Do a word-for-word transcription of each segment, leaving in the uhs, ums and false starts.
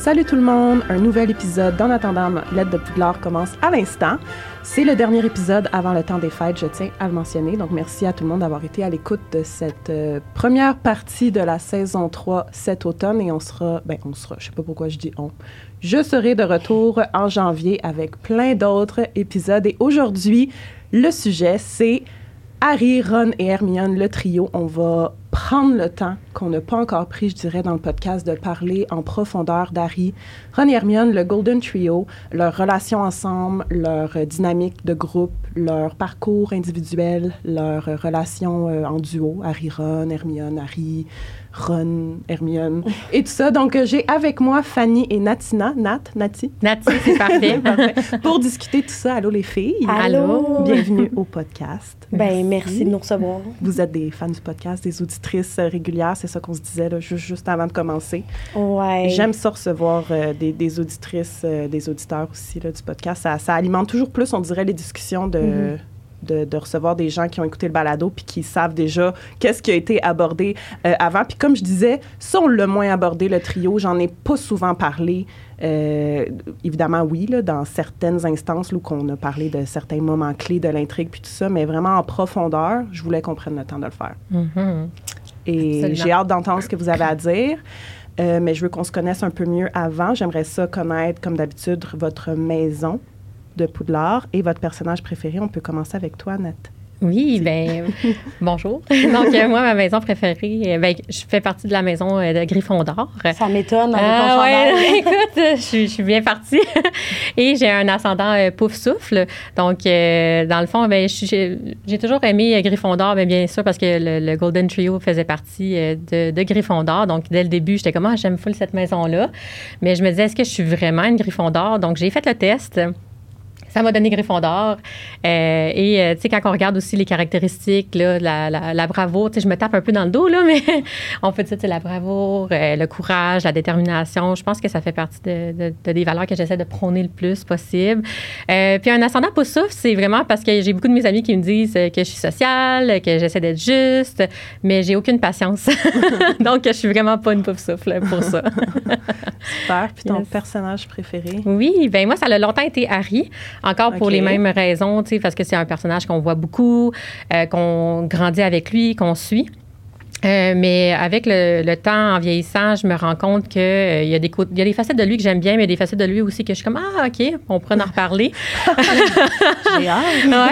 Salut tout le monde, un nouvel épisode d'En attendant l'aide de Poudlard commence à l'instant. C'est le dernier épisode avant le temps des fêtes, je tiens à le mentionner. Donc merci à tout le monde d'avoir été à l'écoute de cette euh, première partie de la saison trois cet automne. Et on sera, ben on sera, je sais pas pourquoi je dis on. Je serai de retour en janvier avec plein d'autres épisodes. Et aujourd'hui, le sujet, c'est Harry, Ron et Hermione, le trio. On va prendre le temps qu'on n'a pas encore pris, je dirais, dans le podcast, de parler en profondeur d'Harry, Ron et Hermione, le Golden Trio, leur relation ensemble, leur dynamique de groupe, leur parcours individuel, leur relation euh, en duo, Harry, Ron, Hermione, Harry, Ron, Hermione, et tout ça. Donc, euh, j'ai avec moi Fanny et Natina. Nat, Nati. Nati, c'est parfait. Parfait. Pour discuter tout ça. Allô, les filles. Allô. Bienvenue au podcast. Ben, merci. merci de nous recevoir. Vous êtes des fans du podcast, des auditrices euh, régulières, c'est ça qu'on se disait là, juste, juste avant de commencer. Ouais. J'aime ça recevoir euh, des, des auditrices, euh, des auditeurs aussi là, du podcast. Ça, ça alimente toujours plus, on dirait, les discussions de... Mm-hmm. De, de recevoir des gens qui ont écouté le balado puis qui savent déjà qu'est-ce qui a été abordé euh, avant. Puis comme je disais, ça, on l'a moins abordé, le trio. J'en ai pas souvent parlé. Euh, évidemment, oui, là, dans certaines instances là, où on a parlé de certains moments clés de l'intrigue puis tout ça, mais vraiment en profondeur, je voulais qu'on prenne le temps de le faire. Mm-hmm. Et Absolument. J'ai hâte d'entendre ce que vous avez à dire. Euh, mais je veux qu'on se connaisse un peu mieux avant. J'aimerais ça connaître, comme d'habitude, votre maison de Poudlard et votre personnage préféré. On peut commencer avec toi, Nat. Oui, bien, bonjour. Donc, euh, moi, ma maison préférée, ben, je fais partie de la maison euh, de Gryffondor. Ça m'étonne avec euh, ton ouais, écoute, je suis, je suis bien partie. Et j'ai un ascendant euh, pouf-souffle. Donc, euh, dans le fond, ben, j'ai, j'ai toujours aimé Gryffondor, bien, bien sûr, parce que le, le Golden Trio faisait partie euh, de, de Gryffondor. Donc, dès le début, j'étais comme, ah, j'aime full cette maison-là. Mais je me disais, est-ce que je suis vraiment une Gryffondor? Donc, j'ai fait le test. Ça m'a donné Gryffondor. Euh, et, euh, tu sais, quand on regarde aussi les caractéristiques, là, la, la, la bravoure, tu sais, je me tape un peu dans le dos, là, mais on peut dire, tu sais, la bravoure, euh, le courage, la détermination, je pense que ça fait partie de, de, de des valeurs que j'essaie de prôner le plus possible. Euh, puis un ascendant pouf-souffle, c'est vraiment parce que j'ai beaucoup de mes amis qui me disent que je suis sociale, que j'essaie d'être juste, mais j'ai aucune patience. Donc, je suis vraiment pas une pouf-souffle pour ça. Super. Puis ton yes. personnage préféré? Oui, bien moi, ça a longtemps été Harry. Encore pour okay. les mêmes raisons, tu sais, parce que c'est un personnage qu'on voit beaucoup, euh, qu'on grandit avec lui, qu'on suit. Euh, mais avec le, le temps, en vieillissant, je me rends compte qu'il euh, y, a des co- y a des facettes de lui que j'aime bien, mais il y a des facettes de lui aussi que je suis comme, ah, OK, on pourrait en reparler. J'ai hâte.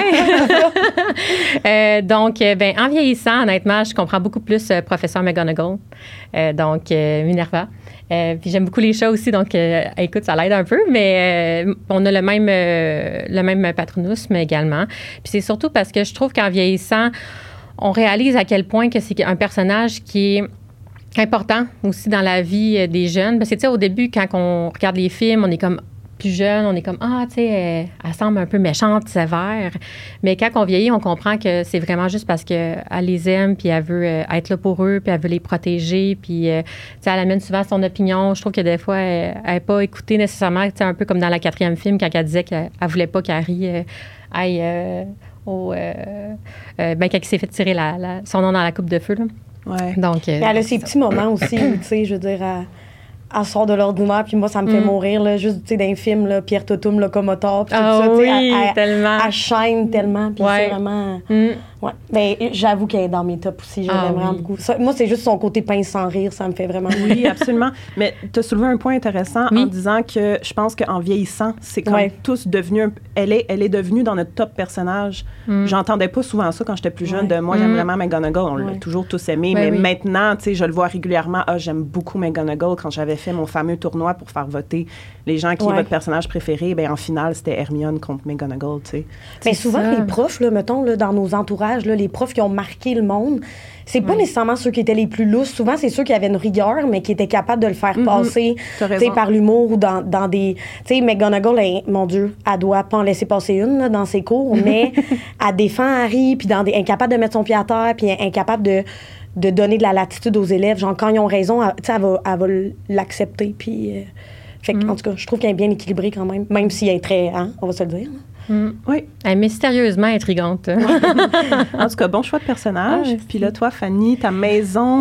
Ouais. euh, donc, ben, en vieillissant, honnêtement, je comprends beaucoup plus euh, Professeur McGonagall, euh, donc euh, Minerva. Euh, puis j'aime beaucoup les chats aussi, donc euh, écoute, ça l'aide un peu, mais euh, on a le même, euh, le même patronisme également. Puis c'est surtout parce que je trouve qu'en vieillissant, on réalise à quel point que c'est un personnage qui est important aussi dans la vie des jeunes. Parce que, tu sais, au début, quand on regarde les films, on est comme plus jeune, on est comme, ah, tu sais, elle, elle semble un peu méchante, sévère. Mais quand on vieillit, on comprend que c'est vraiment juste parce qu'elle les aime, puis elle veut euh, être là pour eux, puis elle veut les protéger, puis, euh, tu sais, elle amène souvent son opinion. Je trouve que des fois, elle n'est pas écoutée nécessairement, tu sais, un peu comme dans la quatrième film, quand elle disait qu'elle ne voulait pas qu'Harry euh, aille euh, au... Euh, euh, ben, quand il s'est fait tirer la, la, son nom dans la coupe de feu, là. Ouais. Donc, euh, mais elle a ses petits moments aussi, tu sais, je veux dire... À... elle sort de l'ordinaire, puis moi, ça me fait mm. mourir, là, juste, tu sais, dans les films, là, Pierre Totum, Locomotor, puis tout oh, ça, tu sais, oui, elle, elle, tellement. Elle shine tellement, puis ouais. c'est vraiment... Mm. Ouais. Mais j'avoue qu'elle est dans mes tops aussi, je ah, l'aime vraiment oui. beaucoup. Ça, moi, c'est juste son côté pince sans rire, ça me fait vraiment... Oui, absolument. Mais tu as soulevé un point intéressant oui. en disant que je pense qu'en vieillissant, c'est comme ouais. tous devenus... Un, elle, est, elle est devenue dans notre top personnage. Mm. J'entendais pas souvent ça quand j'étais plus jeune, ouais. de moi, j'aime mm. vraiment McGonagall. On ouais. l'a toujours tous aimé, ouais, mais oui. maintenant, tu sais, je le vois régulièrement. Ah, j'aime beaucoup McGonagall. Quand j'avais fait mon fameux tournoi pour faire voter les gens qui ouais. est votre personnage préféré, bien, en finale, c'était Hermione contre McGonagall, tu sais. Mais souvent, ça. les profs, là, mettons, là, dans nos entourages, là, les profs qui ont marqué le monde, c'est pas ouais. nécessairement ceux qui étaient les plus lousses. Souvent, c'est ceux qui avaient une rigueur, mais qui étaient capables de le faire mm-hmm. passer par l'humour ou dans, dans des... Tu sais, McGonagall, elle, mon Dieu, elle doit pas en laisser passer une là, dans ses cours, mais elle défend Harry, puis dans des, incapable de mettre son pied à terre, puis incapable de, de donner de la latitude aux élèves. Genre, quand ils ont raison, elle, elle, va, elle va l'accepter, puis... Euh, fait que, mm. en tout cas, je trouve qu'elle est bien équilibrée quand même, même si elle est très... Hein, on va se le dire. Mm. Oui. Elle est mystérieusement intrigante. En tout cas, bon choix de personnage. Ah, puis là, toi, Fanny, ta maison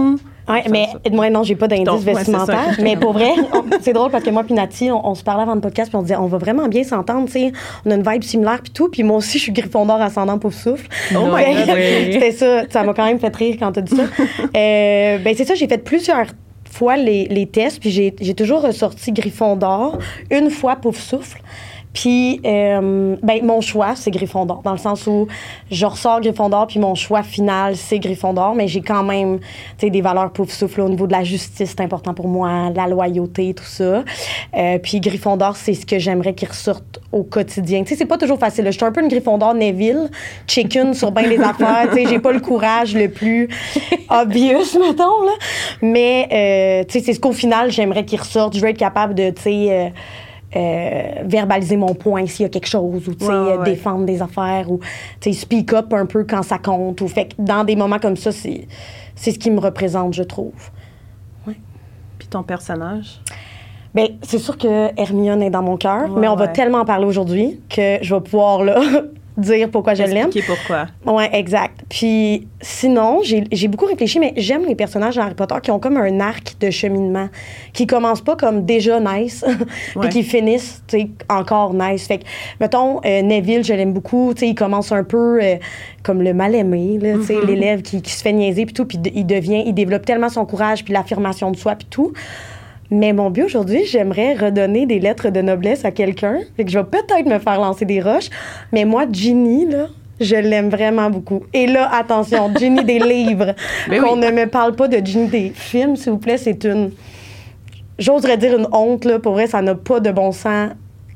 Oui, mais ça. Moi, non, j'ai pas d'indice Donc, vestimentaire. Ouais, mais pour vrai, on, c'est drôle parce que moi puis Nati, on, on se parlait avant le podcast puis on disait, on va vraiment bien s'entendre, tu sais. On a une vibe similaire puis tout. Puis moi aussi, je suis Gryffondor ascendant pouf souffle. Oh my God, oui. C'était ça. Ça m'a quand même fait rire quand t'as dit ça. euh, ben c'est ça, j'ai fait plusieurs fois les, les tests puis j'ai, j'ai toujours ressorti Gryffondor, une fois pouf souffle. Puis, euh, ben, mon choix, c'est Gryffondor, dans le sens où je ressors Gryffondor, puis mon choix final, c'est Gryffondor, mais j'ai quand même, tu sais, des valeurs pouf souffle au niveau de la justice, c'est important pour moi, de la loyauté, tout ça. Euh, puis Gryffondor, c'est ce que j'aimerais qu'il ressorte au quotidien. Tu sais, c'est pas toujours facile. Je suis un peu une Gryffondor Neville, chicken sur bien des affaires, tu sais, j'ai pas le courage le plus obvious, mettons, là. Mais, euh, tu sais, c'est ce qu'au final, j'aimerais qu'il ressorte. Je veux être capable de, tu sais... Euh, Euh, verbaliser mon point s'il y a quelque chose ou tu sais ouais, ouais. défendre des affaires ou tu sais speak up un peu quand ça compte ou fait que dans des moments comme ça c'est c'est ce qui me représente je trouve. Ouais. Puis ton personnage? Bien, c'est sûr que Hermione est dans mon cœur, ouais, mais on ouais. va tellement en parler aujourd'hui que je vais pouvoir là dire pourquoi je l'aime. Expliquer pourquoi. Oui, exact. Puis sinon, j'ai, j'ai beaucoup réfléchi, mais j'aime les personnages d'Harry Potter qui ont comme un arc de cheminement, qui commencent pas comme déjà nice, puis ouais. qui finissent, tu sais, encore nice. Fait que, mettons, euh, Neville, je l'aime beaucoup, tu sais, il commence un peu euh, comme le mal-aimé, là, tu sais, mm-hmm. l'élève qui, qui se fait niaiser, puis tout, puis il devient, il développe tellement son courage, puis l'affirmation de soi, puis tout. Mais mon but aujourd'hui, j'aimerais redonner des lettres de noblesse à quelqu'un. Fait que je vais peut-être me faire lancer des roches. Mais moi, Ginny, là, je l'aime vraiment beaucoup. Et là, attention, Ginny des livres. Mais qu'on oui. ne me parle pas de Ginny des films, s'il vous plaît. C'est une... J'oserais dire une honte, là. Pour vrai, ça n'a pas de bon sens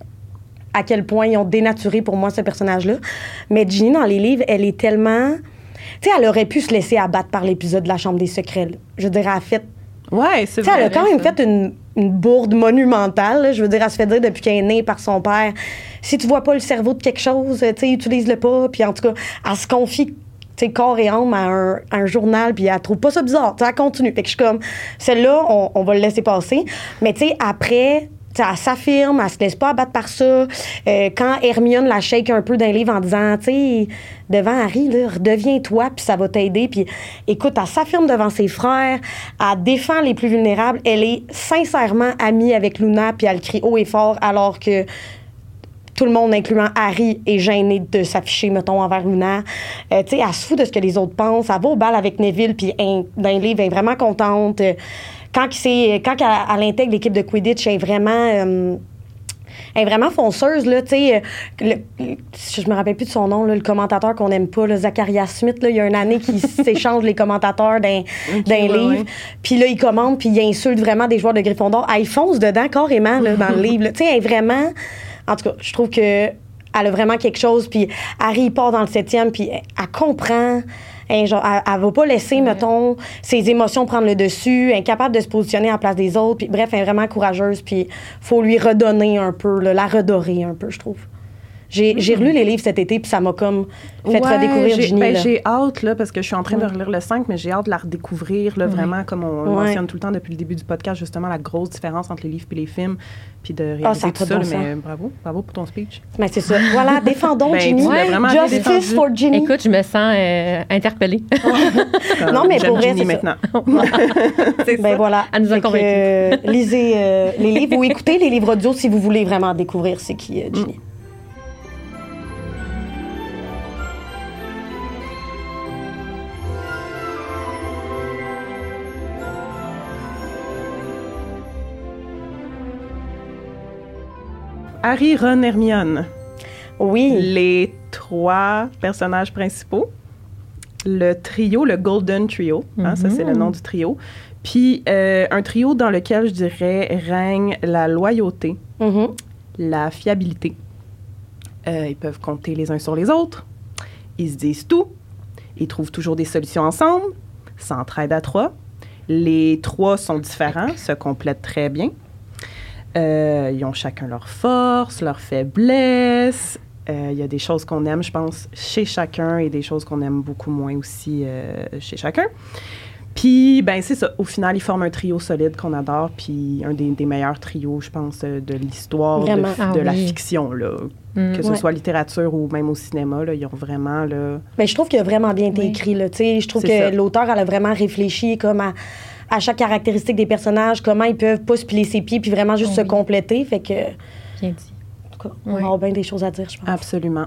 à quel point ils ont dénaturé pour moi ce personnage-là. Mais Ginny, dans les livres, elle est tellement... Tu sais, elle aurait pu se laisser abattre par l'épisode de la Chambre des secrets, là. Je veux dire, elle a fait... Ouais, c'est vrai. Elle a quand même ça. fait une, une bourde monumentale. Là. Je veux dire, elle se fait dire depuis qu'elle est née par son père, si tu vois pas le cerveau de quelque chose, tu sais, utilise-le pas. Puis en tout cas, elle se confie, tu sais, corps et âme à un, à un journal, puis elle trouve pas ça bizarre. Tu sais, elle continue. Fait que je suis comme, celle-là, on, on va le laisser passer. Mais tu sais, après... T'sais, elle s'affirme, elle se laisse pas abattre par ça. Euh, quand Hermione la shake un peu d'un livre en disant, tu sais, devant Harry, là, redeviens-toi, puis ça va t'aider. Puis écoute, elle s'affirme devant ses frères, elle défend les plus vulnérables, elle est sincèrement amie avec Luna, puis elle crie haut et fort, alors que tout le monde, incluant Harry, est gêné de s'afficher, mettons, envers Luna. Euh, tu sais, elle se fout de ce que les autres pensent. Elle va au bal avec Neville, puis dans le livre, elle est vraiment contente. Euh, Quand, c'est, quand elle, elle intègre l'équipe de Quidditch, elle est vraiment, euh, elle est vraiment fonceuse. Là, le, le, je me rappelle plus de son nom, là, le commentateur qu'on n'aime pas, là, Zacharias Smith. Là, il y a une année qui s'échange les commentateurs d'un, okay, d'un ouais, livre. Ouais. Puis là, il commente, puis il insulte vraiment des joueurs de Gryffondor. Elle fonce dedans carrément là, dans le livre. Elle est vraiment... En tout cas, je trouve que elle a vraiment quelque chose. Puis Harry, il part dans le septième, puis elle, elle comprend... Elle, genre, elle, elle va pas laisser, ouais. mettons, ses émotions prendre le dessus, incapable de se positionner à la place des autres. Puis, bref, elle est vraiment courageuse. Puis, faut lui redonner un peu, là, la redorer un peu, je trouve. J'ai, mmh. j'ai relu les livres cet été, puis ça m'a comme fait ouais, redécouvrir j'ai, Ginny. Ben, là. j'ai hâte, là, parce que je suis en train ouais. de relire le cinq, mais j'ai hâte de la redécouvrir, là, mmh. vraiment, comme on le ouais. mentionne tout le temps depuis le début du podcast, justement, la grosse différence entre les livres et les films, puis de réaliser oh, ça tout ça. Bon là, mais bravo, bravo pour ton speech. Ben, c'est ça. Voilà, défendons ben, Ginny. Justice for Ginny. Écoute, je me sens euh, interpellée. non, mais pour vrai, Ginny c'est maintenant. c'est ben, ça. Voilà. Elle nous a convaincus. Euh, lisez euh, les livres ou écoutez les livres audio si vous voulez vraiment découvrir c'est qui euh, Ginny. Mm. Harry, Ron, Hermione. Oui. Les trois personnages principaux. Le trio, le Golden Trio. Hein, mm-hmm. Ça, c'est le nom du trio. Puis, euh, un trio dans lequel, je dirais, règne la loyauté, mm-hmm. la fiabilité. Euh, ils peuvent compter les uns sur les autres. Ils se disent tout. Ils trouvent toujours des solutions ensemble. S'entraident à trois. Les trois sont différents, se complètent très bien. Euh, ils ont chacun leurs forces, leurs faiblesses. Euh, il y a des choses qu'on aime, je pense, chez chacun et des choses qu'on aime beaucoup moins aussi euh, chez chacun. Puis, ben c'est ça. Au final, ils forment un trio solide qu'on adore, puis un des, des meilleurs trios, je pense, de l'histoire de, ah, de oui. la fiction, là. Mm. Que ce ouais. soit littérature ou même au cinéma, là, ils ont vraiment, là... Ben, je trouve qu'il a vraiment bien été oui. écrit, là. Tu sais, je trouve c'est que l'auteur, elle a vraiment réfléchi comme à, à chaque caractéristique des personnages, comment ils peuvent pas se piler ses pieds, puis vraiment juste oh, se oui. compléter, fait que... Bien dit. En tout cas, on oui. va avoir bien des choses à dire, je pense. Absolument.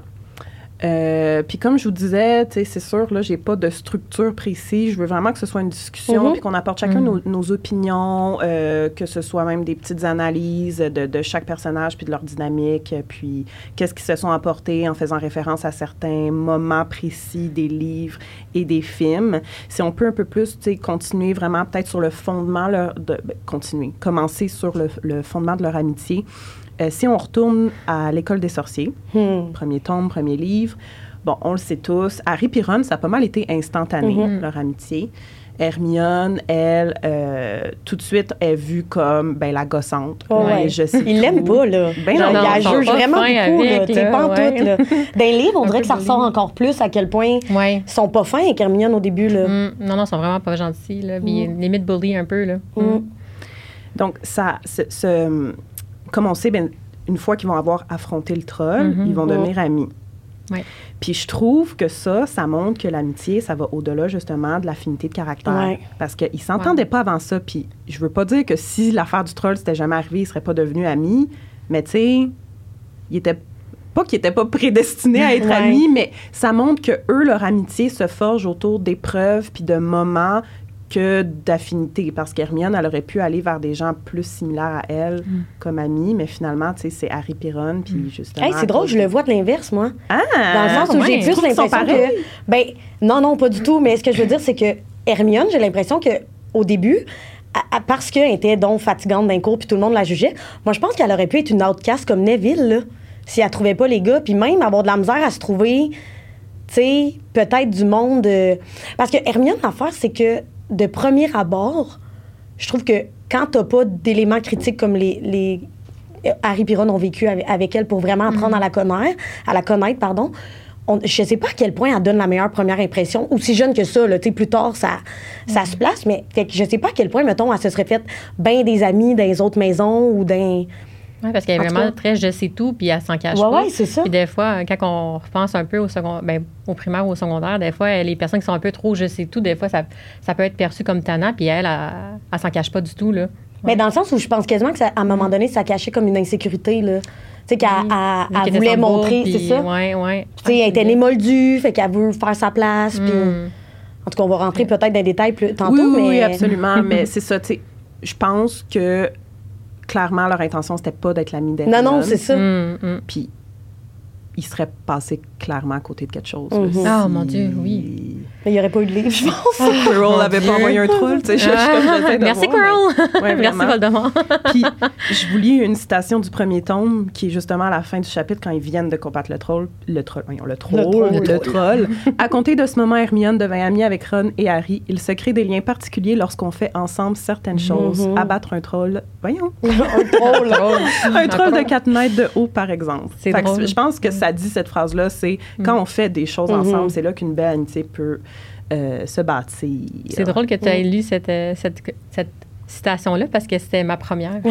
Euh, puis comme je vous disais, tu sais, c'est sûr, là, j'ai pas de structure précise. Je veux vraiment que ce soit une discussion, mm-hmm. puis qu'on apporte chacun mm-hmm. nos, nos opinions, euh, que ce soit même des petites analyses de, de chaque personnage, puis de leur dynamique, puis qu'est-ce qu'ils se sont apportés en faisant référence à certains moments précis des livres et des films. Si on peut un peu plus, tu sais, continuer vraiment peut-être sur le fondement, leur, de, ben, continuer, commencer sur le, le fondement de leur amitié. Euh, si on retourne à l'École des sorciers, hmm. premier tome, premier livre, bon, on le sait tous, Harry et Ron, ça a pas mal été instantané, mm-hmm. leur amitié. Hermione, elle, euh, tout de suite, est vue comme, ben, la gossante. Oh, ouais. Je sais il l'aime pas, là. Ben non, non, il la juge vraiment beaucoup, avec, là. Tu sais, pas en ouais. tout, là. Dans les livres, on dirait que ça ressort encore plus à quel point ouais. ils sont pas fins avec Hermione au début, là. Mm. Non, non, ils sont vraiment pas gentils, là. Puis mm. limite bully un peu, là. Mm. Mm. Donc, ça, ce... ce comme on sait, ben, une fois qu'ils vont avoir affronté le troll, mm-hmm. ils vont devenir mm. amis. Ouais. Puis je trouve que ça, ça montre que l'amitié, ça va au-delà justement de l'affinité de caractère. Ouais. Parce qu'ils ne s'entendaient ouais. pas avant ça. Puis je veux pas dire que si l'affaire du troll s'était jamais arrivée, ils ne seraient pas devenus amis. Mais tu sais, ils étaient pas qu'ils n'étaient pas prédestinés à être ouais. amis, mais ça montre que eux, leur amitié se forge autour d'épreuves puis de moments que d'affinité, parce qu'Hermione, elle aurait pu aller vers des gens plus similaires à elle mm. comme amie, mais finalement, tu sais, c'est Harry et Ron, puis mm. justement... Hey, c'est drôle, je le vois de l'inverse, moi. Ah! Dans le sens où ouais. j'ai plus l'impression que... Ben, non, non, pas du tout, mais ce que je veux dire, c'est que Hermione, j'ai l'impression que au début, à, à, parce qu'elle était donc fatigante d'un cours, puis tout le monde la jugeait, moi, je pense qu'elle aurait pu être une outcast comme Neville, là, si elle trouvait pas les gars, puis même avoir de la misère à se trouver, tu sais, peut-être du monde... Euh... Parce que Hermione, l'affaire, c'est que de premier abord, je trouve que quand t'as pas d'éléments critiques comme les, les Harry et Ron ont vécu avec, avec elle pour vraiment apprendre mm-hmm. à la connaître, à la connaître, pardon, on, je sais pas à quel point elle donne la meilleure première impression, aussi jeune que ça, là, tu sais, plus tard, ça, mm-hmm. ça se place, mais fait que je sais pas à quel point, mettons, elle se serait faite bien des amis dans les autres maisons ou dans... Oui, parce qu'elle est vraiment très je sais tout, puis elle s'en cache ouais, pas. Oui, c'est ça. Puis des fois, quand on repense un peu au, second, ben, au primaire ou au secondaire, des fois, les personnes qui sont un peu trop je sais tout, des fois, ça, ça peut être perçu comme tannant, puis elle, elle, elle, elle s'en cache pas du tout, là. Ouais. Mais dans le sens où je pense quasiment qu'à un moment donné, ça cachait comme une insécurité, là. Tu sais, qu'elle oui. elle, elle voulait montrer, c'est ça? Oui, oui. Tu sais, elle était née moldue, fait qu'elle veut faire sa place, puis... Mm. En tout cas, on va rentrer peut-être dans les détails plus tantôt, oui, mais... Oui, absolument, mais c'est ça, tu sais, je pense que clairement, leur intention, c'était pas d'être l'ami d'Hermione. Non, non, c'est ça. Mm, mm. Puis, ils seraient passés clairement à côté de quelque chose. Mm-hmm. Ah, oh, mon Dieu, oui. Mais il n'y aurait pas eu de livre, je pense. Oh, Quirrell n'avait pas envoyé un troll, tu sais. Ah, merci, Quirrell. Ouais, merci, Voldemort. Puis, je vous lis une citation du premier tome, qui est justement à la fin du chapitre, quand ils viennent de combattre le troll. Le troll, voyons, le troll. Le troll. Le, le troll. À compter de ce moment, Hermione devint amie avec Ron et Harry. Il se crée des liens particuliers lorsqu'on fait ensemble certaines choses. Mm-hmm. Abattre un troll. Voyons. un troll. un troll de quatre mètres de haut, par exemple. C'est drôle. Que, je pense que ça dit cette phrase-là, c'est mm. quand on fait des choses mm-hmm. ensemble, c'est là qu'une belle amitié peut euh, se bâtir. C'est drôle que tu aies mm. lu cette, cette, cette citation-là parce que c'était ma première.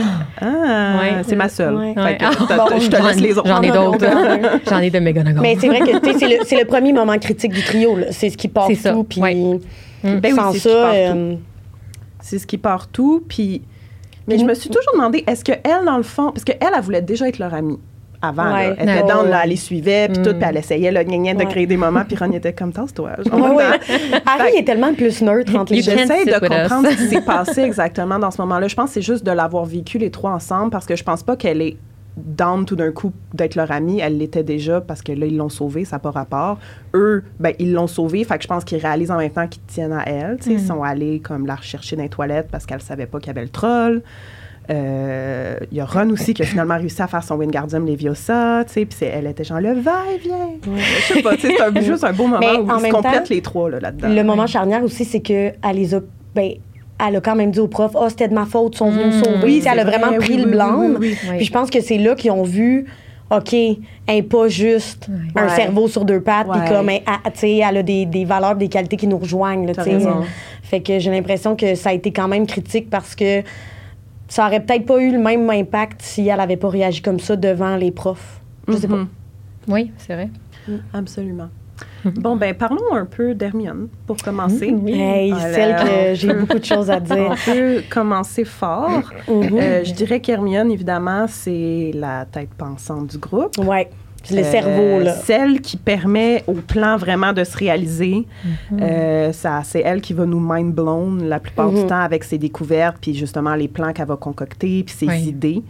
Ah, ouais. c'est ma seule. Ouais. Fait que Ouais. bon, je te laisse les autres. J'en ai d'autres. J'en ai de McGonagall. Mais c'est vrai que c'est le, c'est le premier moment critique du trio. Là. C'est ce qui part c'est tout. Puis ouais. mm. ben sans oui, ça... Euh... C'est ce qui part tout. Puis... Mais mm. je me suis toujours demandé, est-ce qu'elle, dans le fond... Parce qu'elle, elle voulait déjà être leur amie. Avant, ouais. là. Elle était oh, dans, ouais. là, elle les suivait, puis mm. tout, puis elle essayait, là, gna, gna, de ouais. créer des moments, puis Ron était comme, tasse-toi. Ouais, ouais. Harry est tellement plus neutre entre les deux. J'essaie de comprendre ce qui s'est passé exactement dans ce moment-là. Je pense que c'est juste de l'avoir vécu les trois ensemble, parce que je pense pas qu'elle est down tout d'un coup d'être leur amie. Elle l'était déjà, parce que là, ils l'ont sauvée, ça n'a pas rapport. Eux, ben ils l'ont sauvée, fait que je pense qu'ils réalisent en même temps qu'ils tiennent à elle. Mm. Ils sont allés comme la rechercher dans les toilettes, parce qu'elle savait pas qu'il y avait le troll. Il euh, y a Ron aussi qui a finalement réussi à faire son Wingardium Leviosa, tu sais, puis elle était genre le va-et-vient. Ouais. Je sais pas, tu sais, c'est un, juste un beau moment mais où ils se complètent temps, les trois là, là-dedans. Le moment charnière aussi, c'est qu'elle les a. Ben, elle a quand même dit au prof, ah, oh, c'était de ma faute, ils sont venus me sauver. Oui, elle a vraiment vrai, pris oui, le blanc. Oui, oui, oui, oui. Puis je pense que c'est là qu'ils ont vu. OK, elle n'est pas juste ouais. un ouais. cerveau sur deux pattes, puis ouais. comme, elle, elle, elle a des, des valeurs, des qualités qui nous rejoignent. Là, fait que j'ai l'impression que ça a été quand même critique parce que ça aurait peut-être pas eu le même impact si elle n'avait pas réagi comme ça devant les profs. Je sais mm-hmm. pas. Oui, c'est vrai. Mm. Absolument. Bon, ben parlons un peu d'Hermione, pour commencer. Mmh, oui. Hey, Alors, celle que j'ai beaucoup de choses à dire. On peut commencer fort. Mmh. Euh, je dirais qu'Hermione, évidemment, c'est la tête pensante du groupe. Oui, le euh, cerveau, là. Celle qui permet au plan vraiment de se réaliser. Mmh. Euh, ça, c'est elle qui va nous mind blown la plupart mmh. du temps avec ses découvertes, puis justement les plans qu'elle va concocter, puis ses oui. idées.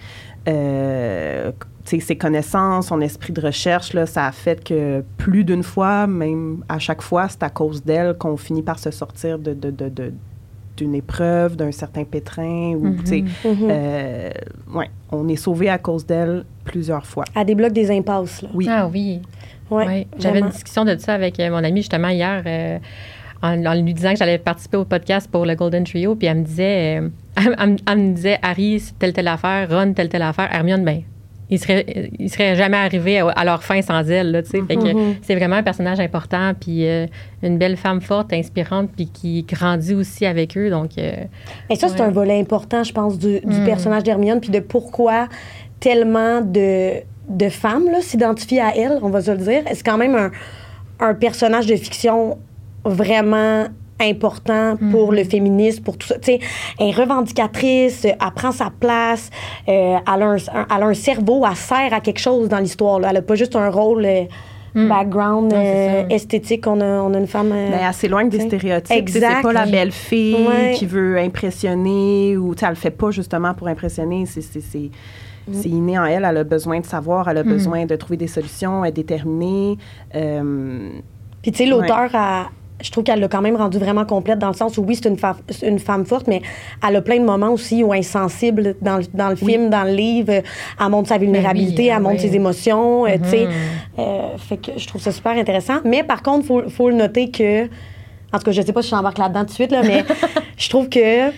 Euh, ses connaissances, son esprit de recherche, là, ça a fait que plus d'une fois, même à chaque fois, c'est à cause d'elle qu'on finit par se sortir de, de, de, de, d'une épreuve, d'un certain pétrin. Ou, mm-hmm. Mm-hmm. Euh, ouais, on est sauvé à cause d'elle plusieurs fois. Elle débloque des impasses. Là. Oui. Ah oui. Ouais, ouais. J'avais une discussion de ça avec mon amie justement hier, euh, en, en lui disant que j'allais participer au podcast pour le Golden Trio, puis elle me disait, euh, elle, elle, elle me disait, Harry, telle telle affaire, Ron, telle telle affaire, Hermione, bien, ils seraient, ils seraient jamais arrivés à, à leur fin sans elle, là, tu sais. Mm-hmm. Fait que c'est vraiment un personnage important, puis euh, une belle femme forte, inspirante, puis qui grandit aussi avec eux, donc... Euh, Et ça, ouais. c'est un volet important, je pense, du, du mm. personnage d'Hermione, puis de pourquoi tellement de, de femmes, là, s'identifient à elle, on va se le dire. C'est quand même un, un personnage de fiction vraiment important pour mm-hmm. le féminisme, pour tout ça. Tu sais, elle est revendicatrice, elle prend sa place, euh, elle, a un, un, elle a un cerveau, elle sert à quelque chose dans l'histoire. Là. Elle n'a pas juste un rôle euh, mm. background non, euh, esthétique. On a, on a une femme... Euh, ben, elle s'éloigne des stéréotypes. Exact. C'est pas la belle fille ouais. qui veut impressionner ou elle le fait pas justement pour impressionner. C'est... c'est, c'est... Mm. C'est inné en elle. Elle a besoin de savoir, elle a mm. besoin de trouver des solutions, elle est déterminée. Euh, Puis tu sais, l'auteur ouais. a... Je trouve qu'elle l'a quand même rendue vraiment complète dans le sens où, oui, c'est une, fa- une femme forte, mais elle a plein de moments aussi où elle est sensible dans le, dans le oui. film, dans le livre. Elle montre sa vulnérabilité, oui, elle montre oui. ses émotions, mm-hmm. tu sais. Euh, fait que je trouve ça super intéressant. Mais par contre, il faut, faut le noter que... En tout cas, je sais pas si j'embarque là-dedans tout de suite, là, mais je trouve que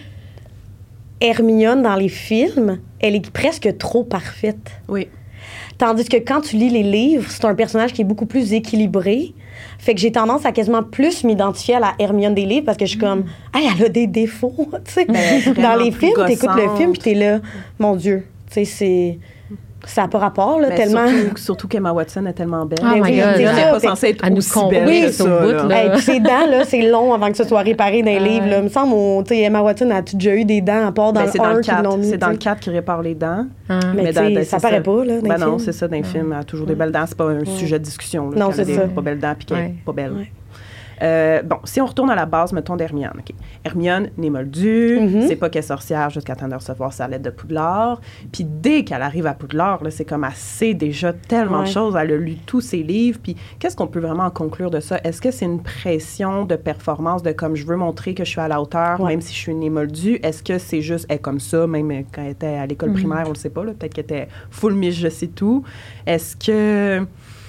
Hermione, dans les films, elle est presque trop parfaite. Oui. Tandis que quand tu lis les livres, c'est un personnage qui est beaucoup plus équilibré. Fait que j'ai tendance à quasiment plus m'identifier à la Hermione des livres parce que je suis mm. comme, hey, elle a des défauts, tu sais. Dans les films, t'écoutes le film puis t'es là, mon Dieu, tu sais, c'est... Ça n'a pas rapport, là, mais tellement... Surtout, surtout qu'Emma Watson est tellement belle. Oh my oui, God. Elle n'est pas censée être aussi belle oui, que ça. Bout, là. Hey, puis ses dents, là, c'est long avant que ça soit réparé dans les livres. Là. Il me semble, tu sais, Emma Watson a déjà eu des dents à part dans ben, le un qu'ils l'ont mis. C'est dans le quatre qui répare les dents. Ah. Mais, mais dans, ça paraît ça. pas, là, dans ben les non, films. c'est ça, dans les films. Elle a toujours des belles dents. C'est pas un sujet de discussion. Là, non, c'est ça. Pas belles dents puis qu'elle n'est pas belle. Euh, bon, si on retourne à la base, mettons, d'Hermione. Okay. Hermione n'est moldue, mm-hmm. c'est pas qu'elle est sorcière jusqu'à temps de recevoir sa lettre de Poudlard. Puis dès qu'elle arrive à Poudlard, là, c'est comme elle sait déjà tellement ouais. de choses, elle a lu tous ses livres. Puis qu'est-ce qu'on peut vraiment en conclure de ça? Est-ce que c'est une pression de performance de comme je veux montrer que je suis à la hauteur, ouais. même si je suis née moldue? Est-ce que c'est juste elle comme ça, même quand elle était à l'école mm-hmm. primaire, on le sait pas, là, peut-être qu'elle était full miche, je sais tout. Est-ce que...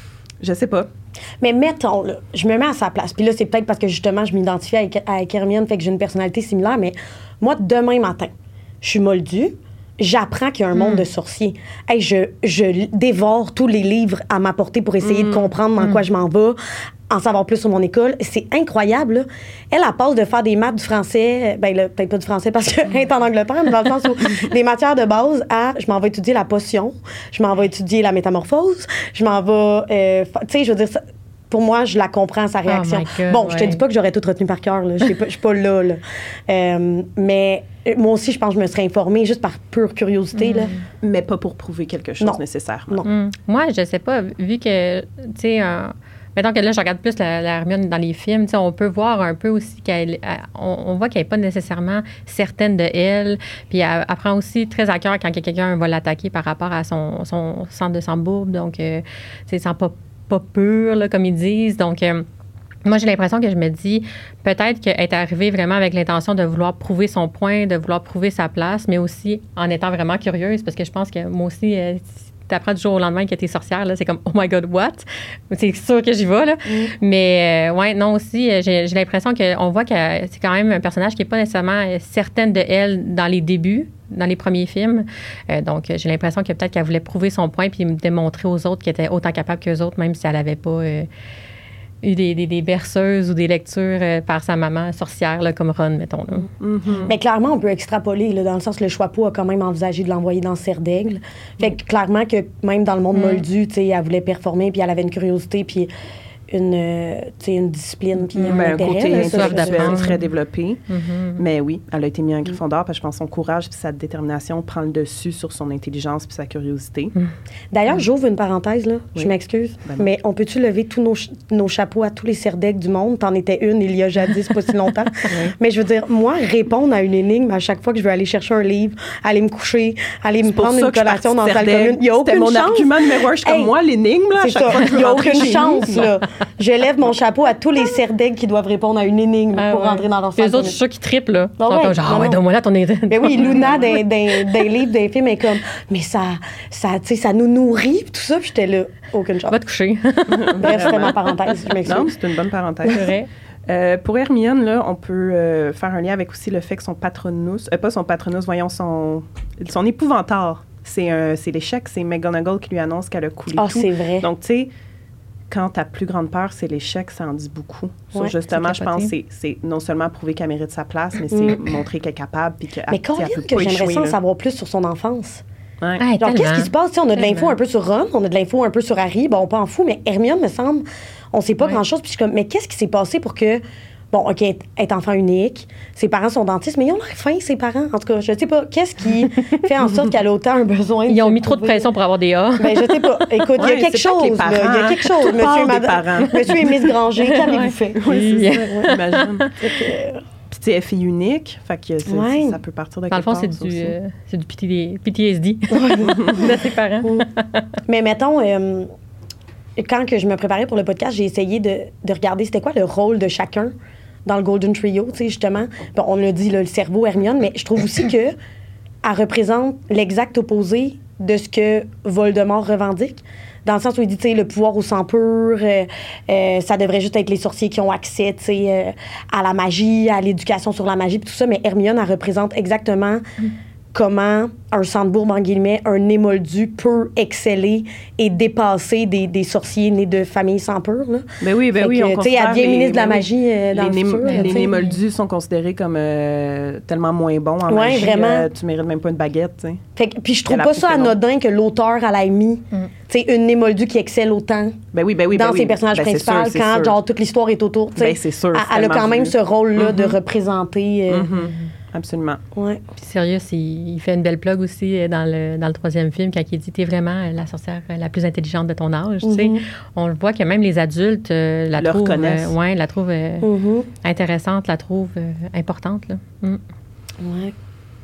Je sais pas. Mais mettons, là, je me mets à sa place. Puis là, c'est peut-être parce que, justement, je m'identifie avec, avec Hermione, fait que j'ai une personnalité similaire. Mais moi, demain matin, je suis moldue, j'apprends qu'il y a un monde mm. de sorciers. Hey, je, je dévore tous les livres à ma portée pour essayer mm. de comprendre dans mm. quoi je m'en vais, en savoir plus sur mon école. C'est incroyable, là. Elle, elle passe de faire des maths, du français, ben là, peut-être pas du français parce qu'elle est en Angleterre, mais dans le sens où des matières de base à je m'en vais étudier la potion, je m'en vais étudier la métamorphose, je m'en vais... Euh, tu sais, je veux dire... Ça, pour moi, je la comprends, sa réaction. Oh God, bon, ouais. je te dis pas que j'aurais tout retenu par cœur, là. Je suis pas, pas là, là. Euh, mais moi aussi, je pense que je me serais informée juste par pure curiosité, mm. là. Mais pas pour prouver quelque chose non. nécessairement. Non. Mm. Moi, je sais pas, vu que, tu sais... Euh, Mettons que là, je regarde plus la, la Hermione dans les films, on peut voir un peu aussi qu'elle... Elle, on, on voit qu'elle n'est pas nécessairement certaine de elle. Puis elle, elle prend aussi très à cœur quand quelqu'un va l'attaquer par rapport à son, son centre de sang bourbe. Donc, euh, c'est sans pas, pas pur, là, comme ils disent. Donc... Euh, moi, j'ai l'impression que je me dis, peut-être qu'elle est arrivée vraiment avec l'intention de vouloir prouver son point, de vouloir prouver sa place, mais aussi en étant vraiment curieuse, parce que je pense que moi aussi, euh, apprends du jour au lendemain que t'es sorcière, là, c'est comme, oh my God, what? C'est sûr que j'y vais, là. Mm. Mais, euh, ouais, non, aussi, j'ai, j'ai l'impression qu'on voit que c'est quand même un personnage qui n'est pas nécessairement certaine de elle dans les débuts, dans les premiers films. Euh, donc, j'ai l'impression que peut-être qu'elle voulait prouver son point puis démontrer aux autres qu'elle était autant capable qu'eux autres, même si elle n'avait pas euh, eu des, des, des berceuses ou des lectures euh, par sa maman sorcière, là, comme Ron, mettons. Là. Mm-hmm. Mais clairement, on peut extrapoler, là, dans le sens que le Choixpeau a quand même envisagé de l'envoyer dans Serre d'Aigle. Fait que clairement que même dans le monde mm. moldu, tu sais, elle voulait performer, puis elle avait une curiosité, puis une, euh, une discipline puis un ben, intérêt. Un côté là, intellectuel très développé. Mm-hmm. Mais oui, elle a été mise en Gryffondor parce que je pense que son courage puis sa détermination prend le dessus sur son intelligence puis sa curiosité. Mm. D'ailleurs, mm. j'ouvre une parenthèse, là. Oui. Je m'excuse. Ben mais on peut-tu lever tous nos, ch- nos chapeaux à tous les Serre d'Aigle du monde? T'en étais une il y a jadis, pas si longtemps. Oui. Mais je veux dire, moi, répondre à une énigme à chaque fois que je veux aller chercher un livre, aller me coucher, aller me prendre une collation dans la salle commune, il y a aucune chance. C'était mon argument numéro un. Je suis comme moi, l'énigme, là, à chaque fois que je veux il y a aucune chance, là. Je lève mon chapeau à tous les Serre d'Aigle qui doivent répondre à une énigme ah, pour ouais. rentrer dans leur salle. Les autres, je suis sûre qui triplent, là. Ah, ouais. Comme, genre, ah ouais, donne-moi là ton énigme. Mais oui, Luna, d'un, d'un, d'un livre, d'un film, est comme, mais ça, ça, tu sais, ça nous nourrit, tout ça. Puis j'étais là, aucune chance. Va te coucher. Bref, c'était ma parenthèse. Je m'excuse. Non, c'est une bonne parenthèse. C'est vrai. Euh, pour Hermione, là, on peut euh, faire un lien avec aussi le fait que son patronus, euh, pas son patronus, voyons, son, son épouvantard, c'est, un, c'est l'échec, c'est McGonagall qui lui annonce qu'elle a coulé oh, tout. Ah, c'est vrai. Donc, tu sais, quand ta plus grande peur, c'est l'échec, ça en dit beaucoup. Ouais, sur justement, je pense, c'est, c'est non seulement prouver qu'elle mérite sa place, mais c'est mm. montrer qu'elle est capable. Puis qu'elle, mais combien que j'aimerais échouer, ça en savoir plus sur son enfance? Ouais. Ah, genre, qu'est-ce qui se passe? T'sais, on a de l'info un peu sur Ron, on a de l'info un peu sur Harry, bon, on pas en fout, mais Hermione, me semble, on sait pas ouais. grand-chose. Puis je suis comme, mais qu'est-ce qui s'est passé pour que... Bon, OK, être enfant unique, ses parents sont dentistes, mais ils ont l'air fins, ses parents. En tout cas, je sais pas, qu'est-ce qui fait en sorte qu'elle a autant un besoin de Ils ont mis trop de pression pour avoir des A. Ben, je sais pas. Écoute, il ouais, y a quelque chose, là. Il y a quelque chose. Monsieur et, Madame, Monsieur et Miss Granger, qu'avez-vous ouais. fait? Oui, c'est ça, ouais, imagine. Puis, tu sais, elle est fille unique, fait que c'est, ouais. ça peut partir de quelque part. Dans le fond, c'est du, euh, c'est du P T S D de ses parents. Mais mettons... Euh, quand que je me préparais pour le podcast, j'ai essayé de, de regarder c'était quoi le rôle de chacun dans le Golden Trio, tu sais, justement. Bon, on l'a dit, là, le cerveau, Hermione, mais je trouve aussi qu'elle représente l'exact opposé de ce que Voldemort revendique. Dans le sens où il dit, tu sais, le pouvoir au sang pur, euh, euh, ça devrait juste être les sorciers qui ont accès, tu sais, euh, à la magie, à l'éducation sur la magie, puis tout ça. Mais Hermione, elle représente exactement... Mm. comment un Sandbourg, en guillemets, un émoldu peut exceller et dépasser des, des sorciers nés de familles sans pur. Là. Ben oui, ben fait oui, que, on considère... Elle devient ministre de la magie euh, dans les le futur. Les némoldus sont considérés comme euh, tellement moins bons en ouais, magie. Vraiment. Euh, tu mérites même pas une baguette, tu sais. Fait que, puis je trouve pas ça anodin que l'auteur, elle ait mis mm. une némoldu qui excelle autant ben oui, ben oui, ben dans oui. ses personnages ben principaux sûr, quand sûr. genre toute l'histoire est autour. Ben c'est sûr. Elle, elle a quand même vu. ce rôle-là mm-hmm. de représenter... Euh, mm-hmm. Absolument. Ouais. Puis sérieux, il, il fait une belle plug aussi dans le, dans le troisième film quand il dit t'es vraiment la sorcière la plus intelligente de ton âge. Mm-hmm. On le voit que même les adultes euh, la, trouvent, euh, ouais, la trouvent euh, mm-hmm. intéressante, la trouvent euh, importante. Là. Mm. Ouais.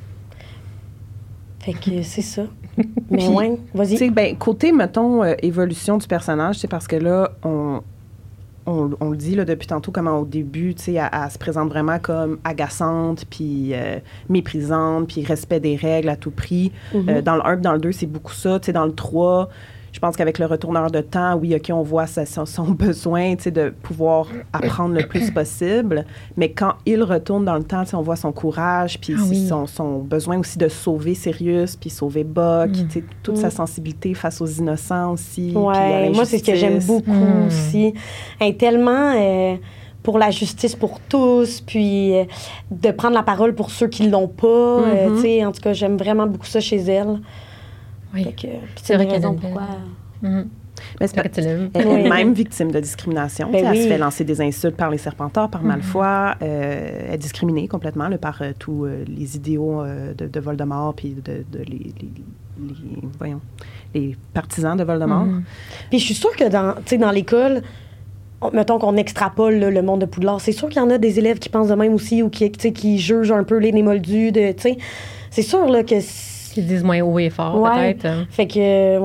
Fait que c'est ça. Mais Puis, ouais, vas-y. Ben, côté, mettons, euh, évolution du personnage, c'est parce que là, on. On, on le dit là, depuis tantôt, comment au début, tu sais, elle, elle se présente vraiment comme agaçante, puis euh, méprisante, puis respect des règles à tout prix. Mm-hmm. Euh, dans le un dans le deux, c'est beaucoup ça. Tu sais, dans le trois, je pense qu'avec le retourneur de temps, oui, OK, on voit sa, son, son besoin, tu sais, de pouvoir apprendre le plus possible. Mais quand il retourne dans le temps, tu sais, on voit son courage, puis ah oui. son, son besoin aussi de sauver Sirius, puis sauver Buck, mm. tu sais, toute mm. sa sensibilité face aux innocents aussi. Ouais, moi, c'est ce que j'aime beaucoup mm. aussi. Elle est tellement... Euh, pour la justice pour tous, puis euh, de prendre la parole pour ceux qui l'ont pas. Mm-hmm. Euh, tu sais, en tout cas, j'aime vraiment beaucoup ça chez elle. Oui. Que, c'est, c'est vrai qu'elle est pourquoi... mm-hmm. Mais c'est elle est oui. même victime de discrimination. Ben oui. Elle se fait lancer des insultes par les Serpentards, par mm-hmm. Malfoy. Euh, elle est discriminée complètement là, par euh, tous euh, les idéaux euh, de, de Voldemort puis de, de les, les, les, voyons, les partisans de Voldemort. Mm-hmm. Puis je suis sûre que dans, dans l'école, mettons qu'on extrapole là, le monde de Poudlard, c'est sûr qu'il y en a des élèves qui pensent de même aussi ou qui, qui jugent un peu les némoldus. De, c'est sûr là, que... Ils disent moins haut et fort, ouais. peut-être. Fait que, ouais.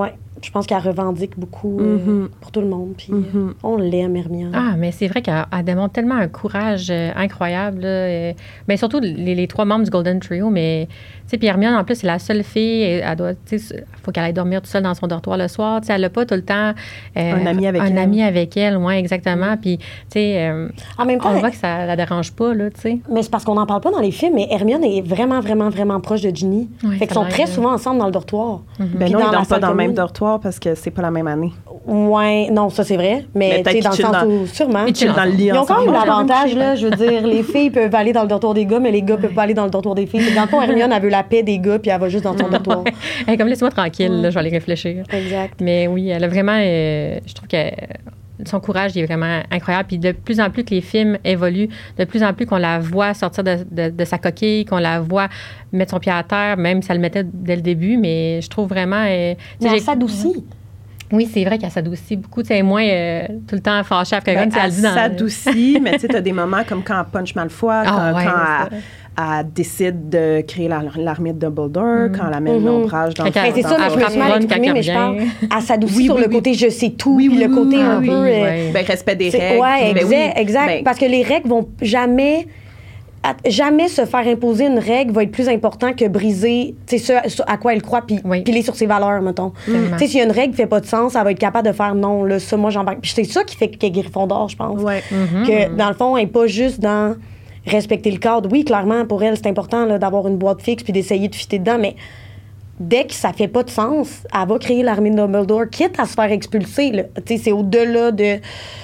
je pense qu'elle revendique beaucoup euh, mm-hmm. pour tout le monde. Puis mm-hmm. euh, on l'aime, Hermione. Ah, mais c'est vrai qu'elle elle démontre tellement un courage euh, incroyable. Là, et, mais surtout les, les trois membres du Golden Trio. Mais, tu sais, puis Hermione, en plus, c'est la seule fille. Elle doit, tu sais, il faut qu'elle aille dormir toute seule dans son dortoir le soir. Tu sais, elle n'a pas tout le temps euh, un ami avec un elle. Un ami avec elle, oui, exactement. Puis, tu sais, euh, en même temps, on voit que ça ne la dérange pas, là, tu sais. Mais c'est parce qu'on n'en parle pas dans les films, mais Hermione est vraiment, vraiment, vraiment proche de Ginny. Oui, fait qu'ils sont très souvent ensemble dans le dortoir. Mm-hmm. Ben non, ils ne dorment pas dans le même dortoir parce que c'est pas la même année. Ouais, non, ça c'est vrai. Mais, mais tu sais, dans le sens dans, où, sûrement. Ils chillent dans le lit Ils ont quand même l'avantage, là. Je veux dire, les filles peuvent aller dans le dortoir des gars, mais les gars peuvent pas aller dans le dortoir des filles. Dans le fond, Hermione, elle veut la paix des gars, puis elle va juste dans son dortoir. Hey, comme laisse-moi tranquille, ouais. là, je vais aller réfléchir. Exact. Mais oui, elle a vraiment. Euh, je trouve que. Son courage il est vraiment incroyable. Puis de plus en plus que les films évoluent, de plus en plus qu'on la voit sortir de, de, de sa coquille, qu'on la voit mettre son pied à terre, même si elle le mettait dès le début. Mais je trouve vraiment... Euh, mais elle s'adoucit. Oui, c'est vrai qu'elle s'adoucit beaucoup. C'est moins euh, tout le temps fâchée après ben, comme elle elle dit dans... s'adoucit, mais tu sais, tu as des moments comme quand elle punch Malfoy, quand, oh, ouais, quand elle, elle décide de créer la, l'armée de Dumbledore, mm. quand elle amène mm-hmm. l'ombrage dans le fond. C'est ça, mais je me suis mal exprimée, mais je parle. Elle s'adoucit oui, sur oui, le oui. côté je sais tout, oui, puis oui, le côté oui, un oui, peu... Oui, euh, ben, respect des règles. Oui, exact, ben, exact. Ben, parce que les règles vont jamais... Jamais se faire imposer une règle va être plus important que briser ce à quoi elle croit puis oui. piler sur ses valeurs, mettons. Tu sais, s'il y a une règle qui fait pas de sens, elle va être capable de faire non, là, ça, moi, j'embarque. Puis c'est ça qui fait qu'elle est Gryffondor, je pense. Ouais. Mm-hmm. Que, dans le fond, elle n'est pas juste dans respecter le cadre. Oui, clairement, pour elle, c'est important là, d'avoir une boîte fixe puis d'essayer de fitter dedans, mais dès que ça fait pas de sens, elle va créer l'armée de Dumbledore, quitte à se faire expulser. Tu sais, c'est au-delà de...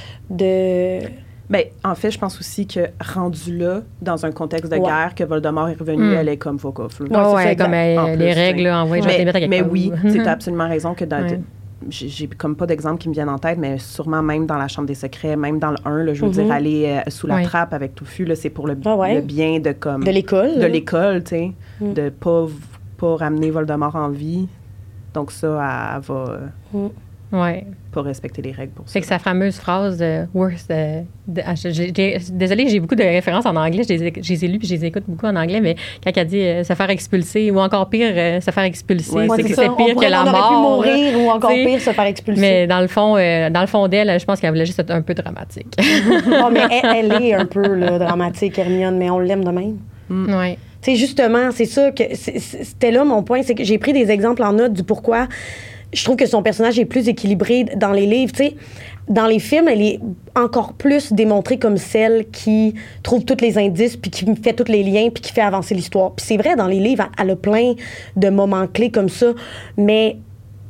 de Bien, en fait, je pense aussi que rendu là, dans un contexte de ouais. guerre, que Voldemort est revenu, mm. elle est comme fuck off. Oh, ouais, comme elle, les règles, là, envoyées, je vais les mettre avec Mais oui, tu as absolument raison que dans... Ouais. J'ai, j'ai comme pas d'exemple qui me viennent en tête, mais sûrement même dans la Chambre des secrets, même dans le un, là, je veux mm-hmm. dire, aller euh, sous la ouais. trappe avec Touffu, là, c'est pour le, ah ouais. le bien de comme... De l'école. De l'école, tu sais, mm. de pas, pas ramener Voldemort en vie. Donc ça, elle, elle va... Mm. Ouais. Pas respecter les règles pour ça. C'est que sa fameuse phrase de worst. De, de, j'ai, j'ai, désolée, j'ai beaucoup de références en anglais. Je les, je les ai lues puis je les écoute beaucoup en anglais, mais quand elle dit euh, se faire expulser ou encore pire, euh, se faire expulser, ouais, c'est, c'est que ça. c'est pire on que la on mort. On aurait pu mourir ou encore pire, se faire expulser. Mais dans le fond, euh, dans le fond d'elle, je pense qu'elle voulait juste être un peu dramatique. oh, mais elle, elle est un peu là, dramatique, Hermione, mais on l'aime de même. Mm. Oui. Tu sais, justement, c'est ça que. C'est, c'était là mon point, c'est que j'ai pris des exemples en note du pourquoi. Je trouve que son personnage est plus équilibré dans les livres. Tu sais, dans les films, elle est encore plus démontrée comme celle qui trouve tous les indices, puis qui fait tous les liens, puis qui fait avancer l'histoire. Puis c'est vrai, dans les livres, elle a plein de moments clés comme ça, mais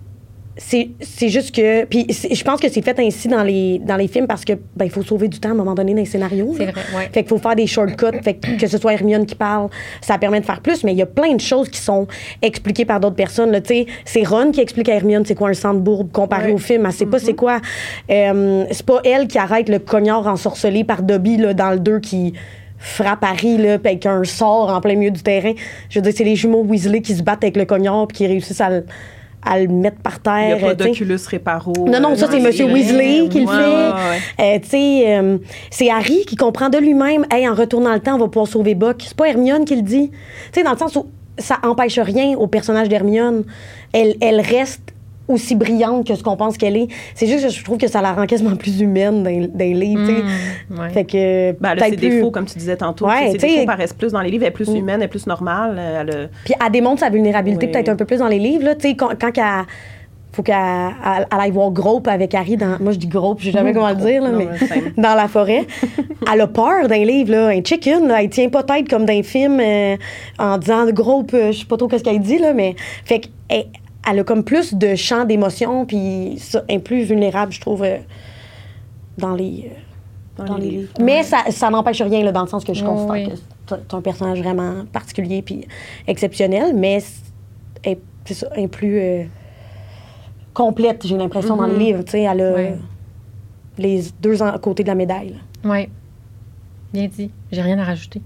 c'est, c'est juste que... Puis je pense que c'est fait ainsi dans les, dans les films parce que ben, il faut sauver du temps à un moment donné dans les scénarios. C'est vrai, ouais. Fait qu'il faut faire des shortcuts. Fait que, que ce soit Hermione qui parle, ça permet de faire plus. Mais il y a plein de choses qui sont expliquées par d'autres personnes. Là, c'est Ron qui explique à Hermione c'est quoi un sang de bourbe comparé ouais. au film. Elle sait mm-hmm. pas c'est quoi. Euh, c'est pas elle qui arrête le cognard ensorcelé par Dobby là, dans le deux qui... frappe Harry là, avec un sort en plein milieu du terrain. Je veux dire, c'est les jumeaux Weasley qui se battent avec le cognard puis qui réussissent à le... à le mettre par terre. Il n'y a pas d'Oculus Reparo. Non, non, ça, c'est M. Weasley qui le ouais, fait. Ouais, ouais. Euh, tu sais, euh, c'est Harry qui comprend de lui-même, « Hey, en retournant le temps, on va pouvoir sauver Buck. » C'est pas Hermione qui le dit. Tu sais, dans le sens où ça empêche rien au personnage d'Hermione. Elle, elle reste aussi brillante que ce qu'on pense qu'elle est. C'est juste que je trouve que ça la rend quasiment plus humaine dans, dans les livres, tu sais. Mmh, ouais. Fait que... Ben, elle a ses plus... défauts, comme tu disais tantôt. Ouais, ses défauts paraissent plus dans les livres. Elle est plus mmh. humaine, elle est plus normale. Elle a... Puis elle démontre sa vulnérabilité oui. peut-être un peu plus dans les livres, là. Tu sais, quand, quand elle... faut qu'elle elle, elle aille voir Grope avec Harry dans... Moi, je dis Grope, je sais jamais mmh, comment le dire, là, non, mais dans la forêt. Elle a peur d'un livre, là. Un chicken, là. Elle tient pas tête comme d'un film euh, en disant Grope, euh, je sais pas trop ce qu'elle dit, là, mais... Fait qu'elle elle a comme plus de champ d'émotion, puis ça, elle est plus vulnérable, je trouve, euh, dans les... Euh, dans, dans les, les livres. Mais ça, ça n'empêche rien, là, dans le sens que je oh, considère oui. que c'est un personnage vraiment particulier puis exceptionnel, mais elle, c'est ça, elle est plus... Euh, complète, j'ai l'impression, mm-hmm. dans les livres. Tu sais, elle a oui. les deux en, côtés de la médaille. Oui. Bien dit. J'ai rien à rajouter.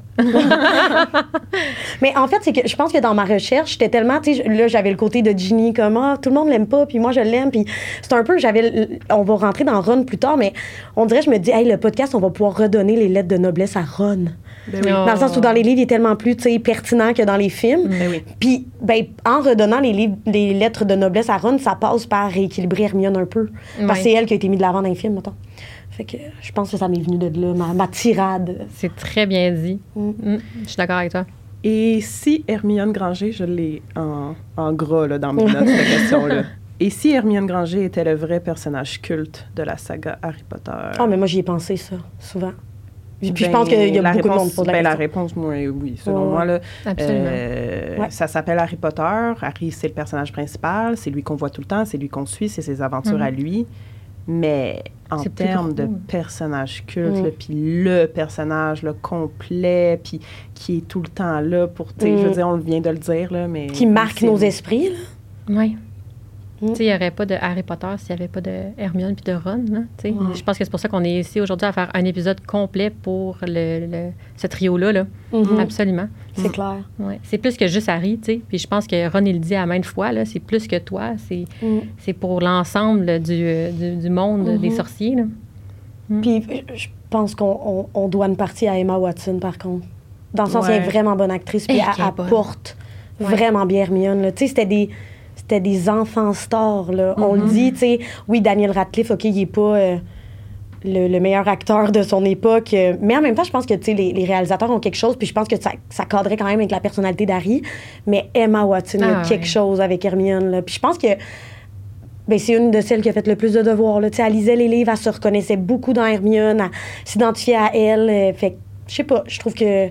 Mais en fait, c'est que je pense que dans ma recherche, j'étais tellement, tu sais, là, j'avais le côté de Ginny, comme, ah, tout le monde l'aime pas, puis moi, je l'aime, puis c'est un peu, j'avais, on va rentrer dans Ron plus tard, mais on dirait, je me dis, hey, le podcast, on va pouvoir redonner les lettres de noblesse à Ron. Ben oui. Dans le sens où dans les livres, il est tellement plus pertinent que dans les films. Ben oui. Puis, ben, en redonnant les, livres, les lettres de noblesse à Ron, ça passe par rééquilibrer Hermione un peu. Parce que Ouais. c'est elle qui a été mise de l'avant dans les films, mettons. Fait que je pense que ça m'est venu de là, ma, ma tirade. C'est très bien dit. Mm. Mm. Je suis d'accord avec toi. Et si Hermione Granger, je l'ai en, en gras là, dans mes notes, cette question-là. Et si Hermione Granger était le vrai personnage culte de la saga Harry Potter? Ah, mais moi, j'y ai pensé, ça, souvent. Puis Ben, je pense qu'il y a la beaucoup réponse, de monde pour la ben, question. la réponse, moi, oui, selon Ouais. moi. Là, Absolument. euh, Ouais. Ça s'appelle Harry Potter. Harry, c'est le personnage principal. C'est lui qu'on voit tout le temps. C'est lui qu'on suit. C'est ses aventures Mhm. à lui. Mais en C'est plus termes de gros. personnage culte, Mm. là, puis le personnage là, complet, puis qui est tout le temps là pour... tu sais, Mm. Je veux dire, on vient de le dire, là, mais... Qui marque c'est- nos esprits, là. Oui. Mm. Tu sais, il n'y aurait pas de Harry Potter s'il n'y avait pas de Hermione puis de Ron. Là, tu sais. Ouais. Je pense que c'est pour ça qu'on est ici aujourd'hui à faire un épisode complet pour le, le- ce trio-là. Là. Mhm. Absolument. C'est clair. Ouais. C'est plus que juste Harry. tu sais. Puis je pense que Ron, il le dit à maintes fois, là, c'est plus que toi. C'est, Mm. c'est pour l'ensemble là, du, euh, du, du monde Mhm. des sorciers. Là. Puis je pense qu'on on, on doit une partie à Emma Watson, par contre. Dans le sens, Ouais. elle est vraiment bonne actrice, puis Eh, elle, qu'elle est elle bonne. porte Ouais. vraiment bien Hermione. là. Tu sais, c'était des, c'était des enfants stars, là. On le dit, tu sais. Oui, Daniel Radcliffe, OK, il n'est pas euh, le, le meilleur acteur de son époque, euh, mais en même temps, je pense que, tu sais, les, les réalisateurs ont quelque chose, puis je pense que ça, ça cadrait quand même avec la personnalité d'Harry. Mais Emma Watson, il y a Ah, quelque ouais. chose avec Hermione, là. Puis je pense que ben, c'est une de celles qui a fait le plus de devoirs. Là. Tu sais, elle lisait les livres, elle se reconnaissait beaucoup dans Hermione, elle s'identifiait à elle. euh, fait que, je sais pas, je trouve que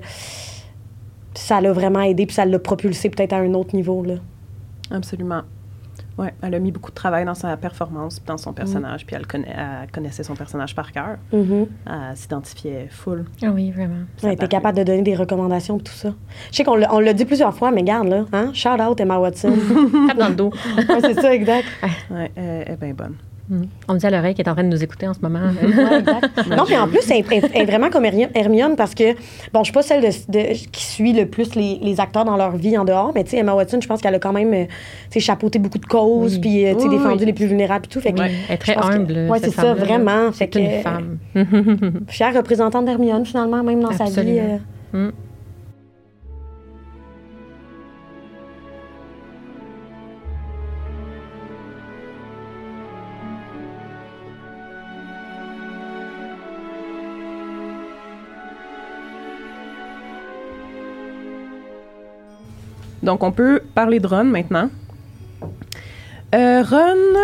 ça l'a vraiment aidé, puis ça l'a propulsé peut-être à un autre niveau. Là. Absolument. Oui, elle a mis beaucoup de travail dans sa performance, puis dans son personnage, puis elle, connaît, elle connaissait son personnage par cœur. Mhm. Elle s'identifiait full. Ah oui, vraiment. Ça Elle était paraît. capable de donner des recommandations et tout ça. Je sais qu'on l'a, on l'a dit plusieurs fois, mais garde, là, hein? Shout out Emma Watson. Tape dans le dos. Ouais, c'est ça, exact. Oui, elle est bien bonne. Mm. On me dit à l'oreille qu'elle est en train de nous écouter en ce moment. Ouais, exact. Non, puis en plus, elle, elle- elle est vraiment comme Hermione, Hermione parce que, bon, je suis pas celle de, de- qui suit le plus les, les acteurs dans leur vie en dehors, mais tu sais, Emma Watson, je pense qu'elle a quand même, euh, tu sais, chapeauté beaucoup de causes, Oui. puis, euh, tu sais, Oui, défendu oui. les plus vulnérables et tout. Fait que, Oui, elle est très je pense que- humble. ouais, cette c'est ça, femme-là. vraiment. C'est Fait une que- femme. Fière représentante d'Hermione, finalement, même dans sa vie. Absolument. euh. Mm. Donc, on peut parler de Ron maintenant. Euh, Ron,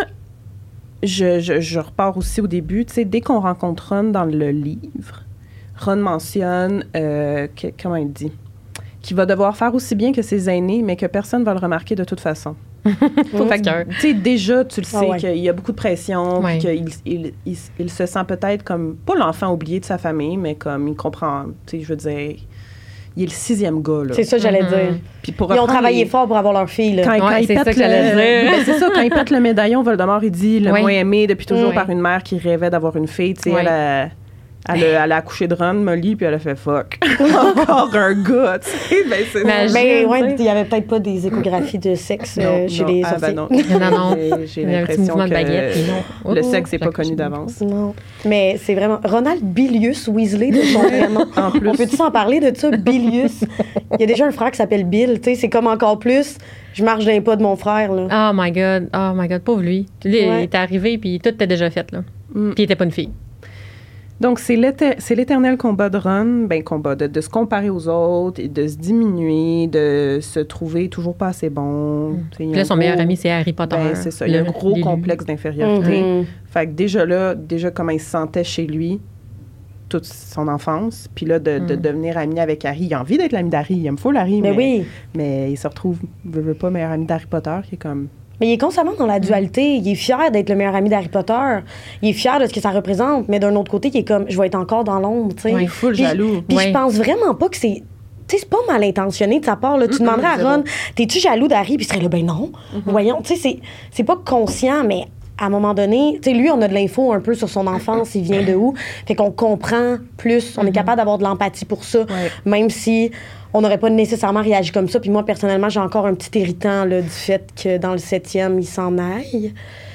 je, je, je repars aussi au début. Tu sais, dès qu'on rencontre Ron dans le livre, Ron mentionne, euh, que- comment il dit, qu'il va devoir faire aussi bien que ses aînés, mais que personne ne va le remarquer de toute façon. Fait que, tu sais, déjà, tu le sais Ah ouais. qu'il y a beaucoup de pression, Ouais. puis qu'il il, il, il se sent peut-être comme, pas l'enfant oublié de sa famille, mais comme il comprend, tu sais, je veux dire, il est le sixième gars, là. C'est ça, que j'allais Mhm. dire. Puis pour Ils ont reprendre travaillé les- fort pour avoir leur fille. Là. Quand, quand Ouais, il c'est pète ça que le... j'allais dire. Ben, c'est ça, quand il pète le médaillon, Voldemort, il dit le Oui. moins aimé depuis toujours Oui. par une mère qui rêvait d'avoir une fille. Tu sais, Oui. elle, a, elle, a, elle a accouché de Ron, Molly, puis elle a fait fuck. Encore un gars, tu sais. Ben, c'est Mais Mais J'imagine, ouais, tu sais. il n'y avait peut-être pas des échographies de sexe euh, Non, chez non. les Ah, sorciers. ben non. Non, non. J'ai- J'ai Il y a un petit l'impression mouvement de que baguette, puis non. le Oh, sexe n'est pas j'accouche connu de d'avance. Non. Mais c'est vraiment. Ronald Bilius Weasley, de son vrai nom. En plus. On peut-tu s'en parler de ça, Bilius? Il y a déjà un frère qui s'appelle Bill. Tu sais, c'est comme encore plus. Je marche dans les pas de mon frère, là. Oh my God, oh my God, pauvre lui. Lui, Ouais. il est arrivé, puis tout était déjà fait, là. Mm. Puis il était pas une fille. Donc, c'est l'éter- c'est l'éternel combat de Ron, ben combat, de, de se comparer aux autres, et de se diminuer, de se trouver toujours pas assez bon. Tu sais, il y a Puis là, un son meilleur gros- ami, c'est Harry Potter. Ben, c'est ça. Il y a un le- gros l'élu. complexe d'infériorité. Mhm. Fait que déjà là, déjà comment il se sentait chez lui toute son enfance, puis là, de, de Mm. devenir ami avec Harry. Il a envie d'être l'ami d'Harry, il aime full Harry, Mais mais, oui. mais il se retrouve, veut, veut pas, meilleur ami d'Harry Potter, qui est comme... Mais il est constamment dans la dualité. Il est fier d'être le meilleur ami d'Harry Potter. Il est fier de ce que ça représente. Mais d'un autre côté, il est comme, je vais être encore dans l'ombre, tu sais. Il est full Puis- jaloux. Puis Ouais. je pense vraiment pas que c'est. Tu sais, c'est pas mal intentionné de sa part. Là. Tu Mm-mm, demanderais à zéro. Ron, t'es-tu jaloux d'Harry? Puis il serait là, ben non. Mm-hmm. Voyons, tu sais, c'est, c'est pas conscient, mais à un moment donné, tu sais, lui, on a de l'info un peu sur son enfance, il vient de où. Fait qu'on comprend plus, on est capable d'avoir de l'empathie pour ça, Mm-hmm. Ouais. même si on n'aurait pas nécessairement réagi comme ça. Puis moi, personnellement, j'ai encore un petit irritant là, du fait que dans le septième, il s'en aille.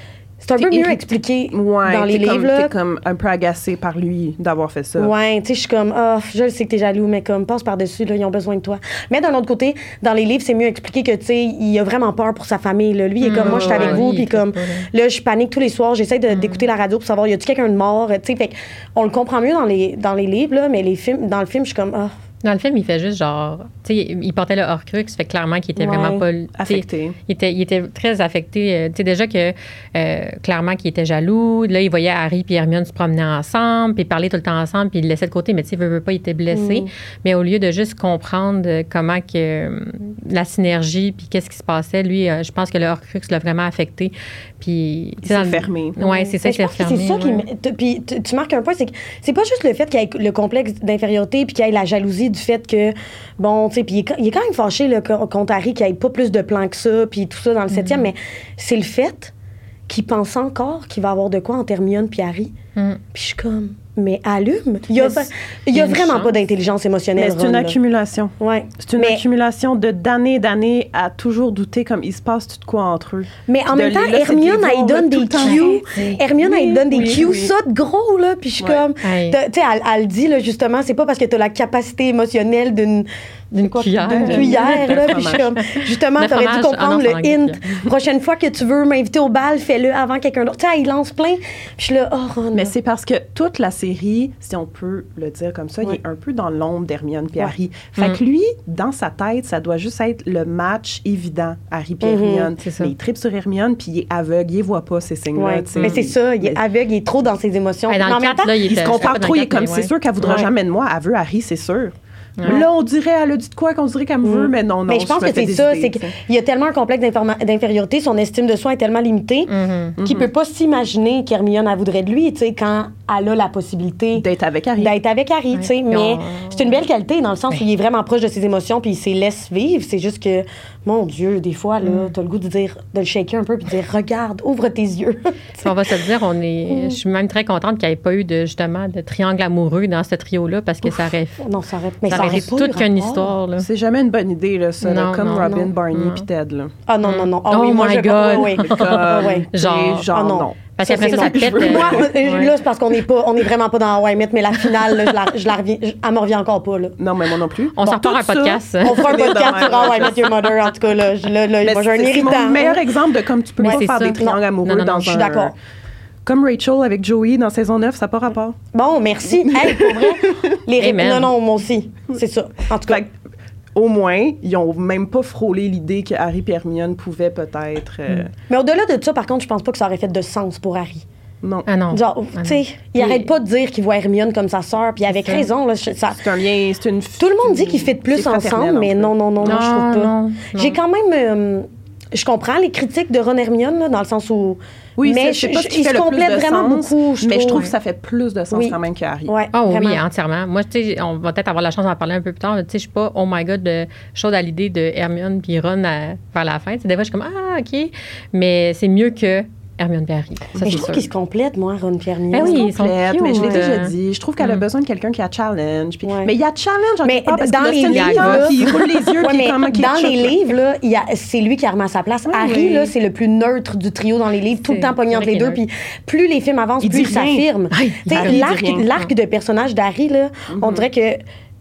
C'est un peu mieux expliqué ouais, dans les livres. Comme, là. T'es comme un peu agacé par lui d'avoir fait ça. Ouais, tu sais, je suis comme, oh, je sais que t'es jaloux, mais comme, passe par-dessus, là, ils ont besoin de toi. Mais d'un autre côté, dans les livres, c'est mieux expliqué que, tu sais, il a vraiment peur pour sa famille, là. Lui, il est comme, mmh, moi, je suis avec ouais, vous, puis comme, là, je panique tous les soirs, j'essaie de, mmh. d'écouter la radio pour savoir, y a-tu quelqu'un de mort, tu sais, fait on le comprend mieux dans les, dans les livres, là, mais les films, dans le film, je suis comme, oh. Dans le film, il fait juste genre. Tu sais, il portait le Horcrux, fait clairement qu'il était ouais, vraiment pas. Affecté. Il était, il était très affecté. Tu sais, déjà que euh, clairement qu'il était jaloux. Là, il voyait Harry et Hermione se promener ensemble, puis parler tout le temps ensemble, puis il le laissait de côté, mais tu sais, veut, veut pas, il était blessé. Mm. Mais au lieu de juste comprendre comment que euh, la synergie, puis qu'est-ce qui se passait, lui, euh, je pense que le Horcrux l'a vraiment affecté. Puis. Il s'est fermé. Oui, c'est ça, il s'est fermé. C'est ça ouais. qui. Puis tu marques un point, c'est que c'est pas juste le fait qu'il y ait le complexe d'infériorité, puis qu'il y ait la jalousie du fait que, bon, tu sais, puis il est quand même fâché là, contre Harry qu'il n'y ait pas plus de plans que ça, puis tout ça dans le mm-hmm. septième, mais c'est le fait qu'il pense encore qu'il va avoir de quoi entre Hermione puis Harry. Mm. Puis je suis comme, mais allume. Il n'y a, il y a vraiment chance. Pas d'intelligence émotionnelle. Mais c'est une Ron, accumulation. Ouais. C'est une mais, accumulation de d'années d'années à toujours douter comme il se passe tout de quoi entre eux. Mais en de même temps, là, Hermione, elle donne des cues. Hermione, elle donne des cues, ça de gros, là. Puis je suis ouais. comme, tu sais, elle, elle dit, là, justement, c'est pas parce que tu as la capacité émotionnelle d'une. D'une cuillère. D'une cuillère, là. Puis je suis comme, justement, tu aurais dû comprendre le hint. Prochaine fois que tu veux m'inviter au bal, fais-le avant quelqu'un d'autre. Tu sais, il lance plein. Puis je suis là, oh, Ron. Mais c'est parce que toute la série, si on peut le dire comme ça, ouais. il est un peu dans l'ombre d'Hermione puis ouais. Harry. Fait mm. que lui, dans sa tête, ça doit juste être le match évident, Harry puis mm-hmm. Hermione. Mais il tripe sur Hermione puis il est aveugle, il voit pas ces signes-là. Ouais. Mais c'est ça, il est aveugle, il est trop dans ses émotions. Hey, dans en le même temps, là, il, il se compare trop, il est comme, c'est sûr qu'elle voudra jamais de moi, elle veut Harry, c'est sûr. Ouais. Là, on dirait, elle a dit de quoi qu'on dirait qu'elle me veut, mmh. mais non, non. Mais je pense je que c'est ça, c'est qu'il y a tellement un complexe d'infériorité, son estime de soi est tellement limitée mmh. qu'il mmh. peut pas s'imaginer qu'Hermione, elle voudrait de lui, tu sais, quand elle a la possibilité d'être avec Harry. D'être avec Harry, ouais. tu sais. Mais oh. c'est une belle qualité dans le sens ouais. où il est vraiment proche de ses émotions puis il se laisse vivre. C'est juste que, mon Dieu, des fois, là, mmh. t'as le goût de dire, de le shaker un peu puis de dire, regarde, ouvre tes yeux. On va se le dire, on est. Je suis même très contente qu'il n'y ait pas eu de, justement, de triangle amoureux dans ce trio-là parce que Ouf. ça aurait. Non, ça aurait. Mais ça aurait toute qu'une histoire. Là. C'est jamais une bonne idée, là, ça, non, là, comme non, Robin, non, Barney puis Ted. Là. Ah non, non, non. Oh, oh oui, moi, my je God! Oui, oui. Comme, genre, genre ah, non. non. Parce qu'après ça, ça, ça pète. Moi, ouais. là, c'est parce qu'on n'est pas, on est vraiment pas dans Hawaii Met, mais la finale, là, je la, je la reviens, je, elle me revient encore pas, là. Non, mais moi non plus. On bon, s'en repart un podcast. Ça, on fera un podcast sur How I Met Your Mother, en tout cas, là. là, là moi, j'ai un irritant. C'est mon meilleur exemple de comme tu peux pas faire des triangles amoureux dans un... Je suis d'accord. Comme Rachel avec Joey dans saison neuf, ça n'a pas rapport. Bon, merci. Hey, pour vrai, les non, non, moi aussi. C'est ça. En tout cas. Au moins, ils ont même pas frôlé l'idée que Harry et Hermione pouvaient peut-être... Euh... Mm. Mais au-delà de ça, par contre, je pense pas que ça aurait fait de sens pour Harry. Non. Ah non. Genre, ah tu sais, il et... arrête pas de dire qu'il voit Hermione comme sa sœur, puis avec raison. Là, ça... C'est un lien, c'est une... Tout le monde dit qu'ils fit plus ensemble, mais non, non, non, non, je trouve pas. Non, non. J'ai quand même... Euh, je comprends les critiques de Ron Hermione, là, dans le sens où... Oui, mais je, je, je, je, ils se complètent vraiment sens, beaucoup. Je mais trouve. je trouve que ça fait plus de sens oui. quand même que Harry. Ouais, oh vraiment. oui, entièrement. Moi, tu sais, on va peut-être avoir la chance d'en parler un peu plus tard. Tu sais, je suis pas, oh my God, de chaude à l'idée de Hermione puis Ron à, vers la fin. T'sais, des fois, je suis comme, ah, OK. Mais c'est mieux que Hermione et Harry. Ça, mais je trouve qu'ils se complètent, moi, Ron et Hermione. Ben oui, ils sont complètes, mais je l'ai déjà dit. Je trouve qu'elle a besoin de quelqu'un qui a challenge. Puis, ouais. Mais il y a challenge en mais pas parce dans que les livres, qui roule les yeux, ouais, qui mais est comme dans les livres, là, y a, c'est lui qui a remis à sa place. Oui, Harry, oui. là, c'est le plus neutre du trio dans les livres, tout le temps pognant entre les deux. Puis plus les films avancent, plus il s'affirme. L'arc, l'arc de personnage d'Harry, là, mm-hmm. on dirait que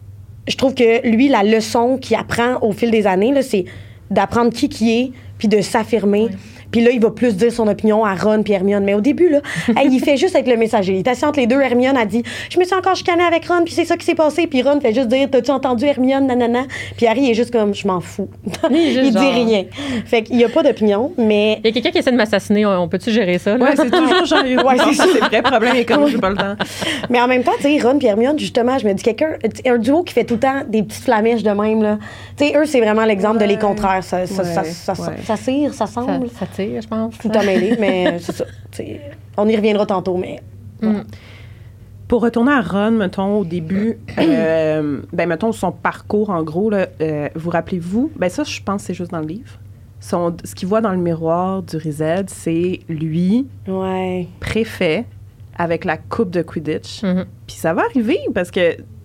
je trouve que lui, la leçon qu'il apprend au fil des années, là, c'est d'apprendre qui qui est, puis de s'affirmer. Oui. Puis là, il va plus dire son opinion à Ron puis Hermione. Mais au début, là, hey, il fait juste être le messager. Il est assis entre les deux. Hermione a dit « Je me suis encore chicanée avec Ron, puis c'est ça qui s'est passé. » Puis Ron fait juste dire « T'as-tu entendu Hermione? Nanana. » Puis Harry est juste comme « Je m'en fous. » Il dit genre... rien. Fait qu'il n'y a pas d'opinion, mais... Il y a quelqu'un qui essaie de m'assassiner. On peut-tu gérer ça? Là? Ouais, c'est toujours genre... ouais, c'est ça. C'est le vrai problème. Et comme j'ai pas le temps. Mais en même temps, tu sais, Ron puis Hermione, justement, je me dis quelqu'un... Un duo qui fait tout le temps des petites flamèches de même, là. Tu sais, eux, c'est vraiment l'exemple ouais. de les contraires. Ça, ça, ouais. ça, ça, ça, ouais. ça tire, ça semble. Ça, ça tire, je pense. Mêlé, mais c'est ça. T'sais, on y reviendra tantôt, mais... Bon. Mm. Pour retourner à Ron, mettons, au début, euh, ben, mettons, son parcours, en gros, là, euh, vous rappelez-vous? Ben ça, je pense que c'est juste dans le livre. Son, ce qu'il voit dans le miroir du Riséd, c'est lui, ouais. préfet, avec la coupe de Quidditch. Mm-hmm. Puis ça va arriver, parce que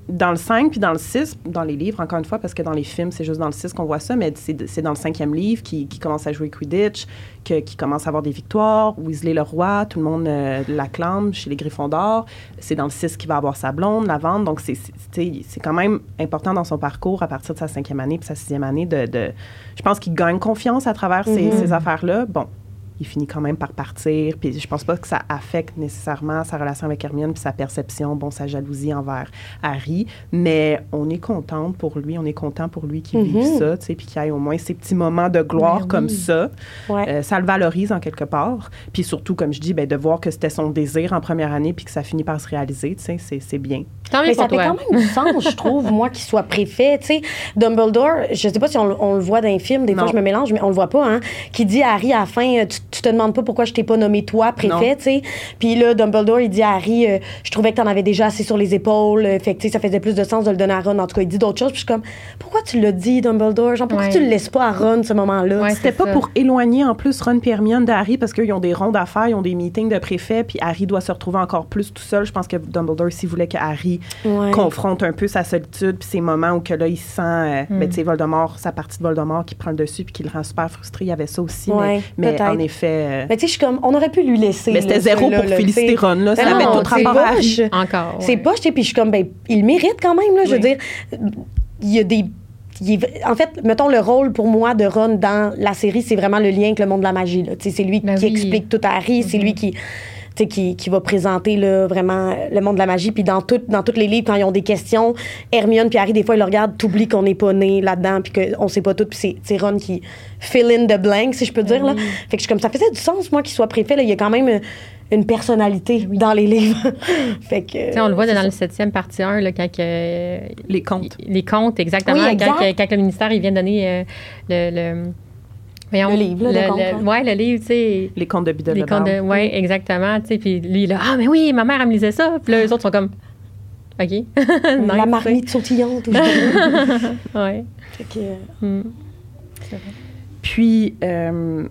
dans le cinq puis dans le six, dans les livres, encore une fois, parce que dans les films, c'est juste dans le six qu'on voit ça, mais c'est, c'est dans le cinquième livre qui, qui commence à jouer Quidditch, que, qui commence à avoir des victoires. Weasley le roi, tout le monde euh, l'acclame chez les Gryffondors. C'est dans le six qu'il va avoir sa blonde, Lavande. Donc, c'est, c'est, c'est quand même important dans son parcours, à partir de sa cinquième année puis sa sixième année, de, de je pense qu'il gagne confiance à travers ces, mm-hmm. ces affaires-là. Bon, il finit quand même par partir, puis je pense pas que ça affecte nécessairement sa relation avec Hermione puis sa perception, bon, sa jalousie envers Harry, mais on est contente pour lui, on est content pour lui qu'il mm-hmm. vive ça, tu sais, puis qu'il ait au moins ces petits moments de gloire oui. comme ça. Ouais. Euh, ça le valorise en quelque part, puis surtout, comme je dis, ben, de voir que c'était son désir en première année puis que ça finit par se réaliser, tu sais, c'est, c'est bien. Mais ça fait quand même du sens, je trouve, moi, qu'il soit préfet, tu sais. Dumbledore, je sais pas si on, on le voit dans les films, des non. fois je me mélange, mais on le voit pas, hein, qui dit à Harry à la fin, tu, tu te demandes pas pourquoi je t'ai pas nommé toi préfet, tu sais. Puis là, Dumbledore, il dit à Harry, euh, je trouvais que t'en avais déjà assez sur les épaules, euh, fait que, tu sais, ça faisait plus de sens de le donner à Ron. En tout cas, il dit d'autres choses, puis je suis comme, pourquoi tu l'as dit, Dumbledore? Genre, pourquoi ouais. tu le laisses pas à Ron, ce moment-là? Ouais, c'était pas ça. Pour éloigner, en plus, Ron et Hermione de Harry, parce qu'ils ont des rondes à faire, ils ont des meetings de préfet, puis Harry doit se retrouver encore plus tout seul. Je pense que Dumbledore, s'il voulait que Harry ouais. confronte un peu sa solitude, puis ces moments où que là, il sent, euh, mm. ben, tu sais, Voldemort, sa partie de Voldemort qui prend le dessus, puis qui le rend super frustré. Il y avait ça aussi, ouais, mais, mais en effet... Euh... Mais tu sais, je suis comme, on aurait pu lui laisser. Mais c'était zéro pour féliciter Ron, là. Ça avait tout rapport à Harry. Encore. Ouais. C'est poche, tu sais, puis je suis comme, ben, il mérite quand même, là. Je veux dire, il y a des... Il est, en fait, mettons, le rôle pour moi de Ron dans la série, c'est vraiment le lien avec le monde de la magie, là. Tu sais, c'est lui ben qui oui. explique tout à Harry, mm-hmm. c'est lui qui... Qui, qui va présenter là, vraiment le monde de la magie. Puis dans, tout, dans tous les livres, quand ils ont des questions, Hermione puis Harry, des fois, ils le regardent, t'oublies qu'on n'est pas né là-dedans, puis qu'on sait pas tout. Puis c'est, c'est Ron qui fill in the blank, si je peux dire. Là. Mm. Fait que je suis comme, ça faisait du sens, moi, qu'il soit préfet. Là. Il y a quand même une personnalité oui. dans les livres. Fait que, t'sais, on le voit dans le septième partie un, là, quand que, les comptes. Les comptes, exactement. Oui, exact. quand, quand le ministère, il vient donner euh, le... le Voyons, le livre, là, le, le conte. Le, ouais, le livre, tu sais. Les contes de Bidule. Les contes de, ouais, exactement, tu sais. Puis lui, là, ah, mais oui, ma mère, elle me lisait ça. Puis là, les autres sont comme, OK. nice, la marmite sautillante. ouais. Fait que. Mm. C'est vrai. Puis, euh,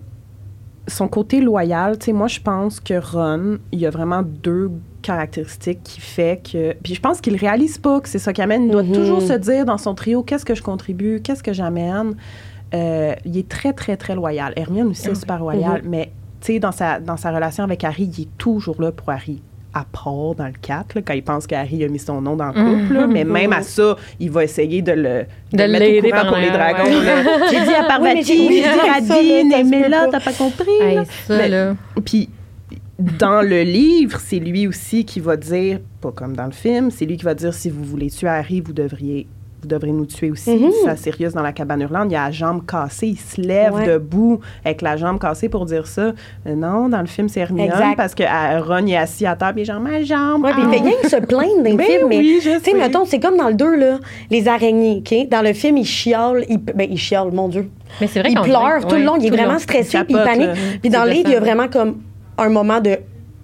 son côté loyal, tu sais, moi, je pense que Ron, il y a vraiment deux caractéristiques qui fait que... Puis je pense qu'il réalise pas que c'est ça qui amène. Il doit mm-hmm. toujours se dire dans son trio, qu'est-ce que je contribue, qu'est-ce que j'amène. Euh, il est très, très, très loyal. Hermione aussi est super loyale, mm-hmm. mais tu sais, dans sa, dans sa relation avec Harry, il est toujours là pour Harry. À part dans le quatre, là, quand il pense qu'Harry a mis son nom dans le couple, là, mais même à ça, il va essayer de le, de de le mettre au courant pour les dragons. Ouais. Là. J'ai dit à Parvati, oui, j'ai dit à Dean, mais là, t'as pas compris. Hey, là. Ça, mais, là. Puis, dans le livre, c'est lui aussi qui va dire, pas comme dans le film, c'est lui qui va dire, si vous voulez tuer Harry, vous devriez... vous devrez nous tuer aussi. Mm-hmm. C'est Sirius dans la cabane hurlante. Il a la jambe cassée. Il se lève ouais. debout avec la jambe cassée pour dire ça. Euh, non, dans le film, c'est Hermione exact. Parce que euh, Ron il est assis à terre et genre, ma jambe. Oui, puis il fait rien que se plaindre dans le film. Mais, oui, tu sais, mettons, c'est comme dans le deux, là, les araignées, OK? Dans le film, il chiale. Il, ben, il chiale, mon Dieu. Mais c'est vrai il pleure dit, tout ouais, le long. Il est vraiment long. stressé puis il panique. Puis dans le livre, il y a vraiment comme un moment de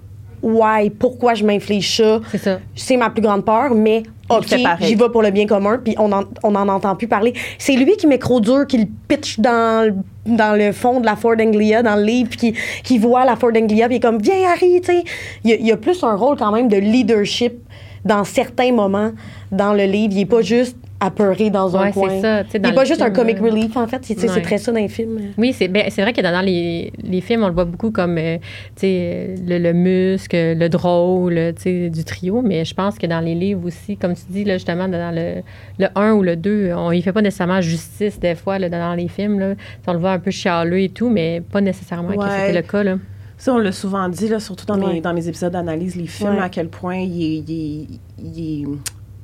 ouais, pourquoi je m'inflige ça? C'est ça. C'est ma plus grande peur, mais OK, j'y vais pour le bien commun, puis on en, on en entend plus parler. C'est lui qui met Croc-Dur, qui le pitch dans, dans le fond de la Ford Anglia, dans le livre, puis qui, qui voit la Ford Anglia, puis il est comme, viens Harry, tu sais. Il y, a, il y a plus un rôle quand même de leadership dans certains moments dans le livre. Il n'est pas juste apeuré dans un ouais, coin. C'est ça, il n'est pas juste film, un comic relief, en fait. C'est, ouais. c'est très ça dans les films. Oui, c'est, ben, c'est vrai que dans les, les films, on le voit beaucoup comme euh, le, le muscle, le drôle du trio, mais je pense que dans les livres aussi, comme tu dis, là, justement, dans le, le un ou le deux, on ne fait pas nécessairement justice des fois là, dans les films. Là. On le voit un peu chialeux et tout, mais pas nécessairement ouais. que c'était le cas. Là. Ça, on l'a souvent dit, là, surtout dans, ouais. mes, dans mes épisodes d'analyse, les films, ouais. à quel point il est... Il est, il est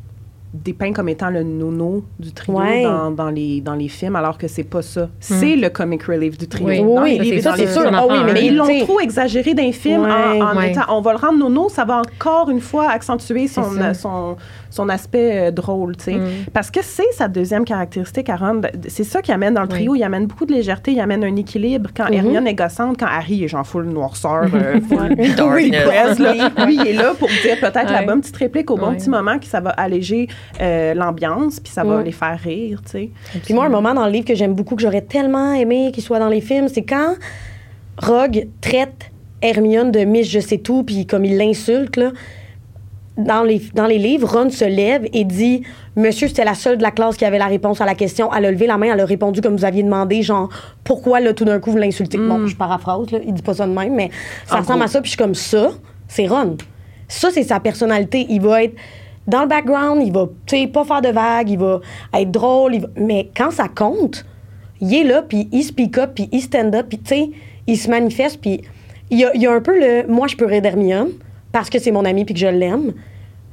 dépeint comme étant le nono du trio ouais. dans, dans, les, dans les films, alors que c'est pas ça. C'est mm. le comic relief du trio. Oui, dans oui, les ça, c'est sûr. Ah, oui, mais, mais ils l'ont t'sais. trop exagéré dans les films ouais, en, en ouais. étant... On va le rendre nono, ça va encore une fois accentuer son, son, son aspect euh, drôle, tu sais. Mm. Parce que c'est sa deuxième caractéristique à Ron. C'est ça qui amène dans le trio. Oui. Il amène beaucoup de légèreté, il amène un équilibre. Quand mm-hmm. Hermione est gossante, quand Harry est genre full noirceur, euh, full darkness, là, lui, il est là pour dire peut-être ouais. la bonne petite réplique au bon ouais. petit moment, que ça va alléger euh, l'ambiance. Puis ça va ouais. les faire rire, tu sais. Puis moi, un moment dans le livre que j'aime beaucoup, que j'aurais tellement aimé qu'il soit dans les films, c'est quand Rogue traite Hermione de Miss je sais tout, puis comme il l'insulte, là. dans les, dans les livres, Ron se lève et dit « Monsieur, c'était la seule de la classe qui avait la réponse à la question. Elle a levé la main, elle a répondu comme vous aviez demandé, genre, pourquoi, là, tout d'un coup, vous l'insultez? Mm. » Bon, je paraphrase, là, il dit pas ça de même, mais ça en ressemble gros. à ça. Puis je suis comme ça, c'est Ron. Ça, c'est sa personnalité. Il va être dans le background, il va, tu sais, pas faire de vagues, il va être drôle, il va... mais quand ça compte, il est là, puis il speak up, puis il stand up, puis tu sais, il se manifeste, puis il y a, il y a un peu le « moi, je peux rire d'Hermione parce que c'est mon ami puis que je l'aime, mais... »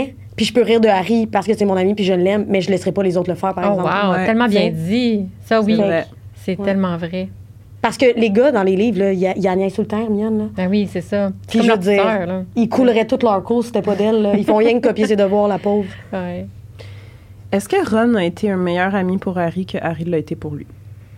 Puis je peux rire de Harry parce que c'est mon ami puis je l'aime, mais je laisserai pas les autres le faire, par oh, exemple. Wow, ouais. Tellement bien dit. Ça, oui, c'est, c'est ouais. tellement vrai. Parce que les gars, dans les livres, là, il y a, y a Agnès tout le temps, Hermione. Là. Ben oui, c'est ça. Puis je veux dire, sœur, là. Ils couleraient toute leur cours si c'était pas d'elle. Là. Ils font rien que copier ses devoirs, la pauvre. Ouais. Est-ce que Ron a été un meilleur ami pour Harry que Harry l'a été pour lui?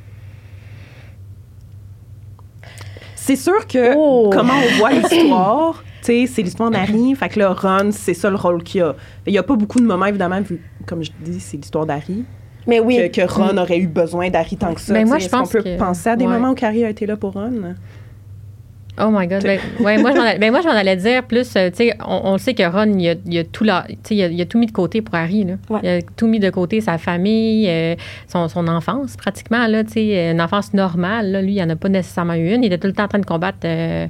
C'est sûr que oh. comment on voit l'histoire... c'est l'histoire d'Harry, fait que là, Ron, c'est ça le rôle qu'il a. Il n'y a pas beaucoup de moments, évidemment, vu, comme je dis, c'est l'histoire d'Harry. Mais oui. Que, que Ron oui. aurait eu besoin d'Harry tant que ça. Mais moi, je pense qu'on peut que... penser à des ouais. moments où Harry a été là pour Ron? Oh my God. Ben, ouais, moi, je m'en allais, ben, moi, je m'en allais dire plus, euh, tu sais, on, on sait que Ron, il a, il a tout là, il a, il a tout mis de côté pour Harry, là. Ouais. Il a tout mis de côté, sa famille, euh, son, son enfance, pratiquement, là, tu sais, une enfance normale, là. Lui, il n'en a pas nécessairement eu une. Il était tout le temps en train de combattre... Euh,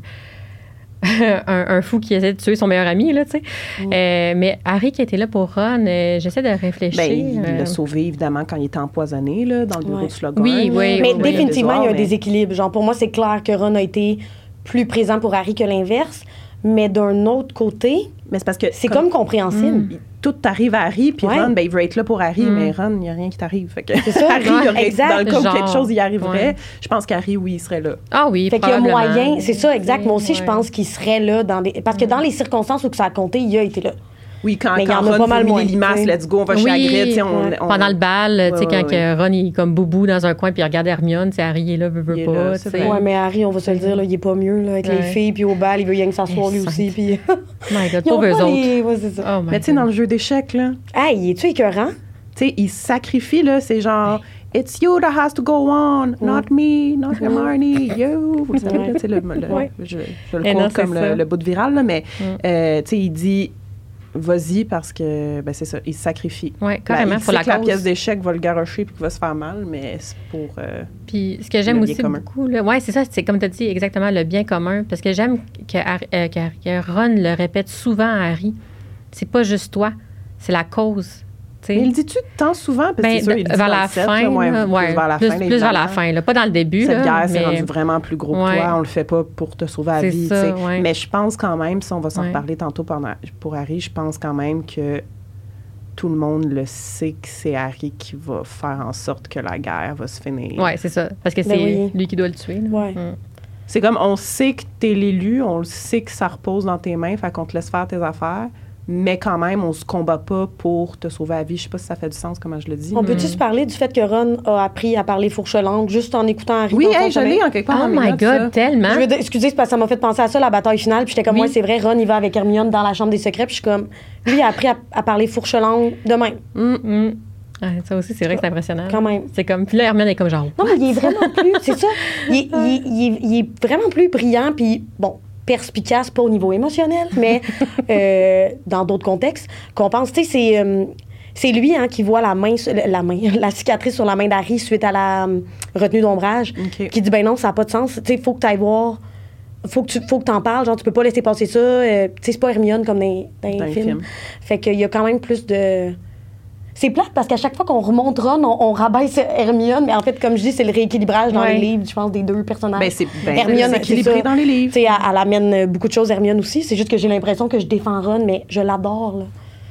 un, un fou qui essaie de tuer son meilleur ami, là, tu sais. Mm. Euh, mais Harry qui était là pour Ron, euh, j'essaie de réfléchir. Ben, il euh... l'a sauvé, évidemment, quand il était empoisonné, là, dans le bureau ouais. de Slughorn. Oui, oui. Mais oui, définitivement, il y a un mais... déséquilibre. Genre, pour moi, c'est clair que Ron a été plus présent pour Harry que l'inverse. Mais d'un autre côté, mais c'est parce que c'est comme, comme compréhensible. Mm, tout t'arrive à Harry, puis ouais. Ron, ben, il veut être là pour Harry, mm. mais Ron, il n'y a rien qui t'arrive. Fait que c'est ça. Harry, ouais, il aurait, exact. Dans le cas où quelque chose y arriverait, ouais. je pense qu'Harry, oui, il serait là. Ah oui, fait qu'il y a moyen, c'est ça, exact. Moi aussi, ouais. je pense qu'il serait là dans des... Parce que dans les circonstances où ça a compté, il a été là. Oui, quand, mais quand Ron a mis les limaces, let's go, on va oui, chez Hagrid. On, ouais. on... Pendant le bal, ouais, tu sais, ouais, quand ouais. Ron il est comme boubou dans un coin puis il regarde Hermione, Harry est là, veut, veut pas. Oui, mais Harry, on va se le dire, là, il est pas mieux là, avec ouais. les filles, puis au bal, il veut rien que s'asseoir lui aussi. Puis... my God, pauvres eux autres. Les... Ouais, c'est ça. Oh mais tu sais, dans le jeu d'échecs, là... Hey, es-tu écœurant? Tu sais, il sacrifie, là, c'est genre... It's you that has to go on, not me, not Hermione, you. Vous le savez, là, tu sais, le, le, ouais. je, je le compte non, comme le, le bout de viral, là, mais, mm. euh, tu sais, il dit... Vas-y, parce que, ben c'est ça, il se sacrifie. Oui, carrément, ben, il pour sait la que la cause. pièce d'échec va le garocher puis qu'il va se faire mal, mais c'est pour euh, puis ce que j'aime aussi commun. beaucoup, oui, c'est ça, c'est comme tu as dit, exactement, le bien commun, parce que j'aime que, euh, que, que Ron le répète souvent à Harry. C'est pas juste toi, c'est la cause. T'sais. Mais il le dit-tu tant souvent? Parce ben, que c'est sûr, il vers, la set, fin, là, ouais, là, ouais, plus vers la plus, fin. Plus vers la fin, là, pas dans le début. Cette là, guerre, mais... c'est rendu vraiment plus gros ouais. que toi. On le fait pas pour te sauver la c'est vie. Ça, ouais. Mais je pense quand même, si on va s'en ouais. reparler tantôt pendant, pour Harry, je pense quand même que tout le monde le sait que c'est Harry qui va faire en sorte que la guerre va se finir. Oui, c'est ça. Parce que c'est oui. lui qui doit le tuer. Ouais. Mm. C'est comme, on sait que t'es l'élu, on le sait que ça repose dans tes mains, fait qu'on te laisse faire tes affaires, mais quand même, on se combat pas pour te sauver la vie. Je sais pas si ça fait du sens, comment je le dis. On peut-tu mm. se parler du fait que Ron a appris à parler fourche-langue juste en écoutant Harry? Oui, hey, je l'ai en quelque part. Oh my God, ça. Tellement! Je veux dire, excusez, parce que ça m'a fait penser à ça, la bataille finale, puis j'étais comme, oui, ouais, c'est vrai, Ron, il va avec Hermione dans la chambre des secrets, puis je suis comme, lui, il a appris à, à parler fourche-langue de même. Mm. Mm. Ah, ça aussi, c'est vrai que c'est impressionnant. Quand même. C'est comme, puis là, Hermione est comme genre... Non, mais il est vraiment plus... C'est ça. Il est, il, est, il, est, il est vraiment plus brillant, puis bon, perspicace, pas au niveau émotionnel, mais euh, dans d'autres contextes, qu'on pense, tu sais, c'est... Euh, c'est lui hein, qui voit la main, la main, la cicatrice sur la main d'Harry suite à la euh, retenue d'ombrage, okay. qui dit, ben non, ça n'a pas de sens. Tu sais, il faut que tu ailles voir... Faut que tu faut que t'en parles, genre tu peux pas laisser passer ça. Euh, tu sais, c'est pas Hermione comme dans, dans, dans les films. Film. Fait qu'il y a quand même plus de... C'est plate parce qu'à chaque fois qu'on remonte Ron, on, on rabaisse Hermione, mais en fait, comme je dis, c'est le rééquilibrage dans ouais. les livres, je pense, des deux personnages. Ben, c'est ben, Hermione, c'est équilibré dans les livres. Tu sais, elle, elle amène beaucoup de choses, Hermione aussi. C'est juste que j'ai l'impression que je défends Ron, mais je l'adore, là.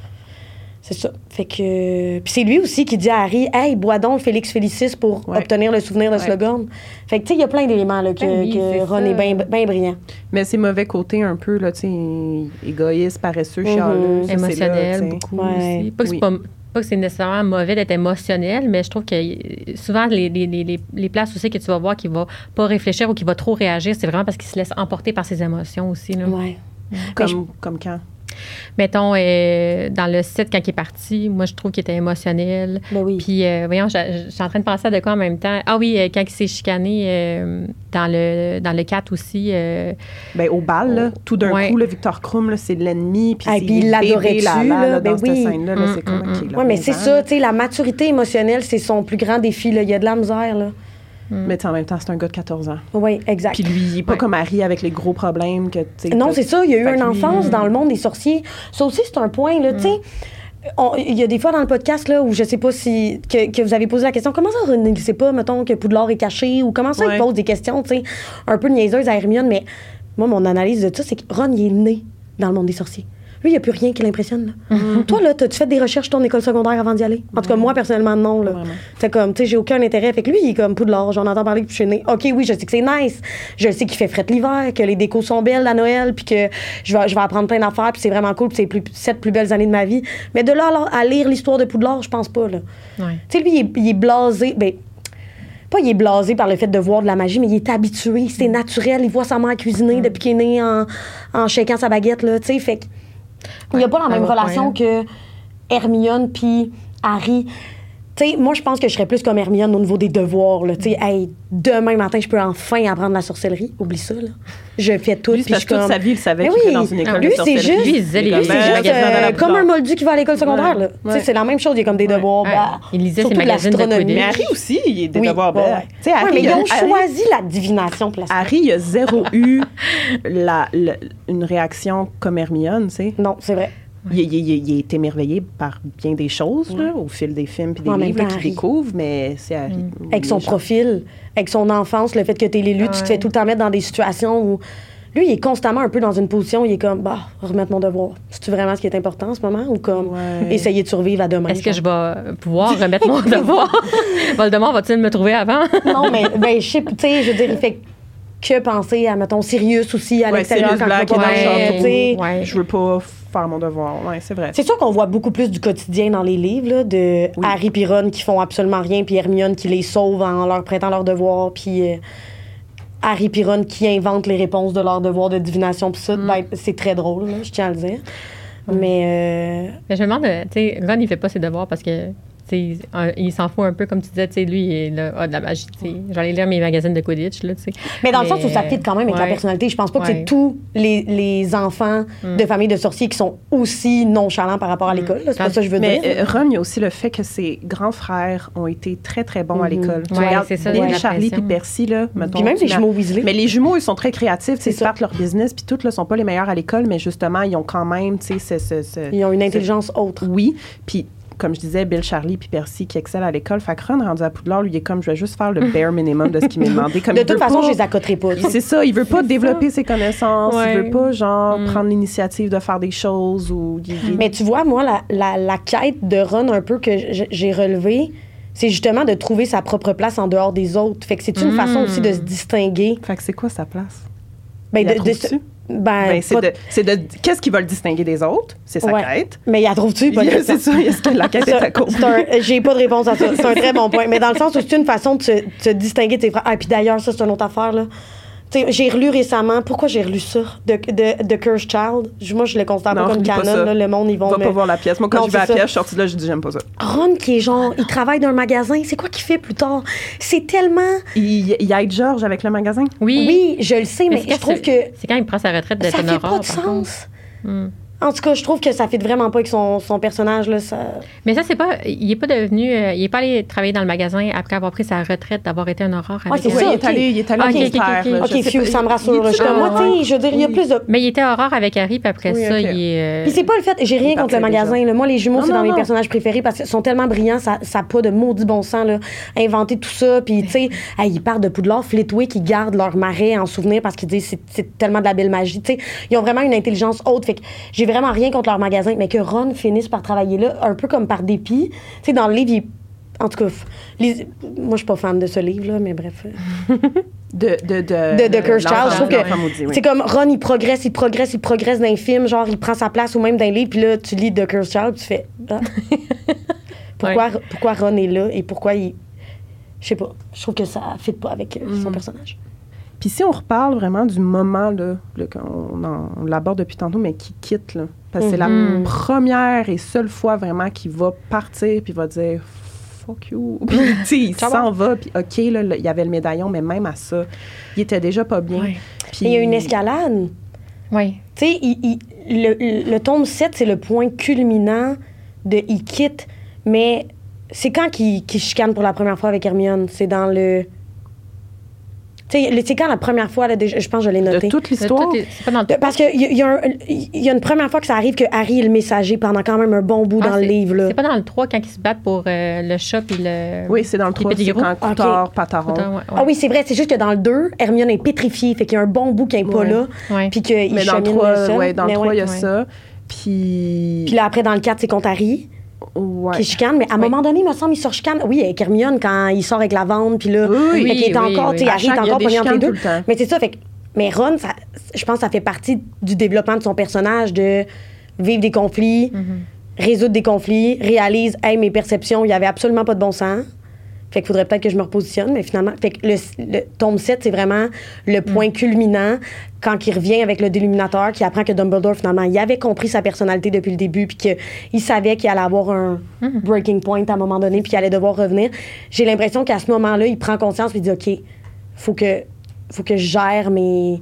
C'est ça. Fait que... Puis c'est lui aussi qui dit à Harry, « Hey, bois donc Félix Félicis pour ouais. obtenir le souvenir de ouais. Slughorn. » Fait que, tu sais, il y a plein d'éléments, là, que, ben oui, que Ron ça. est bien ben brillant. Mais c'est mauvais côté un peu, là, tu sais, égoïste, paresseux, mm-hmm. chialeux. Ça, émotionnel, là, beaucoup ouais. aussi. Pas que, oui. c'est pas, pas que c'est nécessairement mauvais d'être émotionnel, mais je trouve que souvent, les, les, les, les places aussi que tu vas voir qui va pas réfléchir ou qui va trop réagir, c'est vraiment parce qu'il se laisse emporter par ses émotions aussi, là. Ouais. Comme, je... comme quand? Mettons, euh, dans le site, quand il est parti, moi, je trouve qu'il était émotionnel. Ben oui. Puis, euh, voyons, je, je suis en train de penser à de quoi en même temps. Ah oui, euh, quand il s'est chicané euh, dans le dans le quatre aussi. Euh, ben, au bal, là, oh, tout d'un ouais. coup, le Victor Krum, là, c'est l'ennemi. Puis, ah, c'est puis il l'adorait-tu, là, là, là, dans ben cette oui. scène-là. Là, Mm, c'est comme, mm, OK, là, oui, mais c'est ça, tu sais, la maturité émotionnelle, c'est son plus grand défi, là. Il y a de la misère, là. Mm. Mais en même temps, c'est un gars de quatorze ans. Oui, exact. Puis lui, il n'est pas ouais. comme Harry avec les gros problèmes que, tu sais. Non, c'est ça, il y a eu une enfance lui, dans le monde des sorciers. Ça aussi, c'est un point, là, mm. tu sais. Il y a des fois dans le podcast là, où je sais pas si que, que vous avez posé la question comment ça René ne sait pas mettons que Poudlard est caché ou comment ça ouais. il pose des questions tu sais un peu niaiseuses à Hermione mais moi mon analyse de ça c'est que Ron il est né dans le monde des sorciers. Lui, il n'y a plus rien qui l'impressionne. Là. Mm-hmm. Toi, là, t'as-tu fait des recherches sur ton école secondaire avant d'y aller? En tout cas, moi, personnellement, non. Là. C'est comme, tu sais, j'ai aucun intérêt. Fait que lui, il est comme Poudlard. J'en entends parler depuis que je suis née. OK, oui, je sais que c'est nice. Je sais qu'il fait fret l'hiver, que les décos sont belles à Noël, puis que je vais, je vais apprendre plein d'affaires, puis c'est vraiment cool, puis c'est les plus, sept plus belles années de ma vie. Mais de là alors, à lire l'histoire de Poudlard, je pense pas. Là. Ouais. Tu sais, lui, il est, il est blasé. Ben, pas il est blasé par le fait de voir de la magie, mais il est habitué. C'est naturel. Il voit sa mère cuisiner mm. depuis qu'il est né en, en shakeant sa baguette. Là, tu sais, fait que il n'y a pas la même ouais, relation ouais. que Hermione puis Harry. Tu sais, moi, je pense que je serais plus comme Hermione au niveau des devoirs. Tu sais, hey, demain matin, je peux enfin apprendre la sorcellerie. Oublie ça, là. Je fais tout. Lui, parce que toute comme... sa vie, il savait mais qu'il oui. était dans une école lui, de sorcellerie. C'est juste, lui, il disait les lui, c'est juste euh, comme un moldu qui va à l'école secondaire. Ouais. Là. Ouais. C'est la même chose. Il y a comme des devoirs. Ouais. Bah, il lisait ses magazines de Quidditch. Mais Harry aussi, il a des oui, devoirs. ouais, Ben, ouais. Harry, ouais, mais ils ont Harry, choisi la divination. Harry, il a zéro eu la, la, une réaction comme Hermione, tu sais. Non, c'est vrai. Il, il, il, il est émerveillé par bien des choses ouais. là, au fil des films et des en livres qu'il découvre, mais c'est Harry. Mm. Avec son gens. profil, avec son enfance, le fait que tu es l'élu, ouais. tu te fais tout le temps mettre dans des situations où... Lui, il est constamment un peu dans une position où il est comme, bah, remettre mon devoir. C'est-tu vraiment ce qui est important en ce moment? Ou comme, ouais. essayer de survivre à demain? Est-ce que je vais pouvoir remettre mon devoir? Voldemort va-t-il me trouver avant? Non, mais ben, je sais, tu sais, je veux dire, il fait que penser à, mettons, Sirius aussi, à ouais, l'extérieur, Sirius quand Black je vais pas ouais, dans le château, ouais. ouais. Je veux pas faire mon devoir. Ouais, c'est vrai. C'est sûr qu'on voit beaucoup plus du quotidien dans les livres, là, de oui. Harry et Ron qui font absolument rien, puis Hermione qui les sauve en leur prêtant leurs devoirs, puis... Euh, Harry et Ron qui inventent les réponses de leurs devoirs de divination pis ça, mm. ben, c'est très drôle, là, je tiens à le dire. Mm. Mais, euh... Mais je me demande, tu sais, Ron, il fait pas ses devoirs parce que, tu sais, il s'en fout un peu, comme tu disais, tu sais, lui, il est là, ah, de la magie, tu sais. J'allais lire mes magazines de Quidditch, là, tu sais. Mais dans mais, le sens où ça fit quand même avec ouais. la personnalité, je pense pas ouais. que c'est tous les, les enfants mm. de familles de sorciers qui sont aussi nonchalants par rapport à l'école, là, c'est pas ça que je veux mais, dire. Mais euh, Ron, il y a aussi le fait que ses grands frères ont été très, très bons mm-hmm. à l'école. Ouais, tu regardes c'est ça, Bill, ouais, Charlie puis Percy, là, mettons. Puis même les jumeaux Weasley. Mais les jumeaux, ils sont très créatifs, ils startent leur business, puis tous, là, sont pas les meilleurs à l'école, mais justement, ils ont quand même, tu sais, ce, ce... Ils ont une intelligence autre. Oui, puis comme je disais, Bill, Charlie puis Percy qui excellent à l'école. Fait que Ron, rendu à Poudlard, lui, il est comme, je vais juste faire le bare minimum de ce qu'il m'est demandé. Comme de toute façon, pas, je les accoterai pas. C'est ça, il veut pas développer ça. ses connaissances, ouais. il veut pas, genre, mm. prendre l'initiative de faire des choses ou... Mais tu vois, moi, la, la, la quête de Ron un peu que j'ai relevée, c'est justement de trouver sa propre place en dehors des autres. Fait que c'est une mm. façon aussi de se distinguer. Fait que c'est quoi sa place? Ben, il de, de, Ben, ben, c'est, de, c'est de qu'est-ce qui va le distinguer des autres, c'est sa ouais. quête. Mais il y a trouve-tu pas de c'est ça, est-ce que la quête est à cause? J'ai pas de réponse à ça. C'est un très bon point. Mais dans le sens où c'est une façon de se, de se distinguer de tes frères. Ah, puis d'ailleurs, ça, c'est une autre affaire, là. T'sais, j'ai relu récemment, pourquoi j'ai relu ça, de, de, de Cursed Child. Moi, je le considère pas comme canon, là, le monde, ils vont... Va me... pas voir la pièce. Moi, quand non, je vais à la pièce, je suis sortie de là, je dis j'aime pas ça. Ron, qui est genre, il travaille dans un magasin, c'est quoi qu'il fait plus tard? C'est tellement... Il, il aide George avec le magasin? Oui. Oui, je le sais, mais, mais je trouve que... C'est quand il prend sa retraite d'être un horreur. Ça fait pas de sens. En tout cas, je trouve que ça fit vraiment pas avec son, son personnage. Là, ça... Mais ça, c'est pas... Il est pas devenu... Euh, il est pas allé travailler dans le magasin après avoir pris sa retraite, d'avoir été un horreur. Ah, c'est ça, il, okay. est allé, il est allé okay, okay, okay, OK, OK, ça me rassure. Je suis comme, moi, tu sais, je veux dire, il y a plus de... Mais il était horreur avec Harry, puis après oui, ça, okay. il est... Euh... Puis c'est pas le fait... J'ai rien contre le magasin. Là. Moi, les jumeaux, non, c'est non, dans non. mes personnages préférés parce qu'ils sont tellement brillants, ça n'a pas de maudit bon sens, là. Inventer tout ça, puis, tu sais, hey, ils partent de Poudlard, Flitwick, ils gardent leur marais en souvenir parce qu'ils disent c'est, c'est tellement de la belle magie. Tu sais, ils ont vraiment une intelligence haute. Fait que j'ai vraiment rien contre leur magasin, mais que Ron finisse par travailler là, un peu comme par dépit. Tu sais, dans le livre, il... en tout cas, les... moi, je suis pas fan de ce livre-là, mais bref. de, de, de, de, de Cursed Child, je trouve que maudit, oui. c'est comme Ron, il progresse, il progresse, il progresse d'un film, genre, il prend sa place ou même d'un livre, puis là, tu lis The Cursed Child, tu fais... Ah. pourquoi, ouais. pourquoi Ron est là et pourquoi il... Je sais pas. Je trouve que ça fit pas avec mm. son personnage. Puis si on reparle vraiment du moment, là, là on, en, on l'aborde depuis tantôt, mais qui quitte, là, parce que mm-hmm. c'est la première et seule fois vraiment qu'il va partir puis va dire « fuck you ». Puis tu sais, il s'en va, puis OK, là, il y avait le médaillon, mais même à ça, il était déjà pas bien. Ouais. Puis il y a une escalade. Oui. Tu sais, le, le tome sept, c'est le point culminant de « il quitte », mais c'est quand qu'il, qu'il chicane pour la première fois avec Hermione? C'est dans le... Tu sais, c'est quand la première fois, là, je pense que je l'ai noté. De toute l'histoire? De, c'est pas dans le... de, parce qu'il y, y, y, y a une première fois que ça arrive que Harry est le messager pendant quand même un bon bout ah, dans le livre. Là. C'est pas dans le trois quand ils se battent pour euh, le chat puis le... Oui, c'est dans le trois, c'est quand Coutard, okay. Pataron. Ouais, ouais. Ah oui, c'est vrai, c'est juste que dans le deux, Hermione est pétrifiée, fait qu'il y a un bon bout qui n'est pas ouais. là, ouais. puis qu'il Mais dans le trois, ouais, dans le trois, il y a ouais. ça. Puis... Puis là, après, dans le quatre, c'est contre Harry. Ouais. Qui chicane, mais à un oui. moment donné, il me semble, il sort chicane. Oui, avec Hermione, quand il sort avec la vente, puis là, oui, oui, il est oui, encore, oui. tu sais, Harry est encore pogné entre les deux. Mais c'est ça, fait que, mais Ron, ça, je pense que ça fait partie du développement de son personnage, de vivre des conflits, mm-hmm. résoudre des conflits, réalise, hey, mes perceptions, il n'y avait absolument pas de bon sens. Fait qu'il faudrait peut-être que je me repositionne, mais finalement, fait que le, le tome sept, c'est vraiment le point mm. culminant quand il revient avec le Déluminateur, qui apprend que Dumbledore, finalement, il avait compris sa personnalité depuis le début, puis qu'il savait qu'il allait avoir un mm. breaking point à un moment donné, puis qu'il allait devoir revenir. J'ai l'impression qu'à ce moment-là, il prend conscience, puis il dit, OK, faut que, faut que je gère mes...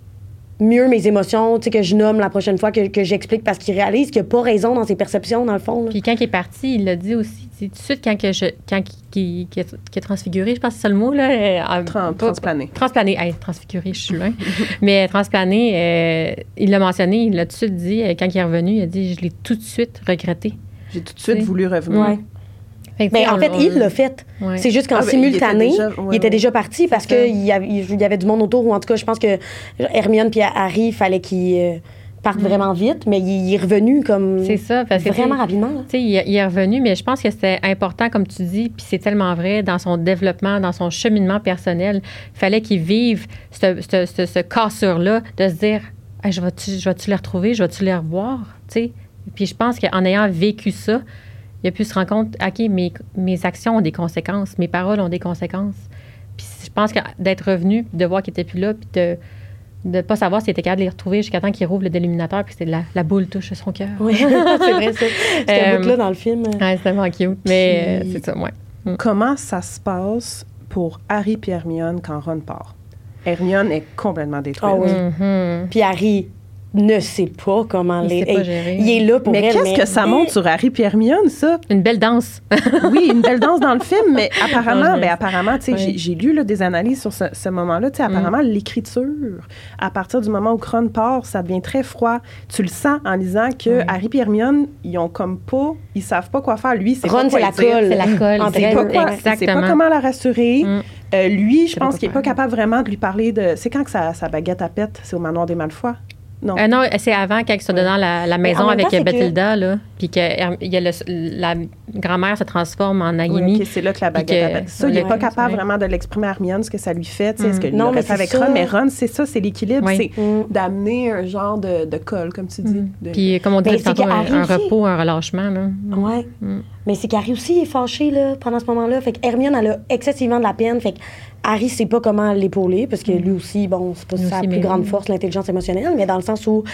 mieux mes émotions, tu sais, que je nomme la prochaine fois, que, que j'explique, parce qu'il réalise qu'il n'a pas raison dans ses perceptions, dans le fond. Là. Puis quand il est parti, il l'a dit aussi, tout de suite, quand, que je, quand il, il, il est transfiguré, je pense que c'est ça le mot, là. Euh, Trans, transplané. Transplané. Hey, transfiguré, je suis loin. Mais transplané, euh, il l'a mentionné, il l'a tout de suite dit, quand il est revenu, il a dit, je l'ai tout de suite regretté. J'ai tout de suite t'sais? voulu revenir. Ouais. Fait que, mais en on, fait, on, il l'a fait. Ouais. C'est juste qu'en ah, simultané, il était déjà, ouais, il était déjà parti parce qu'il y, avait, il y avait du monde autour, ou en tout cas, je pense que Hermione puis Harry, il fallait qu'ils euh, partent mm. vraiment vite, mais il, il est revenu comme c'est ça, parce vraiment que, rapidement. Il, il est revenu, mais je pense que c'était important, comme tu dis, puis c'est tellement vrai, dans son développement, dans son cheminement personnel, il fallait qu'il vive ce, ce, ce, ce cassure-là, de se dire, hey, je vais-tu, je vais-tu les retrouver, je vais-tu les revoir, tu sais. Puis je pense qu'en ayant vécu ça, il a pu se rendre compte, OK, mes, mes actions ont des conséquences, mes paroles ont des conséquences. Puis je pense que d'être revenu, de voir qu'il n'était plus là, puis de ne pas savoir s'il était capable de les retrouver jusqu'à temps qu'il rouvre le Déluminateur, puis c'est la, la boule touche son cœur. Oui, c'est vrai, ça. C'était euh, bout-là dans le film. Oui, c'était vraiment cute. Mais euh, c'est ça, ouais. Mm. Comment ça se passe pour Harry et Hermione quand Ron part? Hermione est complètement détruite. Ah oui. Mm-hmm. Puis Harry ne sait pas comment il les... Sait pas gérer. Il est là pour mais elle. Qu'est-ce mais qu'est-ce que ça montre sur Harry et Hermione, ça? Une belle danse. Oui, une belle danse dans le film, mais apparemment, non, ben, apparemment, tu sais, oui. j'ai, j'ai lu là, des analyses sur ce, ce moment-là, tu sais, apparemment, mm. l'écriture, à partir du moment où Ron part, ça devient très froid. Tu le sens en lisant que mm. Harry et Hermione, ils ont comme pas, ils savent pas quoi faire. Lui, c'est Ron, pas c'est quoi la colle. C'est la colle. C'est pas, quoi, c'est pas comment la rassurer. Mm. Euh, lui, je pense qu'il n'est pas capable vraiment de lui parler de... C'est quand que sa, sa baguette à pète? C'est au manoir des Malfoy? Non. Euh, non, c'est avant, quand ils sont dans la, la maison avec temps, Bathilda, que... là, puis que y a le, la grand-mère se transforme en Nagini. Oui, okay, c'est là que la baguette que, a... Ça, ouais, il n'est pas capable ouais. vraiment de l'exprimer à Hermione, ce que ça lui fait, tu sais, mm. ce qu'il aurait fait avec ça. Ron, mais Ron, c'est ça, c'est l'équilibre, ouais. c'est mm. d'amener un genre de, de colle, comme tu dis. Mm. De... Puis, comme on dit tantôt, un, un repos, un relâchement, là. Oui. Mm. Mais c'est qu'Harry aussi est fâché, là, pendant ce moment-là. Fait qu'Hermione, elle a excessivement de la peine. Fait que Harry sait pas comment l'épauler, parce que lui aussi, bon, c'est pas sa plus grande force, l'intelligence émotionnelle, mais dans le sens où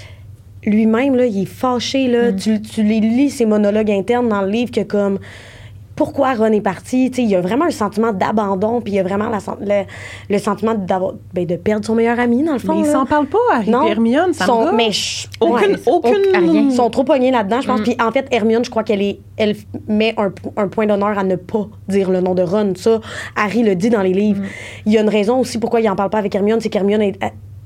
lui-même, là, il est fâché, là. Mm. Tu, tu les lis, ces monologues internes dans le livre, que comme... Pourquoi Ron est parti? T'sais, il y a vraiment un sentiment d'abandon, puis il y a vraiment la, le, le sentiment d'avoir, ben, de perdre son meilleur ami, dans le fond. Mais ils s'en parlent pas, Harry et Hermione, ça sont, me mais je, aucune, ouais, aucune... Ils sont trop pognés là-dedans, je pense. Mm. Puis en fait, Hermione, je crois qu'elle est, elle met un, un point d'honneur à ne pas dire le nom de Ron. Ça, Harry le dit dans les livres. Mm. Il y a une raison aussi pourquoi il en parle pas avec Hermione, c'est qu'Hermione est...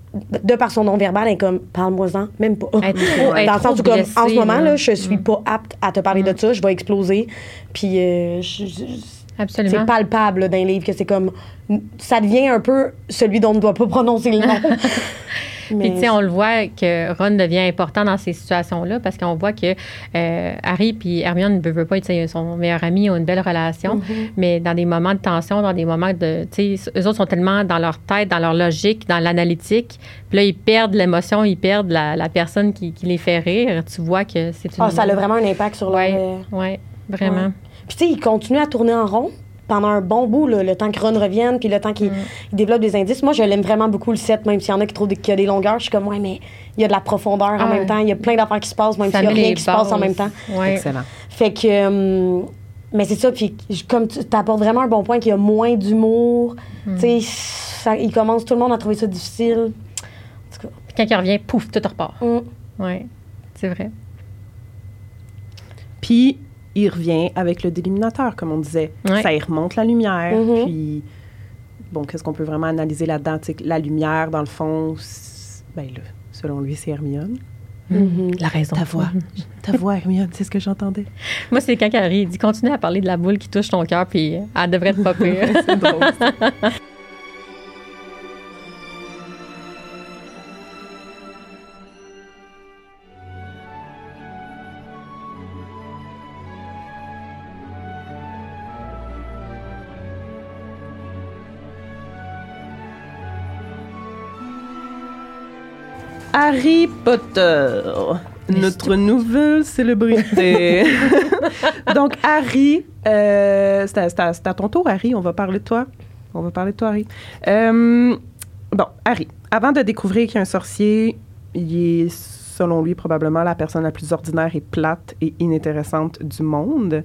de par son non-verbal, elle est comme, parle-moi-en, même pas. Être, dans le sens où, comme, en ce moment, là, je suis mm. pas apte à te parler mm. de ça, je vais exploser. Puis, euh, je, je, Absolument. c'est palpable là, dans les livres que c'est comme, ça devient un peu celui dont on ne doit pas prononcer le nom. Mais... Puis, tu sais, on le voit que Ron devient important dans ces situations-là parce qu'on voit que euh, Harry puis Hermione ne veulent pas être son meilleur ami, ont une belle relation, mm-hmm. mais dans des moments de tension, dans des moments de... Tu sais, eux autres sont tellement dans leur tête, dans leur logique, dans l'analytique, puis là, ils perdent l'émotion, ils perdent la, la personne qui, qui les fait rire. Tu vois que c'est une... Ah, ça a vraiment un impact sur ouais, leur... Oui, vraiment. Ouais. Puis, tu sais, ils continuent à tourner en rond. pendant un bon bout, là, le temps que Ron revienne, puis le temps qu'il mm. développe des indices. Moi, je l'aime vraiment beaucoup, le set, même s'il y en a qui trouvent qu'il y a des longueurs. Je suis comme, ouais, mais il y a de la profondeur en ah, même temps. Il y a plein d'affaires qui se passent, même s'il n'y a rien qui se passe en même temps. Ouais. Excellent. Fait que... Euh, mais c'est ça, puis comme tu apportes vraiment un bon point, qu'il y a moins d'humour. Mm. Tu sais, il commence tout le monde à trouver ça difficile. En tout cas. Puis quand il revient, pouf, tout repart. Mm. Oui, c'est vrai. Puis, il revient avec le déliminateur, comme on disait. Ouais. Ça y remonte la lumière. Mm-hmm. Puis, bon, qu'est-ce qu'on peut vraiment analyser là-dedans? T'sais, la lumière, dans le fond, ben là, selon lui, c'est Hermione. Mm-hmm. La raison. Ta voix. Ta voix, Hermione, c'est ce que j'entendais. Moi, c'est quand Harry dit « Continue à parler de la boule qui touche ton cœur, puis elle devrait te popper. » C'est drôle, ça. Harry Potter, notre nouvelle célébrité. Donc, Harry, euh, c'est, à, c'est, à, c'est à ton tour, Harry. On va parler de toi. On va parler de toi, Harry. Euh, bon, Harry, avant de découvrir qu'il y a un sorcier, il est, selon lui, probablement la personne la plus ordinaire et plate et inintéressante du monde.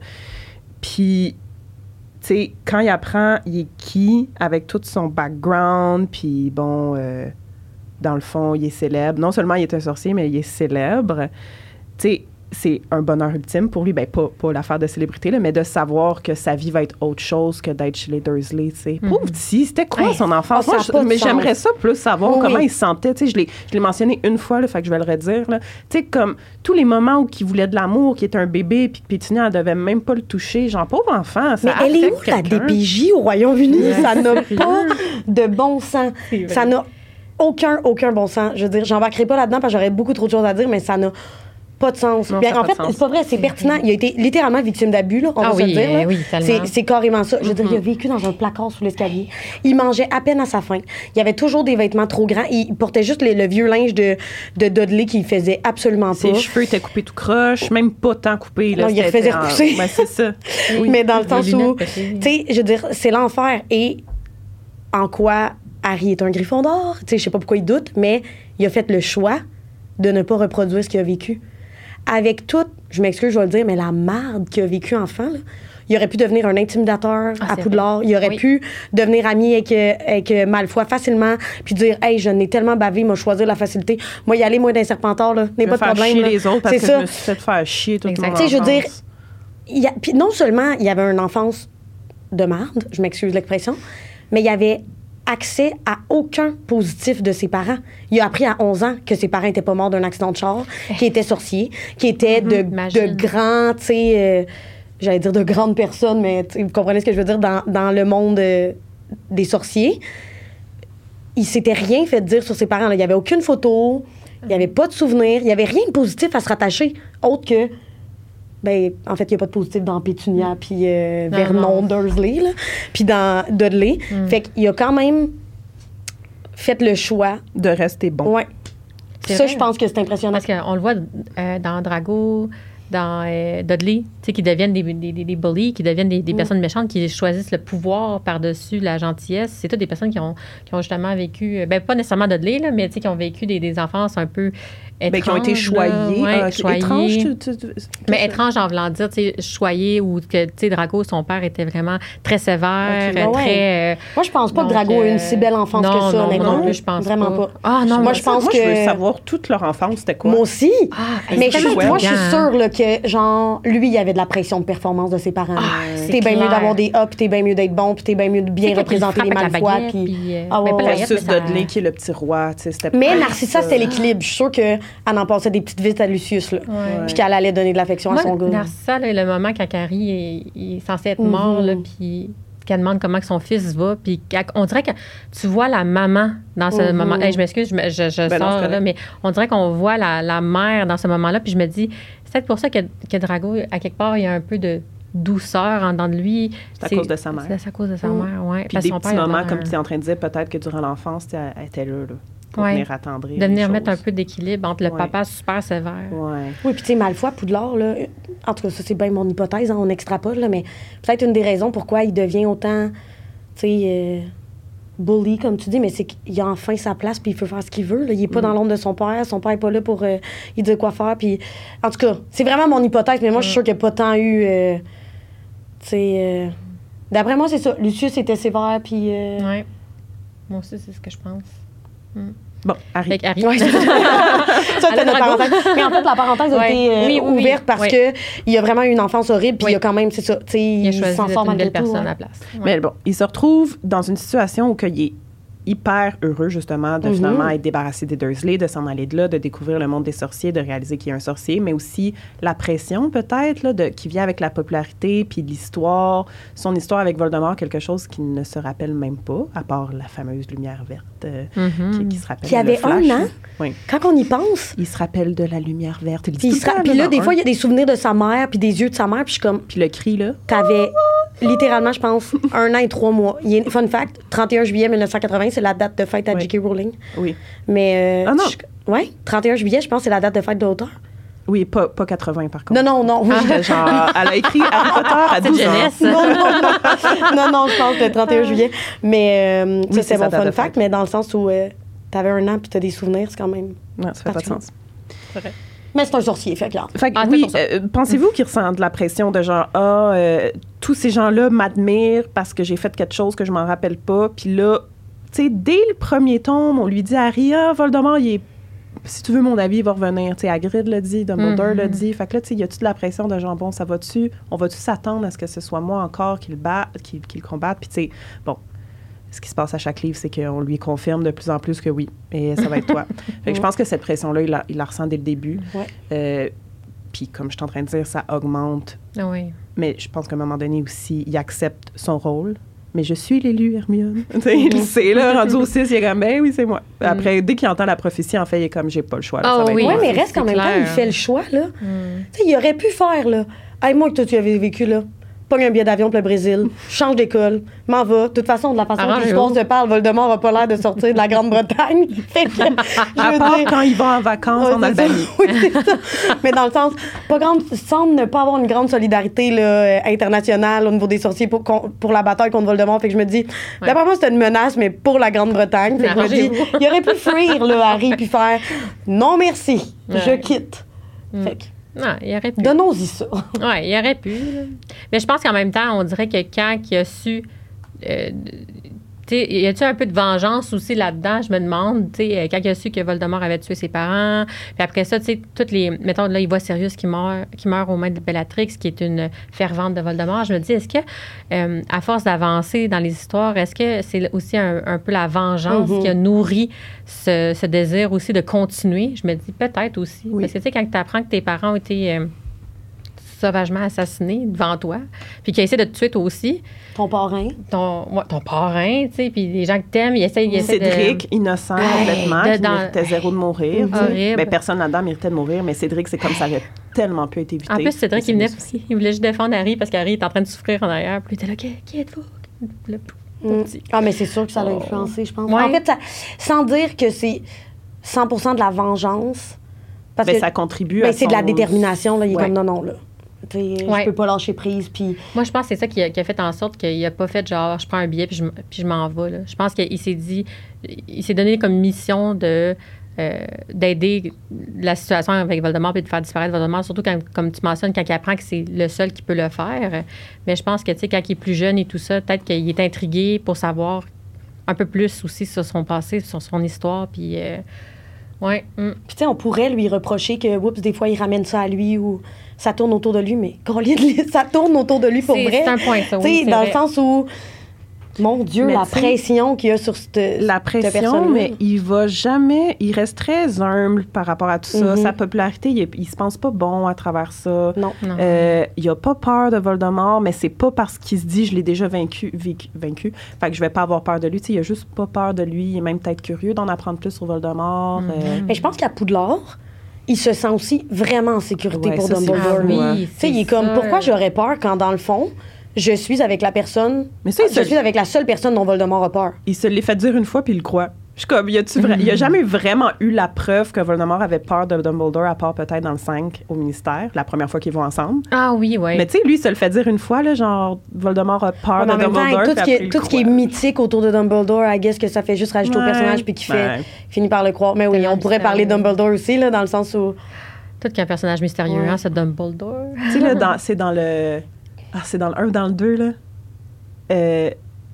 Puis, tu sais, quand il apprend il est qui, avec tout son background, puis bon... Euh, dans le fond, il est célèbre. Non seulement il est un sorcier, mais il est célèbre. Tu sais, c'est un bonheur ultime pour lui. Ben, pas, pas l'affaire de célébrité, là, mais de savoir que sa vie va être autre chose que d'être chez les Dursley, tu sais. Mm-hmm. Pauvre petit, c'était quoi hey, son enfance? Moi, je, mais j'aimerais ça plus savoir oui. comment il se sentait. Tu sais, je l'ai, je l'ai mentionné une fois, là, fait que je vais le redire, là. Tu sais, comme tous les moments où il voulait de l'amour, qu'il était un bébé, puis que Pétunia, elle devait même pas le toucher. Genre, pauvre enfant, ça mais elle est où, quelqu'un? La D P J au Royaume-Uni? Ouais, ça n'a pas de bon sens. Ça n'a Aucun, aucun bon sens. Je veux dire, j'embarquerai pas là-dedans parce que j'aurais beaucoup trop de choses à dire, mais ça n'a pas de sens. Non, Bien, en fait, sens. c'est pas vrai, c'est pertinent. Il a été littéralement victime d'abus, là, on ah va oui, se le dire. Là. Oui, c'est, c'est carrément ça. Je veux dire, il a vécu dans un placard sous l'escalier. Il mangeait à peine à sa faim. Il avait toujours des vêtements trop grands. Il portait juste le, le vieux linge de, de Dudley qu'il faisait absolument pas. Ses cheveux étaient coupés tout croche, même pas tant coupés. Là, non, il les faisait repousser. En... Ben, c'est ça. Oui. Mais dans le sens où, tu sais, je veux dire, c'est l'enfer. Et en quoi Harry est un Gryffondor? Tu sais, je sais pas pourquoi il doute, mais il a fait le choix de ne pas reproduire ce qu'il a vécu. Avec tout, je m'excuse, je vais le dire, mais la merde qu'il a vécu enfant, là, il aurait pu devenir un intimidateur ah, à Poudlard. Vrai. Il aurait oui. pu devenir ami avec, avec Malfoy facilement, puis dire « Hey, je n'ai tellement bavé, il m'a choisi la facilité. Moi, y aller, moi, d'un Serpentard, là, n'est pas de problème. » chier là. Les autres parce c'est que ça. Je me suis fait faire chier toute mon enfance. Tu sais, je veux dire, il a, puis non seulement il y avait une enfance de merde, je m'excuse l'expression, mais il y avait accès à aucun positif de ses parents. Il a appris à onze ans que ses parents n'étaient pas morts d'un accident de char, qu'ils étaient sorciers, qu'ils étaient de, de grands, tu sais, euh, j'allais dire de grandes personnes, mais vous comprenez ce que je veux dire, dans, dans le monde euh, des sorciers. Il s'était rien fait dire sur ses parents. Là. Il n'y avait aucune photo, il n'y avait pas de souvenir, il n'y avait rien de positif à se rattacher, autre que ben, en fait, il n'y a pas de positif dans Pétunia puis euh, Vernon Dursley, là, puis dans Dudley. Mm. Fait qu'il a quand même fait le choix de rester bon. Ouais. C'est ça, vrai. Je pense que c'est impressionnant. Parce qu'on le voit euh, dans Drago, dans euh, Dudley, tu sais, qui deviennent des, des, des, des bullies, qui deviennent des, des mm. personnes méchantes, qui choisissent le pouvoir par-dessus la gentillesse. C'est toutes des personnes qui ont, qui ont justement vécu, ben pas nécessairement Dudley, là, mais tu sais, qui ont vécu des, des enfances un peu étranges. Ben, qui ont été choyées. Ouais, euh, choyées. Étranges, tu, tu, tu, mais étrange en voulant dire, tu sais, choyées, ou que, tu sais, Drago, son père était vraiment très sévère, okay, ben ouais. très... Euh, moi, je pense pas donc, que Drago a une si belle enfance non, que ça, non, honnêtement. Non, plus, je pense Vraiment pas. pas. Ah non, moi, je pense moi, que... je veux savoir toute leur enfance, c'était quoi? Moi aussi. Ah, mais je, moi, je suis sûre là, que, genre, lui, il y avait de la pression de performance de ses parents. Ah, t'es bien mieux d'avoir des A, puis t'es bien mieux d'être bon, puis t'es bien mieux de bien représenter les Malfoy. Puis euh, ah, ouais, ouais, versus Dudley, qui est le petit roi. C'était mais Narcissa, c'était l'équilibre. Je suis sûre qu'elle en passait des petites visites à Lucius, là, ouais. Puis qu'elle allait donner de l'affection moi, à son gars. Narcissa, là, le moment quand Harry est, il est censé être mort, mm-hmm. là, puis qu'elle demande comment que son fils va, puis on dirait que tu vois la maman dans ce mm-hmm. moment. Hey, je m'excuse, je, je, je ben sors, non, là, mais on dirait qu'on voit la, la mère dans ce moment-là, puis je me dis, c'est peut-être pour ça que, que Drago, à quelque part, il y a un peu de douceur en dedans de lui. C'est à cause de sa mère. C'est à cause de sa mmh. mère, oui. Puis des petits moments, comme tu es en train de dire, peut-être que durant l'enfance, elle, elle était là, là. pour ouais. venir attendrir. De venir mettre un peu d'équilibre entre le ouais. papa super sévère. Ouais. Oui, puis tu sais, Malfoy, Poudlard, là, en tout cas, ça, c'est bien mon hypothèse, hein, on extrapole, là, mais peut-être une des raisons pourquoi il devient autant, tu sais, euh, bully, comme tu dis, mais c'est qu'il a enfin sa place, puis il peut faire ce qu'il veut. Là. Il n'est pas mm. dans l'ombre de son père. Son père n'est pas là pour euh, lui dire quoi faire. Puis, en tout cas, c'est vraiment mon hypothèse, mais moi, mm. je suis sûre qu'il n'y a pas tant eu. Euh, tu sais. Euh, d'après moi, c'est ça. Lucius était sévère, puis. Euh, oui. Moi aussi, c'est ce que je pense. Mm. Bon, Harry. Avec Harry. Ouais, ça, c'était notre parenthèse. Mais en fait, la parenthèse a ouais. été euh, oui, oui, ouverte oui. parce oui. qu'il a vraiment eu une enfance horrible, puis oui. il a quand même, c'est ça, tu sais, il, il s'en sort malgré tout. Personne ouais. à la place. Ouais. Mais bon, il se retrouve dans une situation où il est hyper heureux, justement, de mm-hmm. finalement être débarrassé des Dursley, de s'en aller de là, de découvrir le monde des sorciers, de réaliser qu'il y a un sorcier, mais aussi la pression, peut-être, là, de, qui vient avec la popularité, puis l'histoire, son histoire avec Voldemort, quelque chose qu'il ne se rappelle même pas, à part la fameuse lumière verte euh, mm-hmm. qui, qui se rappelle. Qui avait flash, un an, oui. quand on y pense. Il se rappelle de la lumière verte. Il puis, il ra- puis là, des fois, il y a des souvenirs de sa mère, puis des yeux de sa mère, puis je suis comme... Puis le cri, là. T'avais... littéralement, je pense, un an et trois mois. Il y a, fun fact, trente et un juillet mille neuf cent quatre-vingts, c'est la date de fête à oui. J K. Rowling. Oui. Mais... Euh, ah non! Oui, trente et un juillet, je pense, c'est la date de fête de l'auteur. Oui, pas, pas quatre-vingts, par contre. Non, non, non. Ah, genre, elle a écrit Harry Potter à douze ans. Non, non, non. non, non, je pense le trente et un juillet. Mais euh, oui, ça, c'est mon fun fact, fête. Mais dans le sens où euh, t'avais un an puis t'as des souvenirs, c'est quand même... Non, ça fait pas de sens. C'est vrai. Mais c'est un sorcier, fait que là. Fait que, ah, oui, euh, pensez-vous qu'il ressent de la pression de genre, ah, euh, tous ces gens-là m'admirent parce que j'ai fait quelque chose que je m'en rappelle pas. Puis là, tu sais, dès le premier tome, on lui dit à Harry, ah, Voldemort, il est, si tu veux mon avis, il va revenir. Tu sais, Hagrid l'a dit, Dumbledore mm-hmm. l'a dit. Fait que là, tu sais, il y a toute la pression de genre, bon, ça va-tu, on va-tu s'attendre à ce que ce soit moi encore qui le bat, qui, qui le combatte. Puis tu sais, bon. Ce qui se passe à chaque livre, c'est qu'on lui confirme de plus en plus que oui, et ça va être toi. Fait que je pense que cette pression-là, il la, il la ressent dès le début. Ouais. Euh, puis, comme je suis en train de dire, ça augmente. Ah oui. Mais je pense qu'à un moment donné aussi, il accepte son rôle. Mais je suis l'élu, Hermione. il le sait, là, rendu au six, il est comme, ben oui, c'est moi. Mm. Après, dès qu'il entend la prophétie, en fait, il est comme, j'ai pas le choix. Là, oh, ça va oui, être ouais, moi. mais reste qu'en même temps, il fait le choix, là. Mm. Tu sais, il aurait pu faire, là. Hey, moi, que toi, tu avais vécu, là. Pogne un billet d'avion pour le Brésil, change d'école, m'en va. De toute façon, de la façon dont l'histoire se parle, Voldemort n'a pas l'air de sortir de la Grande-Bretagne. Fait que, je à veux part dire, quand il va en vacances ouais, en Albanie. Oui, c'est ça. Mais dans le sens, pas grande, semble ne pas avoir une grande solidarité là, internationale au niveau des sorciers pour, pour la bataille contre Voldemort. Fait que je me dis, ouais. d'après moi, c'était une menace, mais pour la Grande-Bretagne. Fait que je me dis, il aurait pu fuir là, Harry puis faire non merci, ouais. je quitte. Mm. Fait que, non, il aurait pu. Donnons-y ça. Oui, il aurait pu. Là. Mais je pense qu'en même temps, on dirait que quand il a su... Euh, tu sais, y a-tu un peu de vengeance aussi là-dedans? Je me demande, tu sais, quand il a su que Voldemort avait tué ses parents, puis après ça, tu sais, toutes les... Mettons, là, il voit Sirius qui meurt, qui meurt aux mains de Bellatrix, qui est une fervente de Voldemort. Je me dis, est-ce que, euh, à force d'avancer dans les histoires, est-ce que c'est aussi un, un peu la vengeance mm-hmm. qui a nourri ce, ce désir aussi de continuer? Je me dis, peut-être aussi. Oui. Parce que, tu sais, quand tu apprends que tes parents ont été... Euh, sauvagement assassiné devant toi, puis qui a essayé de te tuer toi aussi. Ton parrain. Ton, ouais, ton parrain, tu sais, puis les gens que t'aimes, ils essayent, ils essayent Cédric, de... innocent hey, complètement, de, qui dans... méritait zéro de mourir. Horrible. Ben, personne là-dedans méritait de mourir, mais Cédric, c'est comme ça aurait tellement pu être évité. En plus, Cédric, il venait, il voulait juste défendre Harry parce qu'Harry est en train de souffrir en arrière, puis il était là, qui, qui êtes-vous? Le mm. Ah, mais c'est sûr que ça l'a influencé, je pense. Ouais. En fait, ça, sans dire que c'est cent pour cent de la vengeance, parce ben, que ça contribue ben, à c'est son... de la détermination, là, il est ouais. comme non, non, là. Ouais. Je peux pas lâcher prise. Puis... Moi, je pense que c'est ça qui a, qui a fait en sorte qu'il a pas fait genre, je prends un billet puis je, puis je m'en vais. Là. Je pense qu'il s'est dit, il s'est donné comme mission de, euh, d'aider la situation avec Voldemort puis de faire disparaître Voldemort, surtout quand, comme tu mentionnes, quand il apprend que c'est le seul qui peut le faire. Mais je pense que, tu sais, quand il est plus jeune et tout ça, peut-être qu'il est intrigué pour savoir un peu plus aussi sur son passé, sur son histoire. Puis, euh, ouais. Mm. Puis, tu sais, on pourrait lui reprocher que, oups, des fois, il ramène ça à lui ou. Ça tourne autour de lui, mais ça tourne autour de lui pour c'est, vrai. C'est un point, ça, oui, dans vrai. le sens où, mon Dieu, mais la pression qu'il y a sur cette La pression, mais il va jamais... Il reste très humble par rapport à tout ça. Mm-hmm. Sa popularité, il, il se pense pas bon à travers ça. Non. non. Euh, il a pas peur de Voldemort, mais c'est pas parce qu'il se dit « je l'ai déjà vaincu, vaincu, vaincu », fait que je vais pas avoir peur de lui. Tu sais, il a juste pas peur de lui. Il est même peut-être curieux d'en apprendre plus sur Voldemort. Mm-hmm. Euh... Mais je pense qu'à Poudlard... il se sent aussi vraiment en sécurité ouais, pour ça, Dumbledore. Ah, oui, tu sais, il est comme, pourquoi j'aurais peur quand, dans le fond, je suis avec la personne, mais ça, je se... suis avec la seule personne dont Voldemort a peur. Il se l'est fait dire une fois, puis il le croit. Je suis comme, y a-tu vra- y a jamais vraiment eu la preuve que Voldemort avait peur de Dumbledore, à part peut-être dans le cinq au ministère, la première fois qu'ils vont ensemble. Ah oui, oui. Mais tu sais, lui, il se le fait dire une fois, là, genre, Voldemort a peur ouais, de en même Dumbledore. Temps, tout ce qui est, tout ce qui est mythique autour de Dumbledore, I guess que ça fait juste rajouter ouais, au personnage puis qu'il fait, ouais. finit par le croire. Mais oui, on pourrait parler de Dumbledore aussi, là, dans le sens où... Tout qu'un personnage mystérieux, ouais. hein, c'est Dumbledore. Tu sais, là, dans, c'est dans le... Ah, c'est dans le un ou dans le deux, là. Euh...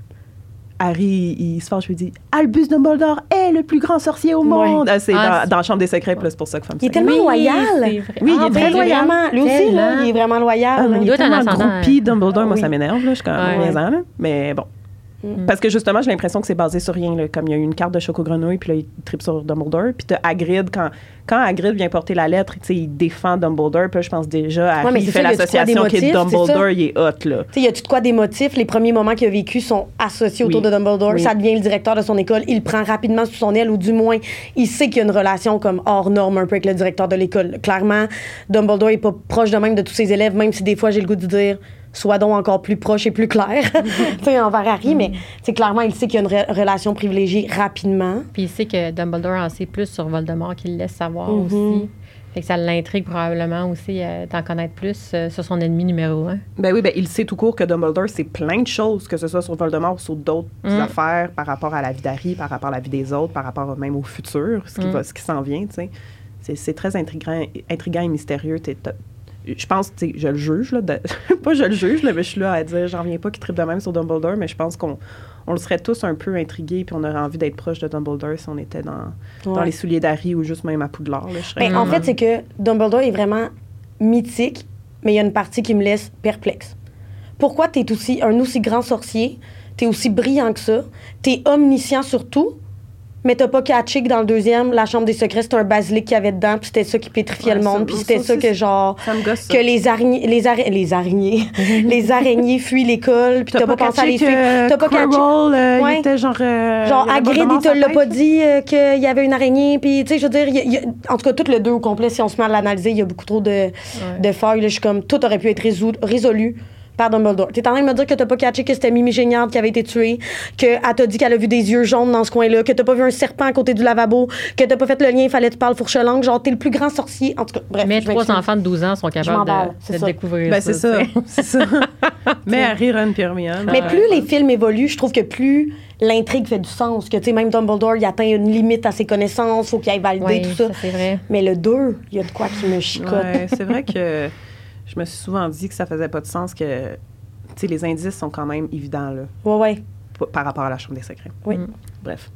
Harry, il, il se fâche, je lui dis Albus Dumbledore est le plus grand sorcier au monde. Ouais. Ah, c'est ah, dans, dans la Chambre des secrets, ouais. là, c'est pour ça que femme. Il est tellement oui, loyal. Oui, oui il est très loyal. Lui aussi, là, il est vraiment loyal. Ah, il, il est tellement groupie, Dumbledore. Ah, moi, oui. ça m'énerve. Là, je suis quand même ouais. ans, là. Mais bon. Mm. Parce que justement, j'ai l'impression que c'est basé sur rien. Là. Comme il y a eu une carte de Choco-Grenouille, puis là, il tripe sur Dumbledore. Puis t'as Hagrid, quand, quand Hagrid vient porter la lettre, il défend Dumbledore. Puis là, je pense déjà, Harry ouais, fait ça, l'association qui est Dumbledore, il est hot. Là. Il y a tout de quoi des motifs. Les premiers moments qu'il a vécu sont associés autour oui. de Dumbledore. Oui. Ça devient le directeur de son école. Il le prend rapidement sous son aile, ou du moins, il sait qu'il y a une relation comme hors norme un peu avec le directeur de l'école. Clairement, Dumbledore n'est pas proche de même de tous ses élèves, même si des fois, j'ai le goût de dire... soit donc encore plus proche et plus clair mm-hmm. envers Harry, mm-hmm. mais clairement, il sait qu'il y a une re- relation privilégiée rapidement. Puis il sait que Dumbledore en sait plus sur Voldemort qu'il le laisse savoir mm-hmm. aussi. Fait que ça l'intrigue probablement aussi euh, d'en connaître plus euh, sur son ennemi numéro un. Ben oui, ben il sait tout court que Dumbledore sait plein de choses, que ce soit sur Voldemort ou sur d'autres mm. affaires par rapport à la vie d'Harry, par rapport à la vie des autres, par rapport même au futur, ce qui, mm. va, ce qui s'en vient, tu sais. C'est, c'est très intriguant, intriguant et mystérieux. T'es, je pense, tu sais, je le juge, là, de, pas je le juge, là, mais je suis là à dire, j'en reviens pas qu'il tripe de même sur Dumbledore, mais je pense qu'on on le serait tous un peu intrigués, puis on aurait envie d'être proche de Dumbledore si on était dans, ouais. dans les souliers d'Harry ou juste même à Poudlard. Là, je ben, en fait, c'est que Dumbledore est vraiment mythique, mais il y a une partie qui me laisse perplexe. Pourquoi t'es aussi un aussi grand sorcier, t'es aussi brillant que ça, t'es omniscient sur tout, mais t'as pas catché que dans le deuxième, la Chambre des secrets, c'était un basilic qu'il y avait dedans, puis c'était ça qui pétrifiait ouais, le monde, puis c'était ça, ça que genre... Ça me gosse, ça. Que les araignées... Les, ara- les araignées... les araignées fuient l'école, puis t'as, t'as pas, pas pensé à les fuir. T'as pas catché... Euh, ouais. il était genre... Euh, genre, Hagrid, il te l'a pas dit euh, qu'il y avait une araignée, puis tu sais, je veux dire, y a, y a, en tout cas, tout le deux au complet, si on se met à l'analyser, il y a beaucoup trop de, ouais. de failles. Là, je suis comme, tout aurait pu être résolu, résolu par Dumbledore. T'es en train de me dire que t'as pas catché que c'était Mimi Géniard qui avait été tuée, qu'elle t'a dit qu'elle a vu des yeux jaunes dans ce coin-là, que t'as pas vu un serpent à côté du lavabo, que t'as pas fait le lien, il fallait que tu parles fourche-langue, genre t'es le plus grand sorcier. En tout cas, bref. Mais trois enfants de douze ans sont capables de, de découvrir ben, ça. C'est ça, c'est ça. Mais Harry, Ron, puis Hermione. Mais plus les films évoluent, je trouve que plus l'intrigue fait du sens, que tu sais, même Dumbledore, il atteint une limite à ses connaissances, faut qu'il aille valider oui, tout ça. ça c'est vrai. Mais le deux, il y a de quoi qui me chicote. Ouais, c'est vrai que je me suis souvent dit que ça faisait pas de sens que tu sais, les indices sont quand même évidents, là. Oui, oui. P- par rapport à la Chambre des secrets. Oui. Mm. Bref.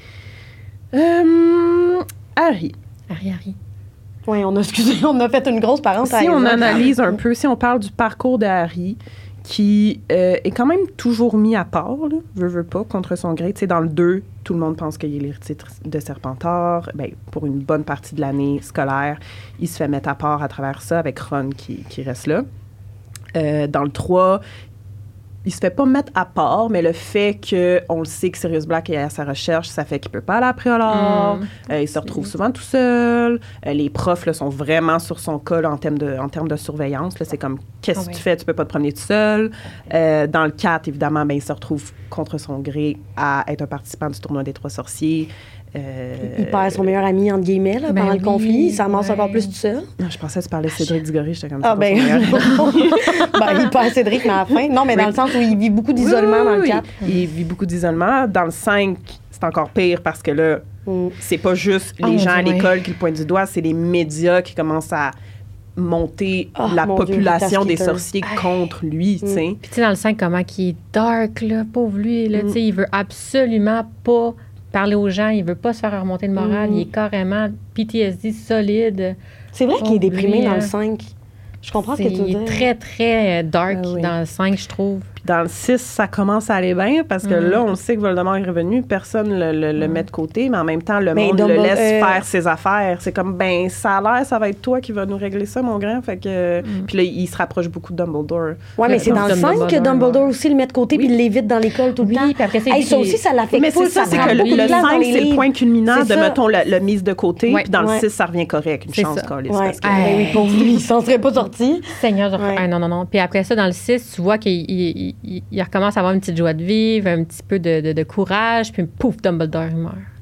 Euh, Harry. Harry, Harry. Oui, on a, excusez, on a fait une grosse parenthèse. Si on analyse un peu, si on parle du parcours de Harry, qui euh, est quand même toujours mis à part, là, veut, veut pas, contre son gré. Tu sais, dans le deux, tout le monde pense qu'il est l'héritier de Serpentard. Ben, pour une bonne partie de l'année scolaire, il se fait mettre à part à travers ça, avec Ron qui, qui reste là. Euh, dans le trois, il se fait pas mettre à part, mais le fait qu'on le sait que Sirius Black est à sa recherche, ça fait qu'il peut pas aller à Préolard. Mmh. Euh, il se retrouve souvent tout seul. Euh, les profs là, sont vraiment sur son cas là, en termes de, en termes de surveillance. Là, c'est comme, qu'est-ce que oh, oui. tu fais? Tu peux pas te promener tout seul. Euh, dans le quatre, évidemment, ben, il se retrouve contre son gré à être un participant du tournoi des Trois Sorciers. Euh, il perd son meilleur ami, entre guillemets, là, ben pendant oui, le conflit. Il s'en ouais. encore plus tout seul. Non, je pensais que tu parlais de Cédric Diggory. J'étais comme ah, ben, ben, il perd Cédric, mais à la fin. Non, mais oui. dans le sens où il vit beaucoup d'isolement oui, dans le oui. quatre. Il vit beaucoup d'isolement. Dans le cinq, c'est encore pire parce que là, mm. c'est pas juste les oh, gens à l'école oui. qui le pointent du doigt, c'est les médias qui commencent à monter oh, la population Dieu, des sorciers Ay. contre lui, tu sais. Mm. Puis tu sais, dans le cinq, comment il est dark, là, pauvre lui, là, mm. tu sais, il veut absolument pas parler aux gens, il veut pas se faire remonter le moral, mm. il est carrément P T S D solide. C'est vrai oh, qu'il est déprimé lui, dans le cinq. Je comprends c'est, ce que tu veux dire. Il est très, très dark ah, oui. dans le cinq, je trouve. Puis dans le six, ça commence à aller bien parce que mm. là, on sait que Voldemort est revenu, personne le, le, le mm. met de côté, mais en même temps, le mais monde Dumbledore, le laisse euh... faire ses affaires. C'est comme, ben, ça a l'air, ça va être toi qui va nous régler ça, mon grand. Fait que... Mm. Puis là, il se rapproche beaucoup de Dumbledore. Oui, mais c'est dans le cinq que Dumbledore aussi le met de côté oui. puis il l'évite dans l'école tout le oui, temps. Puis après, c'est hey, ça aussi, ça l'affecte. Mais c'est ça, c'est que le, le cinq, c'est le point culminant de, mettons, le mise de côté. Puis dans le six, ça revient correct. Une chance, Carlis. Mais oui, pour lui, il s'en serait pas sorti. Seigneur, non, non, non. Puis après ça, dans le six, tu vois qu'il il, il, il recommence à avoir une petite joie de vivre, un petit peu de, de, de courage, puis pouf, Dumbledore, il meurt.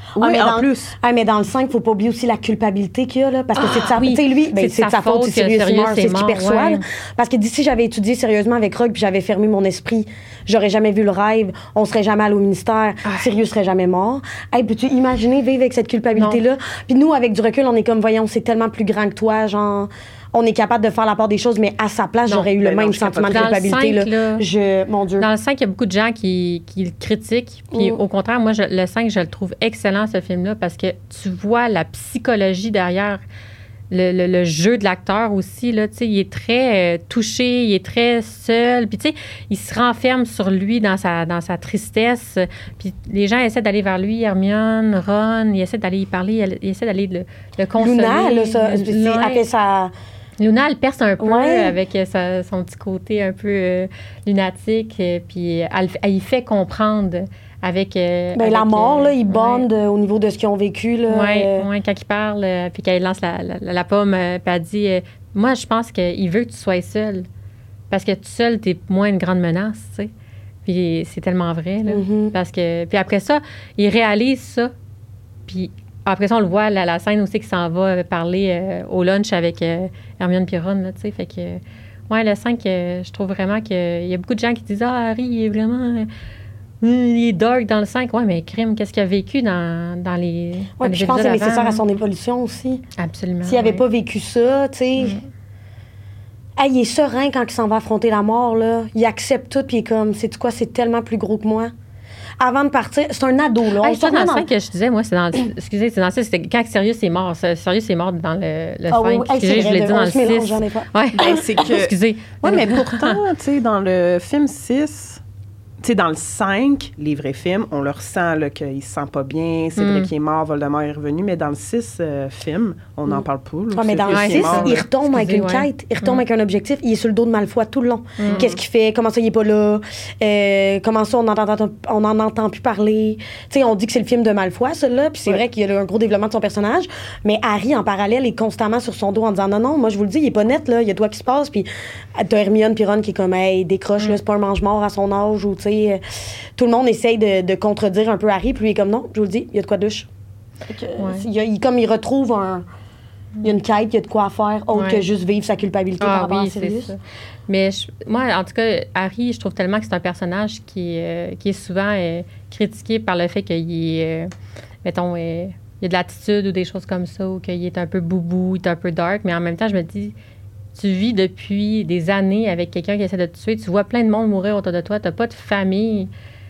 Oui, ah, mais en dans, plus. Ah, mais dans le cinq, il ne faut pas oublier aussi la culpabilité qu'il y a, là, parce que ah, c'est de sa, oui. lui, ben, c'est de sa faute, c'est sérieux, c'est mort, c'est ce qu'il perçoit. Ouais. Parce que d'ici, j'avais étudié sérieusement avec Rogue, puis j'avais fermé mon esprit, j'aurais jamais vu le rêve, on serait jamais allé au ministère, ah. Sirius serait jamais mort. Hey, peux-tu imaginer vivre avec cette culpabilité-là? Puis nous, avec du recul, on est comme, voyons, c'est tellement plus grand que toi, genre... On est capable de faire la part des choses, mais à sa place, non, j'aurais eu ben le non, même sentiment de culpabilité. cinq, là, là. Je, mon Dieu. Dans le cinq, il y a beaucoup de gens qui, qui le critiquent. Puis mm. au contraire, moi, je, le cinq, je le trouve excellent, ce film-là, parce que tu vois la psychologie derrière le, le, le jeu de l'acteur aussi. Là, il est très euh, touché, il est très seul. Puis tu sais, il se renferme sur lui dans sa, dans sa tristesse. Puis les gens essaient d'aller vers lui, Hermione, Ron, ils essaient d'aller y parler, ils essaient d'aller le, le consoler. Luna, là, ça, c'est, Luna, elle fait sa... Luna, elle perce un peu ouais. avec sa, son petit côté un peu euh, lunatique, euh, puis elle, elle y fait comprendre avec... Euh, ben, avec la mort, euh, là, ils bondent ouais. au niveau de ce qu'ils ont vécu. Oui, euh... ouais, quand il parle, euh, puis qu'elle lance la, la, la pomme, euh, puis elle dit euh, « Moi, je pense qu'il veut que tu sois seule, parce que tout seul, t'es moins une grande menace, tu sais. » Puis c'est tellement vrai, là, mm-hmm. parce que... Puis après ça, il réalise ça, puis... Après ça, on le voit, la, la scène aussi qui s'en va parler euh, au lunch avec euh, Hermione Piron, là, tu sais, fait que... Ouais, le cinq, euh, je trouve vraiment qu'il y a beaucoup de gens qui disent « Ah, Harry, il est vraiment... Euh, il est dark dans le cinq. » Ouais, mais crime, qu'est-ce qu'il a vécu dans, dans les... Oui, puis je pense que c'est nécessaire à son évolution aussi. Absolument. S'il n'avait ouais. pas vécu ça, tu sais... Mm. Hey, il est serein quand il s'en va affronter la mort, là. Il accepte tout, puis il est comme, sais-tu quoi, c'est tellement plus gros que moi. Avant de partir, c'est un ado, là. Hey, c'est dans le cinq que je disais, moi, c'est dans... Excusez, c'est dans ça, c'était quand Sirius est mort. Sirius est mort dans le, le oh, cinq. Oui, hey, je l'ai dit dans le six. J'en ai pas. Ouais. Ben, c'est que... Excusez. Oui, mais pourtant, tu sais, dans le film six... Tu sais, dans le cinq, les vrais films, on le ressent, là, qu'il se sent pas bien, Cédric mm. est mort, Voldemort est revenu, mais dans le six euh, film, on n'en mm. parle pas. Là, ah, mais dans le six, mort, il retombe avec une ouais. quête, il retombe mm. avec un objectif, il est sur le dos de Malfoy tout le long. Mm. Qu'est-ce qu'il fait? Comment ça, il est pas là? Euh, comment ça, on n'en entend, on en entend plus parler? Tu sais, on dit que c'est le film de Malfoy, celui-là, puis c'est ouais. vrai qu'il y a un gros développement de son personnage, mais Harry, en parallèle, est constamment sur son dos en disant non, non, moi, je vous le dis, il est pas net, là, il y a de quoi qui se passe, puis t'as Hermione puis Ron qui est comme, hey, décroche, mm. là, c'est pas un mange-mort à son âge, ou tu sais... Tout le monde essaye de, de contredire un peu Harry, puis lui est comme non, je vous le dis, il y a de quoi de douche. Okay. Ouais. Il, y a, il, comme il retrouve un. Il y a une quête, il y a de quoi faire autre ouais. que juste vivre sa culpabilité ah, par rapport oui, à Sirius. Mais je, moi, en tout cas, Harry, je trouve tellement que c'est un personnage qui, euh, qui est souvent euh, critiqué par le fait qu'il est, euh, mettons, euh, il y a de l'attitude ou des choses comme ça, ou qu'il est un peu boubou, il est un peu dark, mais en même temps, je me dis. Tu vis depuis des années avec quelqu'un qui essaie de te tuer, tu vois plein de monde mourir autour de toi, t'as pas de famille.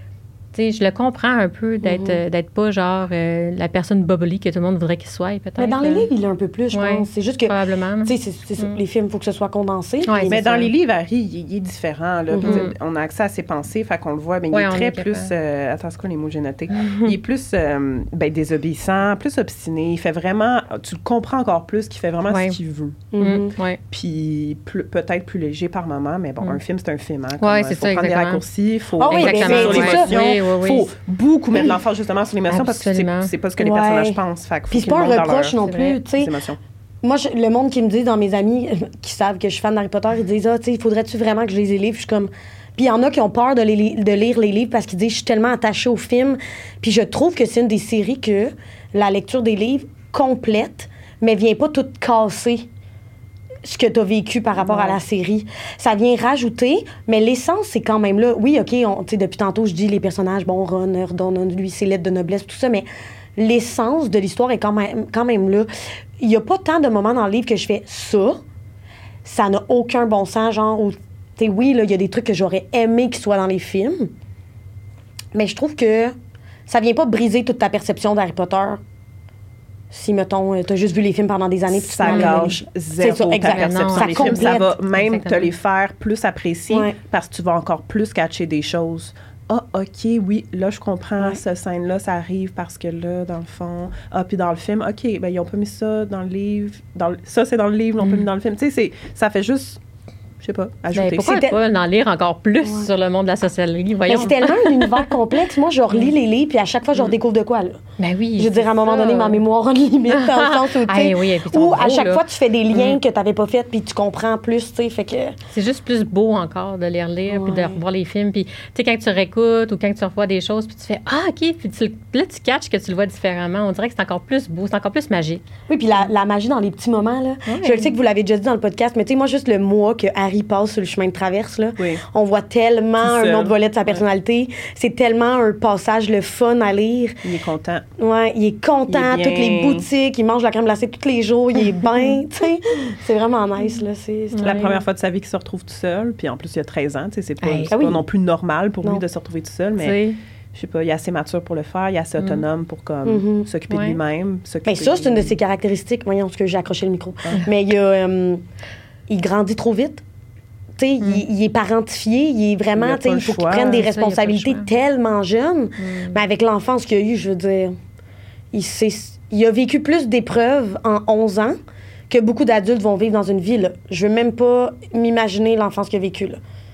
Tu sais, je le comprends un peu d'être, mm-hmm. euh, d'être pas genre euh, la personne bubbly que tout le monde voudrait qu'il soit, peut-être. Mais dans les livres, il est un peu plus, je ouais, pense. C'est juste que. Probablement. Tu sais, c'est, c'est, mm. les films, il faut que ce soit condensé. Ouais, mais dans ça. les livres, Harry, il, il est différent. Là, mm-hmm. On a accès à ses pensées, fait qu'on le voit. Mais il ouais, est très est plus. Euh, attends, c'est quoi les mots que j'ai notés? Mm-hmm. Il est plus euh, ben, désobéissant, plus obstiné. Il fait vraiment. Tu le comprends encore plus qu'il fait vraiment ouais. ce qu'il veut. Mm-hmm. Ouais. Puis plus, peut-être plus léger par moment, mais bon, mm. un film, c'est un film. Hein, oui, c'est faut ça. prendre Exactement. des raccourcis, il faut. Ah, oui, exactement. Sur l'émotion. Oui, oui, oui. Faut beaucoup mettre l'emphase justement sur l'émotion parce que c'est, c'est pas ce que les ouais. personnages pensent. Fait Puis c'est pas un reproche non plus, tu sais. Moi, je, le monde qui me dit dans mes amis qui savent que je suis fan d'Harry Potter, ils disent ah, tu sais, faudrait-tu vraiment que je lise les livres? Je suis comme. Puis il y en a qui ont peur de, les, de lire les livres parce qu'ils disent je suis tellement attachée au film. Puis je trouve que c'est une des séries que la lecture des livres complète, mais vient pas toute casser ce que tu as vécu par rapport ouais. à la série. Ça vient rajouter, mais l'essence, c'est quand même là. Oui, OK, on, depuis tantôt, je dis les personnages, bon, Ron, Ron, lui, ses lettres de noblesse, tout ça, mais l'essence de l'histoire est quand même, quand même là. Il n'y a pas tant de moments dans le livre que je fais ça. Ça n'a aucun bon sens, genre, où, oui, il y a des trucs que j'aurais aimé qu'ils soient dans les films, mais je trouve que ça vient pas briser toute ta perception d'Harry Potter. Si, mettons, t'as juste vu les films pendant des années... Puis ça gâche zéro ça, ta perception non, des films. Ça va même exactement. Te les faire plus apprécier ouais. parce que tu vas encore plus catcher des choses. Ah, OK, oui, là, je comprends, ouais. cette scène-là, ça arrive parce que là, dans le fond... Ah, puis dans le film, OK, ben ils ont pas mis ça dans le livre. Dans le, ça, c'est dans le livre, ils l'ont mm. pas mis dans le film. Tu sais, c'est, ça fait juste je sais pas, ajouter. Ben, pourquoi C'était... pas en lire encore plus ouais. sur le monde de la sorcellerie? Voyons. Mais c'est tellement un univers complexe. Moi, je relis les livres, puis à chaque fois, je redécouvre de quoi, là. Ben oui. Je veux dire, à un moment donné, ma mémoire a une limite, dans le sens où, tu sais, oui, où à chaque là. fois, tu fais des liens mm. que tu n'avais pas faits, puis tu comprends plus, tu sais, fait que... C'est juste plus beau encore de lire, lire, ouais. puis de revoir les films, puis tu sais, quand tu réécoutes ou quand tu revois des choses, puis tu fais « Ah, OK », puis tu, là, tu catches que tu le vois différemment. On dirait que c'est encore plus beau, c'est encore plus magique. Oui, puis la, la magie dans les petits moments, là. Ouais. Je le sais que vous l'avez déjà dit dans le podcast, mais tu sais, moi, juste le mois que Harry passe sur le chemin de traverse, là, oui. on voit tellement un autre volet de sa personnalité. Ouais. C'est tellement un passage, le fun à lire. Il est content. Oui, il est content. Il est toutes les boutiques, il mange la crème glacée tous les jours, il est bien, tu sais. C'est vraiment nice, là. C'est, c'est la ouais. première fois de sa vie qu'il se retrouve tout seul, puis en plus, il a treize ans, tu sais, c'est pas, hey. c'est ah pas oui. non plus normal pour non. lui de se retrouver tout seul, mais... C'est... Je sais pas, il est assez mature pour le faire, il est assez mm. autonome pour comme, mm-hmm. s'occuper ouais. de lui-même. Bien, ça, c'est une de ses caractéristiques. Voyons, parce que j'ai accroché le micro. Ouais. Mais il, a, euh, il grandit trop vite. Tu sais, mm. il, il est parentifié, il est vraiment, tu sais, il faut qu'il prenne des responsabilités ça, tellement jeunes. Mm. Mais avec l'enfance qu'il a eue, je veux dire, il, il a vécu plus d'épreuves en onze ans que beaucoup d'adultes vont vivre dans une vie, là. Je veux même pas m'imaginer l'enfance qu'il a vécue, là.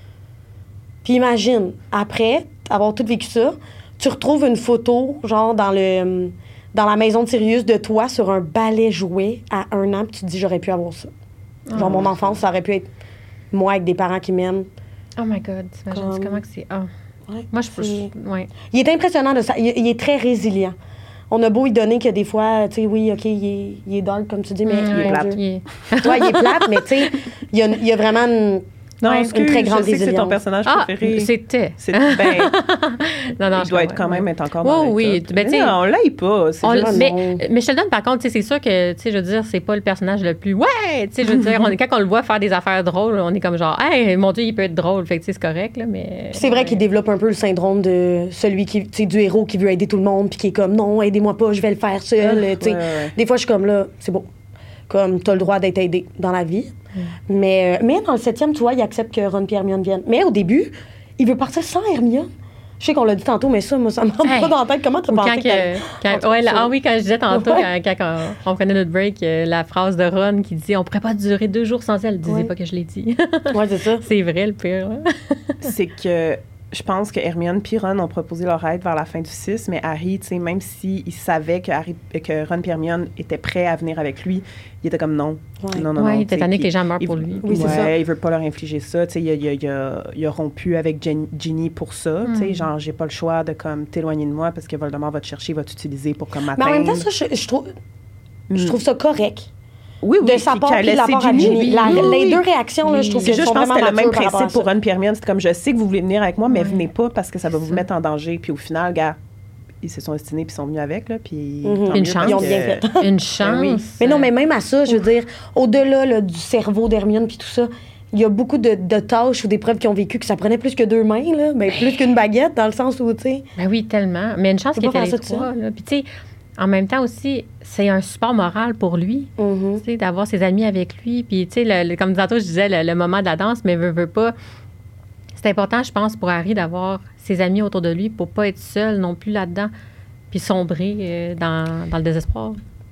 Puis imagine, après avoir tout vécu ça, tu retrouves une photo, genre, dans le dans la maison de Sirius, de toi sur un balai jouet à un an, puis tu te dis, j'aurais pu avoir ça. Oh, genre, mon enfance, ça aurait pu être moi avec des parents qui m'aiment. Oh my God, t'imagines Comme... comment que c'est... Oh. Ouais, moi, je... C'est... Ouais. Il est impressionnant de ça. Il, il est très résilient. On a beau y donner que des fois, tu sais, oui, OK, il est, il est dark, comme tu dis, mais... Mmh, il est plate. Il est... ouais, il est plate, mais tu sais, il y a, il y a vraiment une... Non, ouais, excuse, une très grande je sais que c'est ton résilience. personnage ah, préféré. C'était. C'était ben, non, non, il doit être quand même ouais. être encore dans oh, oui, top. Ben, mais non, on l'aille pas. C'est on, juste... mais, mais Sheldon, par contre, c'est sûr que, tu sais, je veux dire, c'est pas le personnage le plus... Ouais! Tu sais, je veux dire, on est, quand on le voit faire des affaires drôles, on est comme genre, hey, mon Dieu, il peut être drôle. Fait que, c'est correct, là, mais... C'est vrai ouais. qu'il développe un peu le syndrome de celui qui, tu sais, du héros qui veut aider tout le monde, puis qui est comme, non, aidez-moi pas, je vais le faire seul. Ouais, tu sais. Ouais, ouais. Des fois, je suis comme, là, c'est beau. Comme, t'as le droit d'être aidé dans la vie. Mm. Mais, euh, mais dans le septième, tu vois, il accepte que Ron et Hermione viennent. Mais au début, il veut partir sans Hermione. Je sais qu'on l'a dit tantôt, mais ça, moi, ça me rentre hey. pas dans la tête. Comment t'as Ou pensé quand que... quand, ouais, la, Ah oui, quand je disais tantôt, ouais. quand, quand on, on prenait notre break, euh, la phrase de Ron qui dit « On pourrait pas durer deux jours sans elle. » Elle disait ouais. pas que je l'ai dit. ouais, c'est ça. C'est vrai, le pire. C'est que... Je pense que Hermione et Ron ont proposé leur aide vers la fin du six, mais Harry, tu sais, même s'il savait que, Harry, que Ron et Hermione étaient prêts à venir avec lui, il était comme non. Ouais. Non, non, ouais, non. il était tanné que les gens meurent pour lui. Oui, c'est ouais, ça. Il veut pas leur infliger ça. Tu sais, il, il, il, il, il a rompu avec Jen, Ginny pour ça. Mm. Tu sais, genre, j'ai pas le choix de comme t'éloigner de moi parce que Voldemort va te chercher, va t'utiliser pour comme m'atteindre. Mais en même temps, ça, je, je, trouve, mm. je trouve ça correct. Oui, oui. De sa part et de la part à Ginny. La, oui, les oui. deux réactions, là, je trouve c'est que juste, sont je pense que c'était le même principe pour Ron et Hermione. C'est comme, je sais que vous voulez venir avec moi, mais ouais. venez pas parce que ça va vous mettre en danger. Puis au final, gars, ils se sont estimés puis sont venus avec, là, puis... Mm-hmm. Une chance. Ils ont bien fait. Une chance. oui. Mais non, mais même à ça, je veux dire, au-delà là, du cerveau d'Hermione puis tout ça, il y a beaucoup de, de tâches ou d'épreuves qui ont vécu que ça prenait plus que deux mains, là, ben, plus qu'une baguette, dans le sens où, tu sais... Ben oui, tellement. Mais une chance qu'il y ait les trois, là. Puis tu sais... En même temps aussi, c'est un support moral pour lui, mm-hmm. tu sais, d'avoir ses amis avec lui. Puis, tu sais, comme tantôt, je disais, le, le moment de la danse, mais veut, veut pas. C'est important, je pense, pour Harry d'avoir ses amis autour de lui pour pas être seul non plus là-dedans, puis sombrer euh, dans, dans le désespoir.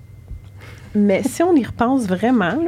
Mais si on y repense vraiment, là,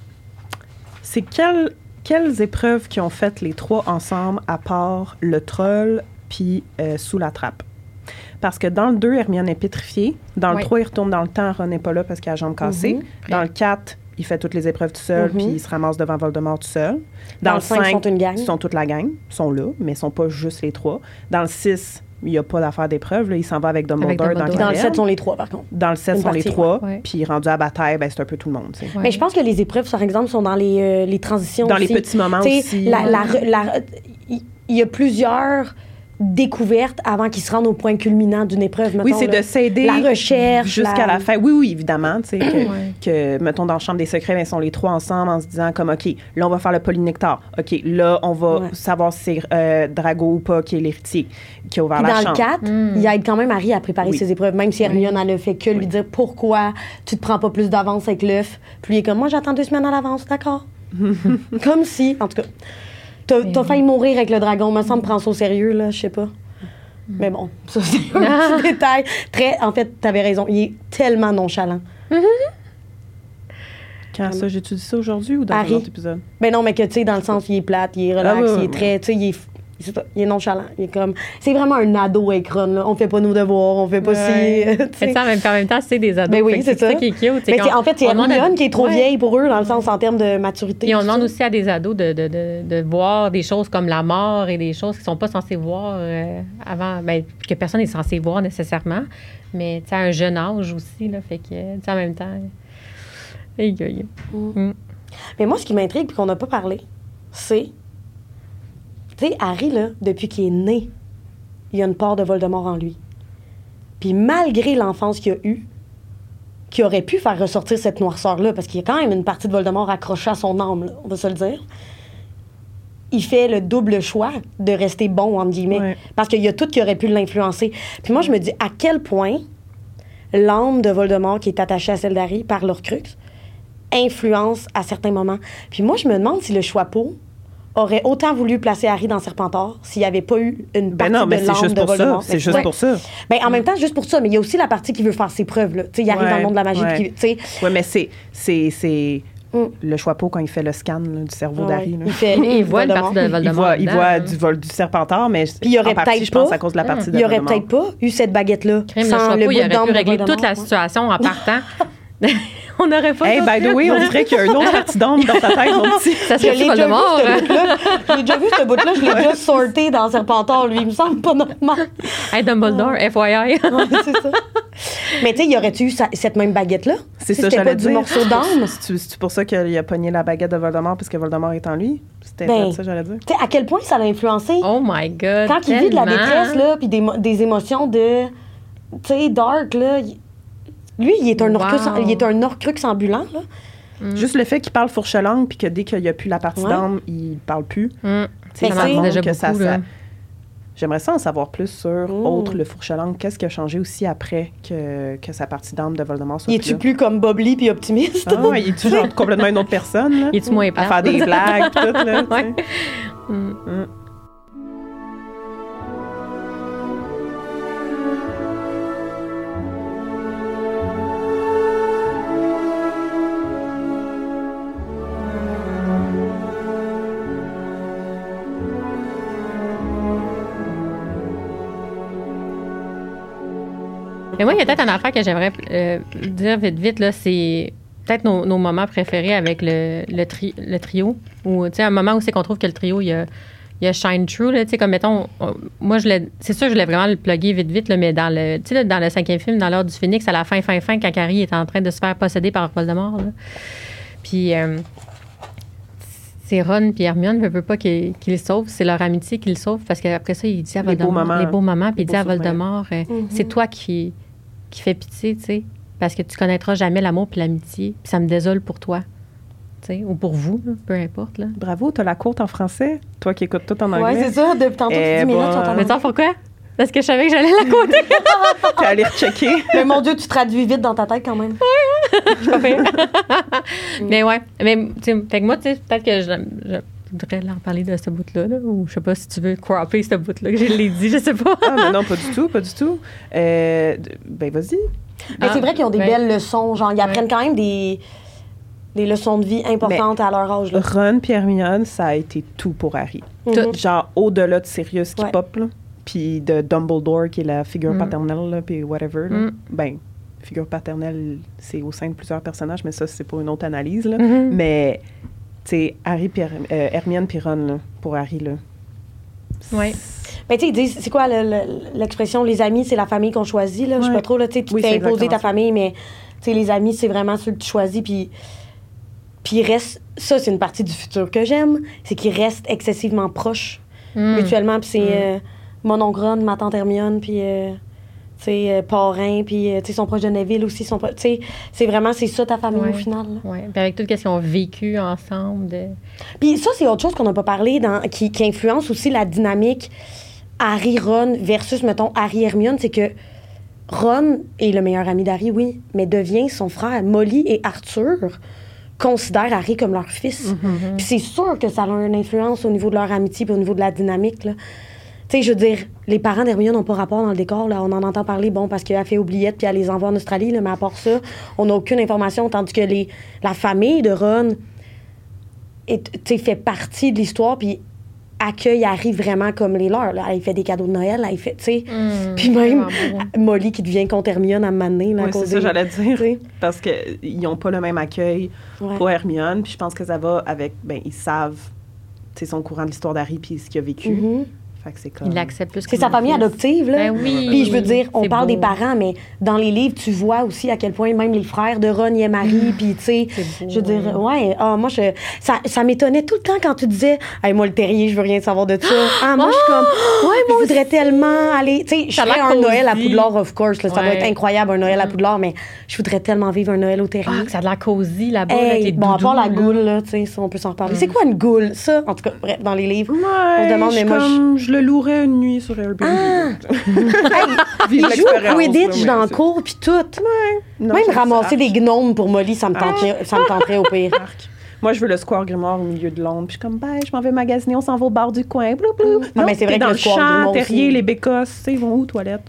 c'est quelles, quelles épreuves qui ont fait les trois ensemble, à part le troll puis euh, sous la trappe? Parce que dans le deux, Hermione est pétrifiée. Dans oui. le trois, il retourne dans le temps, Ron n'est pas là parce qu'il a la jambe cassée. Mm-hmm. Dans le quatre, il fait toutes les épreuves tout seul, mm-hmm. puis il se ramasse devant Voldemort tout seul. Dans, dans le cinq, ils sont une gang. Ils sont toute la gang. Ils sont là, mais ils ne sont pas juste les trois. Dans le six, il n'y a pas d'affaire d'épreuve. Là. Il s'en va avec Dumbledore, avec Dumbledore. Dans, dans le sept, sont les trois, par contre. Dans le sept, une sont partie, les trois. ouais. Puis rendu à la bataille, ben, c'est un peu tout le monde. Ouais. Mais je pense que les épreuves, par exemple, sont dans les, euh, les transitions Dans aussi. les petits moments T'sais, aussi. La, la, la, la, il y a plusieurs... découverte avant qu'ils se rendent au point culminant d'une épreuve, mettons, oui, c'est là, de s'aider la recherche jusqu'à la... la fin. Oui, oui, évidemment, tu sais, que, ouais. que, mettons, dans la Chambre des secrets, ben, ils sont les trois ensemble en se disant comme, OK, là, on va faire le polynectar. OK, là, on va ouais. savoir si c'est euh, Drago ou pas qui est l'héritier, qui a ouvert Puis la dans chambre. Dans le quatre, mm. il aide quand même Harry à préparer oui. ses épreuves, même si Hermione oui. elle a fait que lui oui. dire pourquoi tu te prends pas plus d'avance avec l'œuf. Puis il est comme, moi, j'attends deux semaines à l'avance, d'accord? Comme si, en tout cas, t'as, t'as failli mourir avec le dragon, me semble, prends ça au sérieux, là, je sais pas. Mais bon, ça, c'est un petit détail. Très, en fait, t'avais raison. Il est tellement nonchalant. Mm-hmm. Quand ça, j'ai-tu dit ça aujourd'hui ou dans un autre épisode? Ben non, mais que, tu sais, dans le sens, il est plate, il est relax, ah, oui, il est très, tu sais, il est... C'est ça, il est nonchalant. Il est comme... C'est vraiment un ado écran, là. On fait pas nos devoirs, on fait pas ouais. si... Mais ça, en même, en même temps, c'est des ados. Ben oui, c'est, c'est ça. ça qui est cute. Mais en fait, c'est Hermione qui est trop ouais. vieille pour eux, dans le sens, en termes de maturité. Et on demande aussi à des ados de, de, de, de voir des choses comme la mort et des choses qu'ils sont pas censés voir euh, avant... Ben, que personne n'est censé voir nécessairement. Mais, tu sais, à un jeune âge aussi, là. Fait que, tu sais, en même temps... Hey, hey. Mm. Mm. Mais moi, ce qui m'intrigue, puis qu'on n'a pas parlé, c'est... Tu sais, Harry, là, depuis qu'il est né, il y a une part de Voldemort en lui. Puis malgré l'enfance qu'il a eue, qui aurait pu faire ressortir cette noirceur-là, parce qu'il y a quand même une partie de Voldemort accrochée à son âme, là, on va se le dire, il fait le double choix de rester bon, entre guillemets, ouais. parce qu'il y a tout qui aurait pu l'influencer. Puis moi, je me dis, à quel point l'âme de Voldemort qui est attachée à celle d'Harry par l'Horcrux influence à certains moments. Puis moi, je me demande si le Choixpeau aurait autant voulu placer Harry dans Serpentard s'il n'y avait pas eu une partie ben non, mais de l'âme de Voldemort. C'est juste ouais. pour ça. Ben, en même temps, juste pour ça. Mais il y a aussi la partie qui veut faire ses preuves. Là. Il arrive ouais, dans le monde de la magie. Oui, ouais. ouais, mais c'est... c'est, c'est... Mm. Le Choixpeau, quand il fait le scan là, du cerveau ouais. d'Harry. Là. Il, fait, il voit une partie de Voldemort. Il voit, il voit du, vol, du Serpentard, mais il y aurait en partie, je pense, pas, à cause de la partie mm. de Il aurait Voldemort. peut-être pas eu cette baguette-là. Crime, sans le, le bout il aurait pu régler toute la situation en partant. On n'aurait pas... Hey, by the way, on dirait qu'il y a une autre partie d'âme dans ta tête, mon petit. Ça serait je l'ai déjà vu, ce bout-là. Je l'ai déjà vu, ce bout-là. Je l'ai déjà sorté dans Serpentard, lui. Il me semble pas normal. Hey, Dumbledore, oh. F Y I. Ouais, c'est ça. Mais tu sais, y aurait-tu eu sa, cette même baguette-là? C'est si ça, c'était j'allais pas dire. Du morceau d'âme? C'est, c'est pour ça qu'il a pogné la baguette de Voldemort, parce que Voldemort est en lui? C'était ben, ça, j'allais dire. Tu sais, à quel point ça l'a influencé? Oh my God, quand il vit de la détresse, là, puis des, des émotions de... Tu sais, dark, là... Y... Lui, il est un wow. Horcrux, il est un Horcrux ambulant, là. Mm. Juste le fait qu'il parle fourche-langue, puis que dès qu'il n'y a plus la partie ouais. d'âme, il parle plus. Mm. Ça montre déjà que beaucoup, ça, là. ça... J'aimerais ça en savoir plus sur, mm. autre le fourche-langue. Qu'est-ce qui a changé aussi après que, que sa partie d'âme de Voldemort soit il est-tu plus comme Bobley puis optimiste? Ah, il est-tu genre complètement une autre personne, là? Il est-tu moins plate? À faire des blagues, tout, là, ouais. mm. Mm. Mais moi, il y a peut-être une affaire que j'aimerais euh, dire vite, vite, là, c'est peut-être nos, nos moments préférés avec le, le, tri, le trio. Ou, tu sais, un moment où c'est qu'on trouve que le trio, il y a, il y a Shine True, là, tu sais, comme, mettons, on, moi, je l'ai, c'est sûr, je voulais vraiment le plugger vite, vite, là, mais dans le, tu sais, dans le cinquième film, dans l'Ordre du Phénix, à la fin, fin, fin, quand Harry est en train de se faire posséder par Voldemort, là. Puis, euh, c'est Ron et Hermione ne veut pas qu'ils qu'il le sauvent. C'est leur amitié qui le sauve, parce qu'après ça, il dit à Voldemort... Les beaux moments. Les beaux moments, puis il dit à Voldemort, euh, mm-hmm. c'est toi qui... qui fait pitié, tu sais, parce que tu connaîtras jamais l'amour puis l'amitié, puis ça me désole pour toi, tu sais, ou pour vous, là, peu importe, là. Bravo, t'as la quote en français, toi qui écoutes tout en anglais. Oui, c'est ça, depuis tantôt, tu dis, mais là, tu entends. Mais tu sais pourquoi? Parce que je savais que j'allais la coter. T'es allé rechecker. Mais mon Dieu, tu traduis vite dans ta tête quand même. Oui, je suis pas fait. Mais ouais, mais, tu sais, fait que moi, tu sais, peut-être que je... je Je voudrais leur parler de ce bout-là, là, ou je sais pas si tu veux cropper ce bout-là, que je l'ai dit, je sais pas. Ah, mais non, pas du tout, pas du tout. Euh, ben, vas-y. Mais ah, c'est vrai qu'ils ont des ouais. belles leçons, genre, ils apprennent ouais. quand même des, des leçons de vie importantes mais à leur âge. Là. Ron et Hermione, ça a été tout pour Harry. Mm-hmm. Genre, au-delà de Sirius qui ouais. pop, là, puis de Dumbledore, qui est la figure mm. paternelle, là, puis whatever, là, mm. ben, figure paternelle, c'est au sein de plusieurs personnages, mais ça, c'est pour une autre analyse, là. Mm-hmm. Mais... c'est Harry puis euh, Hermione puis Ron, là, pour Harry, là. Oui. Mais tu sais, ils disent, c'est quoi le, le, l'expression, les amis, c'est la famille qu'on choisit, là? Ouais. Je sais pas trop, là, tu sais, tu oui, t'es imposé ta famille, mais, tu sais, les amis, c'est vraiment ceux que tu choisis, puis... Puis ils restent... Ça, c'est une partie du futur que j'aime, c'est qu'ils restent excessivement proches, mm. mutuellement, puis c'est mm. euh, mon oncle Ron, ma tante Hermione, puis... Euh, tu sais, euh, parrain, puis, tu sais, son proche de Neville aussi, son tu sais, c'est vraiment, c'est ça ta famille ouais. au final. Oui, puis avec tout ce qu'ils ont vécu ensemble. De... Puis ça, c'est autre chose qu'on n'a pas parlé, dans, qui, qui influence aussi la dynamique Harry-Ron versus, mettons, Harry-Hermione, c'est que Ron est le meilleur ami d'Harry, oui, mais devient son frère. Molly et Arthur considèrent Harry comme leur fils. Mm-hmm. Puis c'est sûr que ça a une influence au niveau de leur amitié puis au niveau de la dynamique, là. sais, je veux dire, les parents d'Hermione n'ont pas rapport dans le décor. Là. On en entend parler, bon, parce qu'elle a fait oubliette puis elle les envoie en Australie. Là, mais à part ça, on n'a aucune information. Tandis que les, la famille de Ron est, fait partie de l'histoire puis accueille Harry vraiment comme les leurs. Là. Elle fait des cadeaux de Noël. Elle fait, tu sais. Mmh, puis même Molly qui devient contre Hermione à un moment donné. Là, oui, c'est ça, j'allais dire. T'sais. Parce qu'ils n'ont pas le même accueil ouais. pour Hermione. Puis je pense que ça va avec... Ben, ils savent... Ils sont au courant de l'histoire d'Harry puis ce qu'il a vécu. Mm-hmm. Fait que c'est comme... Il l'accepte plus. C'est sa famille adoptive, là. Ben oui. Puis je veux dire, on c'est parle beau. des parents, mais dans les livres, tu vois aussi à quel point même les frères de Ron et Marie, puis tu sais, je veux dire, ouais, ah, moi, je, ça, ça m'étonnait tout le temps quand tu disais, hey, moi, le terrier, je veux rien savoir de ça. Ah, moi, oh! je suis comme, ouais, moi, je voudrais tellement aller, tu sais, je ferais un Noël à Poudlard, of course, là, ça ouais. doit être incroyable, un Noël à Poudlard, mais je voudrais tellement vivre un Noël au terrier. Ah, que ça a de la cosy là-bas, hey, là, avec les bon, doudous, à part la là. goule, là, tu sais, ça, on peut s'en reparler. Mm. C'est quoi une goule, ça? En tout cas, bref, dans les livres, ouais, on se demande, mais moi, comme, je... je le louerais une nuit sur Airbnb. Ah. Hey, il joue au Quidditch dans le cours puis tout. Ouais. Non, même ramasser des gnomes pour Molly, ça me tenterait, ça me tenterait au pire. Moi, je veux le square Grimoire au milieu de Londres. Puis je suis comme, ben, je m'en vais magasiner, on s'en va au bar du coin. Blou, blou. Non, mais c'est vrai que dans le le square champ, Grimoire terrier, aussi. les bécosses, tu sais, ils vont où, toilettes?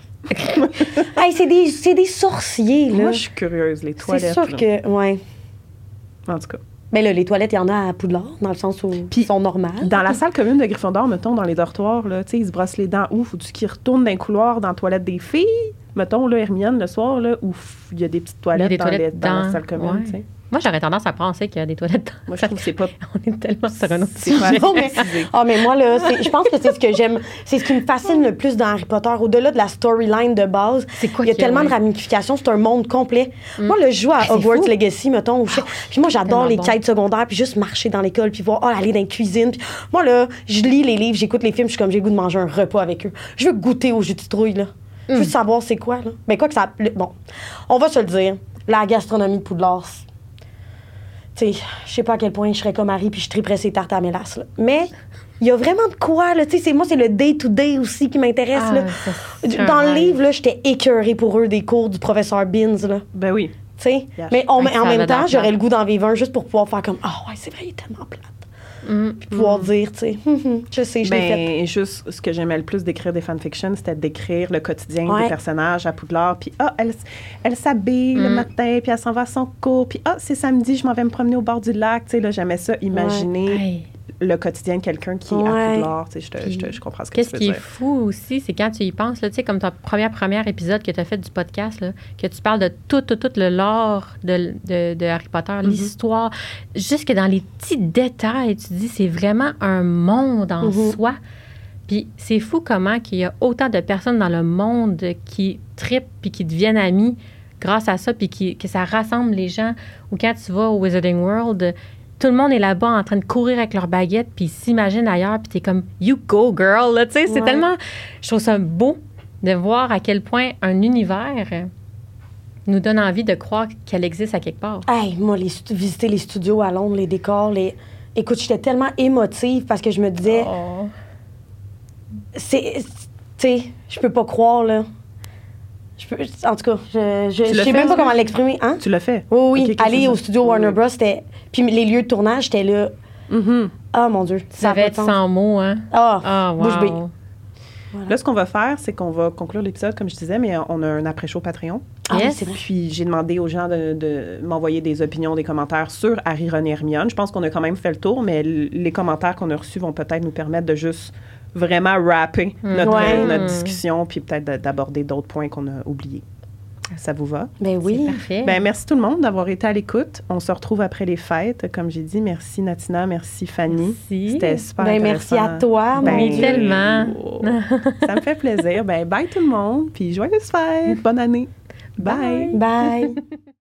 Hey, c'est des, c'est des sorciers, là. Moi, je suis curieuse, les toilettes. C'est sûr là. que, ouais. En tout cas. Mais là, les toilettes, il y en a à Poudlard, dans le sens où Puis, ils sont normales. Dans la salle commune de Gryffondor, mettons, dans les dortoirs, là, tu sais, ils se brossent les dents où? Faut-tu qu'ils retournent dans les couloirs dans la toilette des filles? Mettons, là, Hermione, le soir, là, où il y a des petites toilettes, des dans, toilettes les, dans dans, la salle commune, ouais. tu sais. Moi, j'aurais tendance à penser qu'il y a des toilettes. Moi, je trouve que c'est pas... On est tellement sur un autre C'est pas non, mais, ah, mais moi, là, c'est, je pense que c'est ce que j'aime. C'est ce qui me fascine le plus dans Harry Potter. Au-delà de la storyline de base, c'est quoi il y a tellement a, de ramifications. C'est un monde complet. Mm. Moi, là, je joue à ah, Hogwarts fou. Legacy, mettons. Où je, puis moi, j'adore les bon. quêtes secondaires, puis juste marcher dans l'école, puis voir, oh, aller dans la cuisine. Puis moi, là, je lis les livres, j'écoute les films, je suis comme, j'ai le goût de manger un repas avec eux. Je veux goûter au jus de citrouille, là. Je veux mm. savoir c'est quoi, là. Mais quoi que ça... Bon, on va se le dire. La gastronomie de Poudlard... Tu sais, je sais pas à quel point je serais comme Harry puis je triperais ses tartes à mélasse, là. Mais il y a vraiment de quoi, là. Tu sais, moi, c'est le day-to-day aussi qui m'intéresse, ah, là. Dans le livre, là, j'étais écœurée pour eux des cours du professeur Binns, là. Ben oui. Tu sais, mais on, en même temps, j'aurais le goût d'en vivre un juste pour pouvoir faire comme « Ah oh, ouais, c'est vrai, il est tellement plate. » Mm, puis pouvoir mm. dire, tu sais, je sais, je l'ai ben, fait. Juste, ce que j'aimais le plus d'écrire des fanfictions, c'était d'écrire le quotidien ouais. des personnages à Poudlard. Puis, ah, elle, elle s'habille mm. le matin, puis elle s'en va à son cours. Puis, ah, c'est samedi, je m'en vais me promener au bord du lac. Tu sais, là, j'aimais ça, imaginer ouais. le quotidien de quelqu'un qui ouais. est à Poudlard. Tu sais, je, te, je, te, je comprends ce que tu veux dire. Qu'est-ce qui est fou aussi, c'est quand tu y penses, tu sais, comme ton premier, premier épisode que tu as fait du podcast, là, que tu parles de tout, tout, tout le lore de, de, de Harry Potter, mm-hmm. l'histoire, jusque dans les petits détails, tu dis, c'est vraiment un monde en mm-hmm. soi. Puis c'est fou comment qu'il y a autant de personnes dans le monde qui trippent puis qui deviennent amis grâce à ça, puis qui, que ça rassemble les gens. Ou quand tu vas au Wizarding World, tout le monde est là-bas en train de courir avec leur baguette, puis ils s'imaginent ailleurs, puis t'es comme « You go, girl! » Tu sais, c'est ouais. tellement... Je trouve ça beau de voir à quel point un univers nous donne envie de croire qu'elle existe à quelque part. Hey, moi, les, visiter les studios à Londres, les décors, les... Écoute, j'étais tellement émotive parce que je me disais... Oh. C'est... Tu sais, je peux pas croire, là. Je peux, en tout cas, je, je, je sais même pas comment l'exprimer. Hein? Tu l'as fait? Oui, oui. Okay, aller au studio Warner Bros, c'était... Puis les lieux de tournage, j'étais là. Mm-hmm. Ah, mon Dieu. Ça va être sans mots, hein? Ah, oh, bouche bée. Voilà. Là, ce qu'on va faire, c'est qu'on va conclure l'épisode, comme je disais, mais on a un après-show Patreon. Ah, yes. C'est vrai. Puis j'ai demandé aux gens de, de m'envoyer des opinions, des commentaires sur Harry, Ron et Hermione. Je pense qu'on a quand même fait le tour, mais l- les commentaires qu'on a reçus vont peut-être nous permettre de juste vraiment rapper notre, ouais. notre discussion, puis peut-être d'aborder d'autres points qu'on a oubliés. Ça vous va? Ben oui. C'est parfait. Ben merci tout le monde d'avoir été à l'écoute. On se retrouve après les fêtes. Comme j'ai dit, merci Natina, merci Fanny. Merci. C'était super ben, intéressant. Merci à toi. Ben, oui, tellement. Oh, ça me fait plaisir. Ben bye tout le monde. Puis joyeuses fêtes. Bonne année. Bye. Bye. Bye.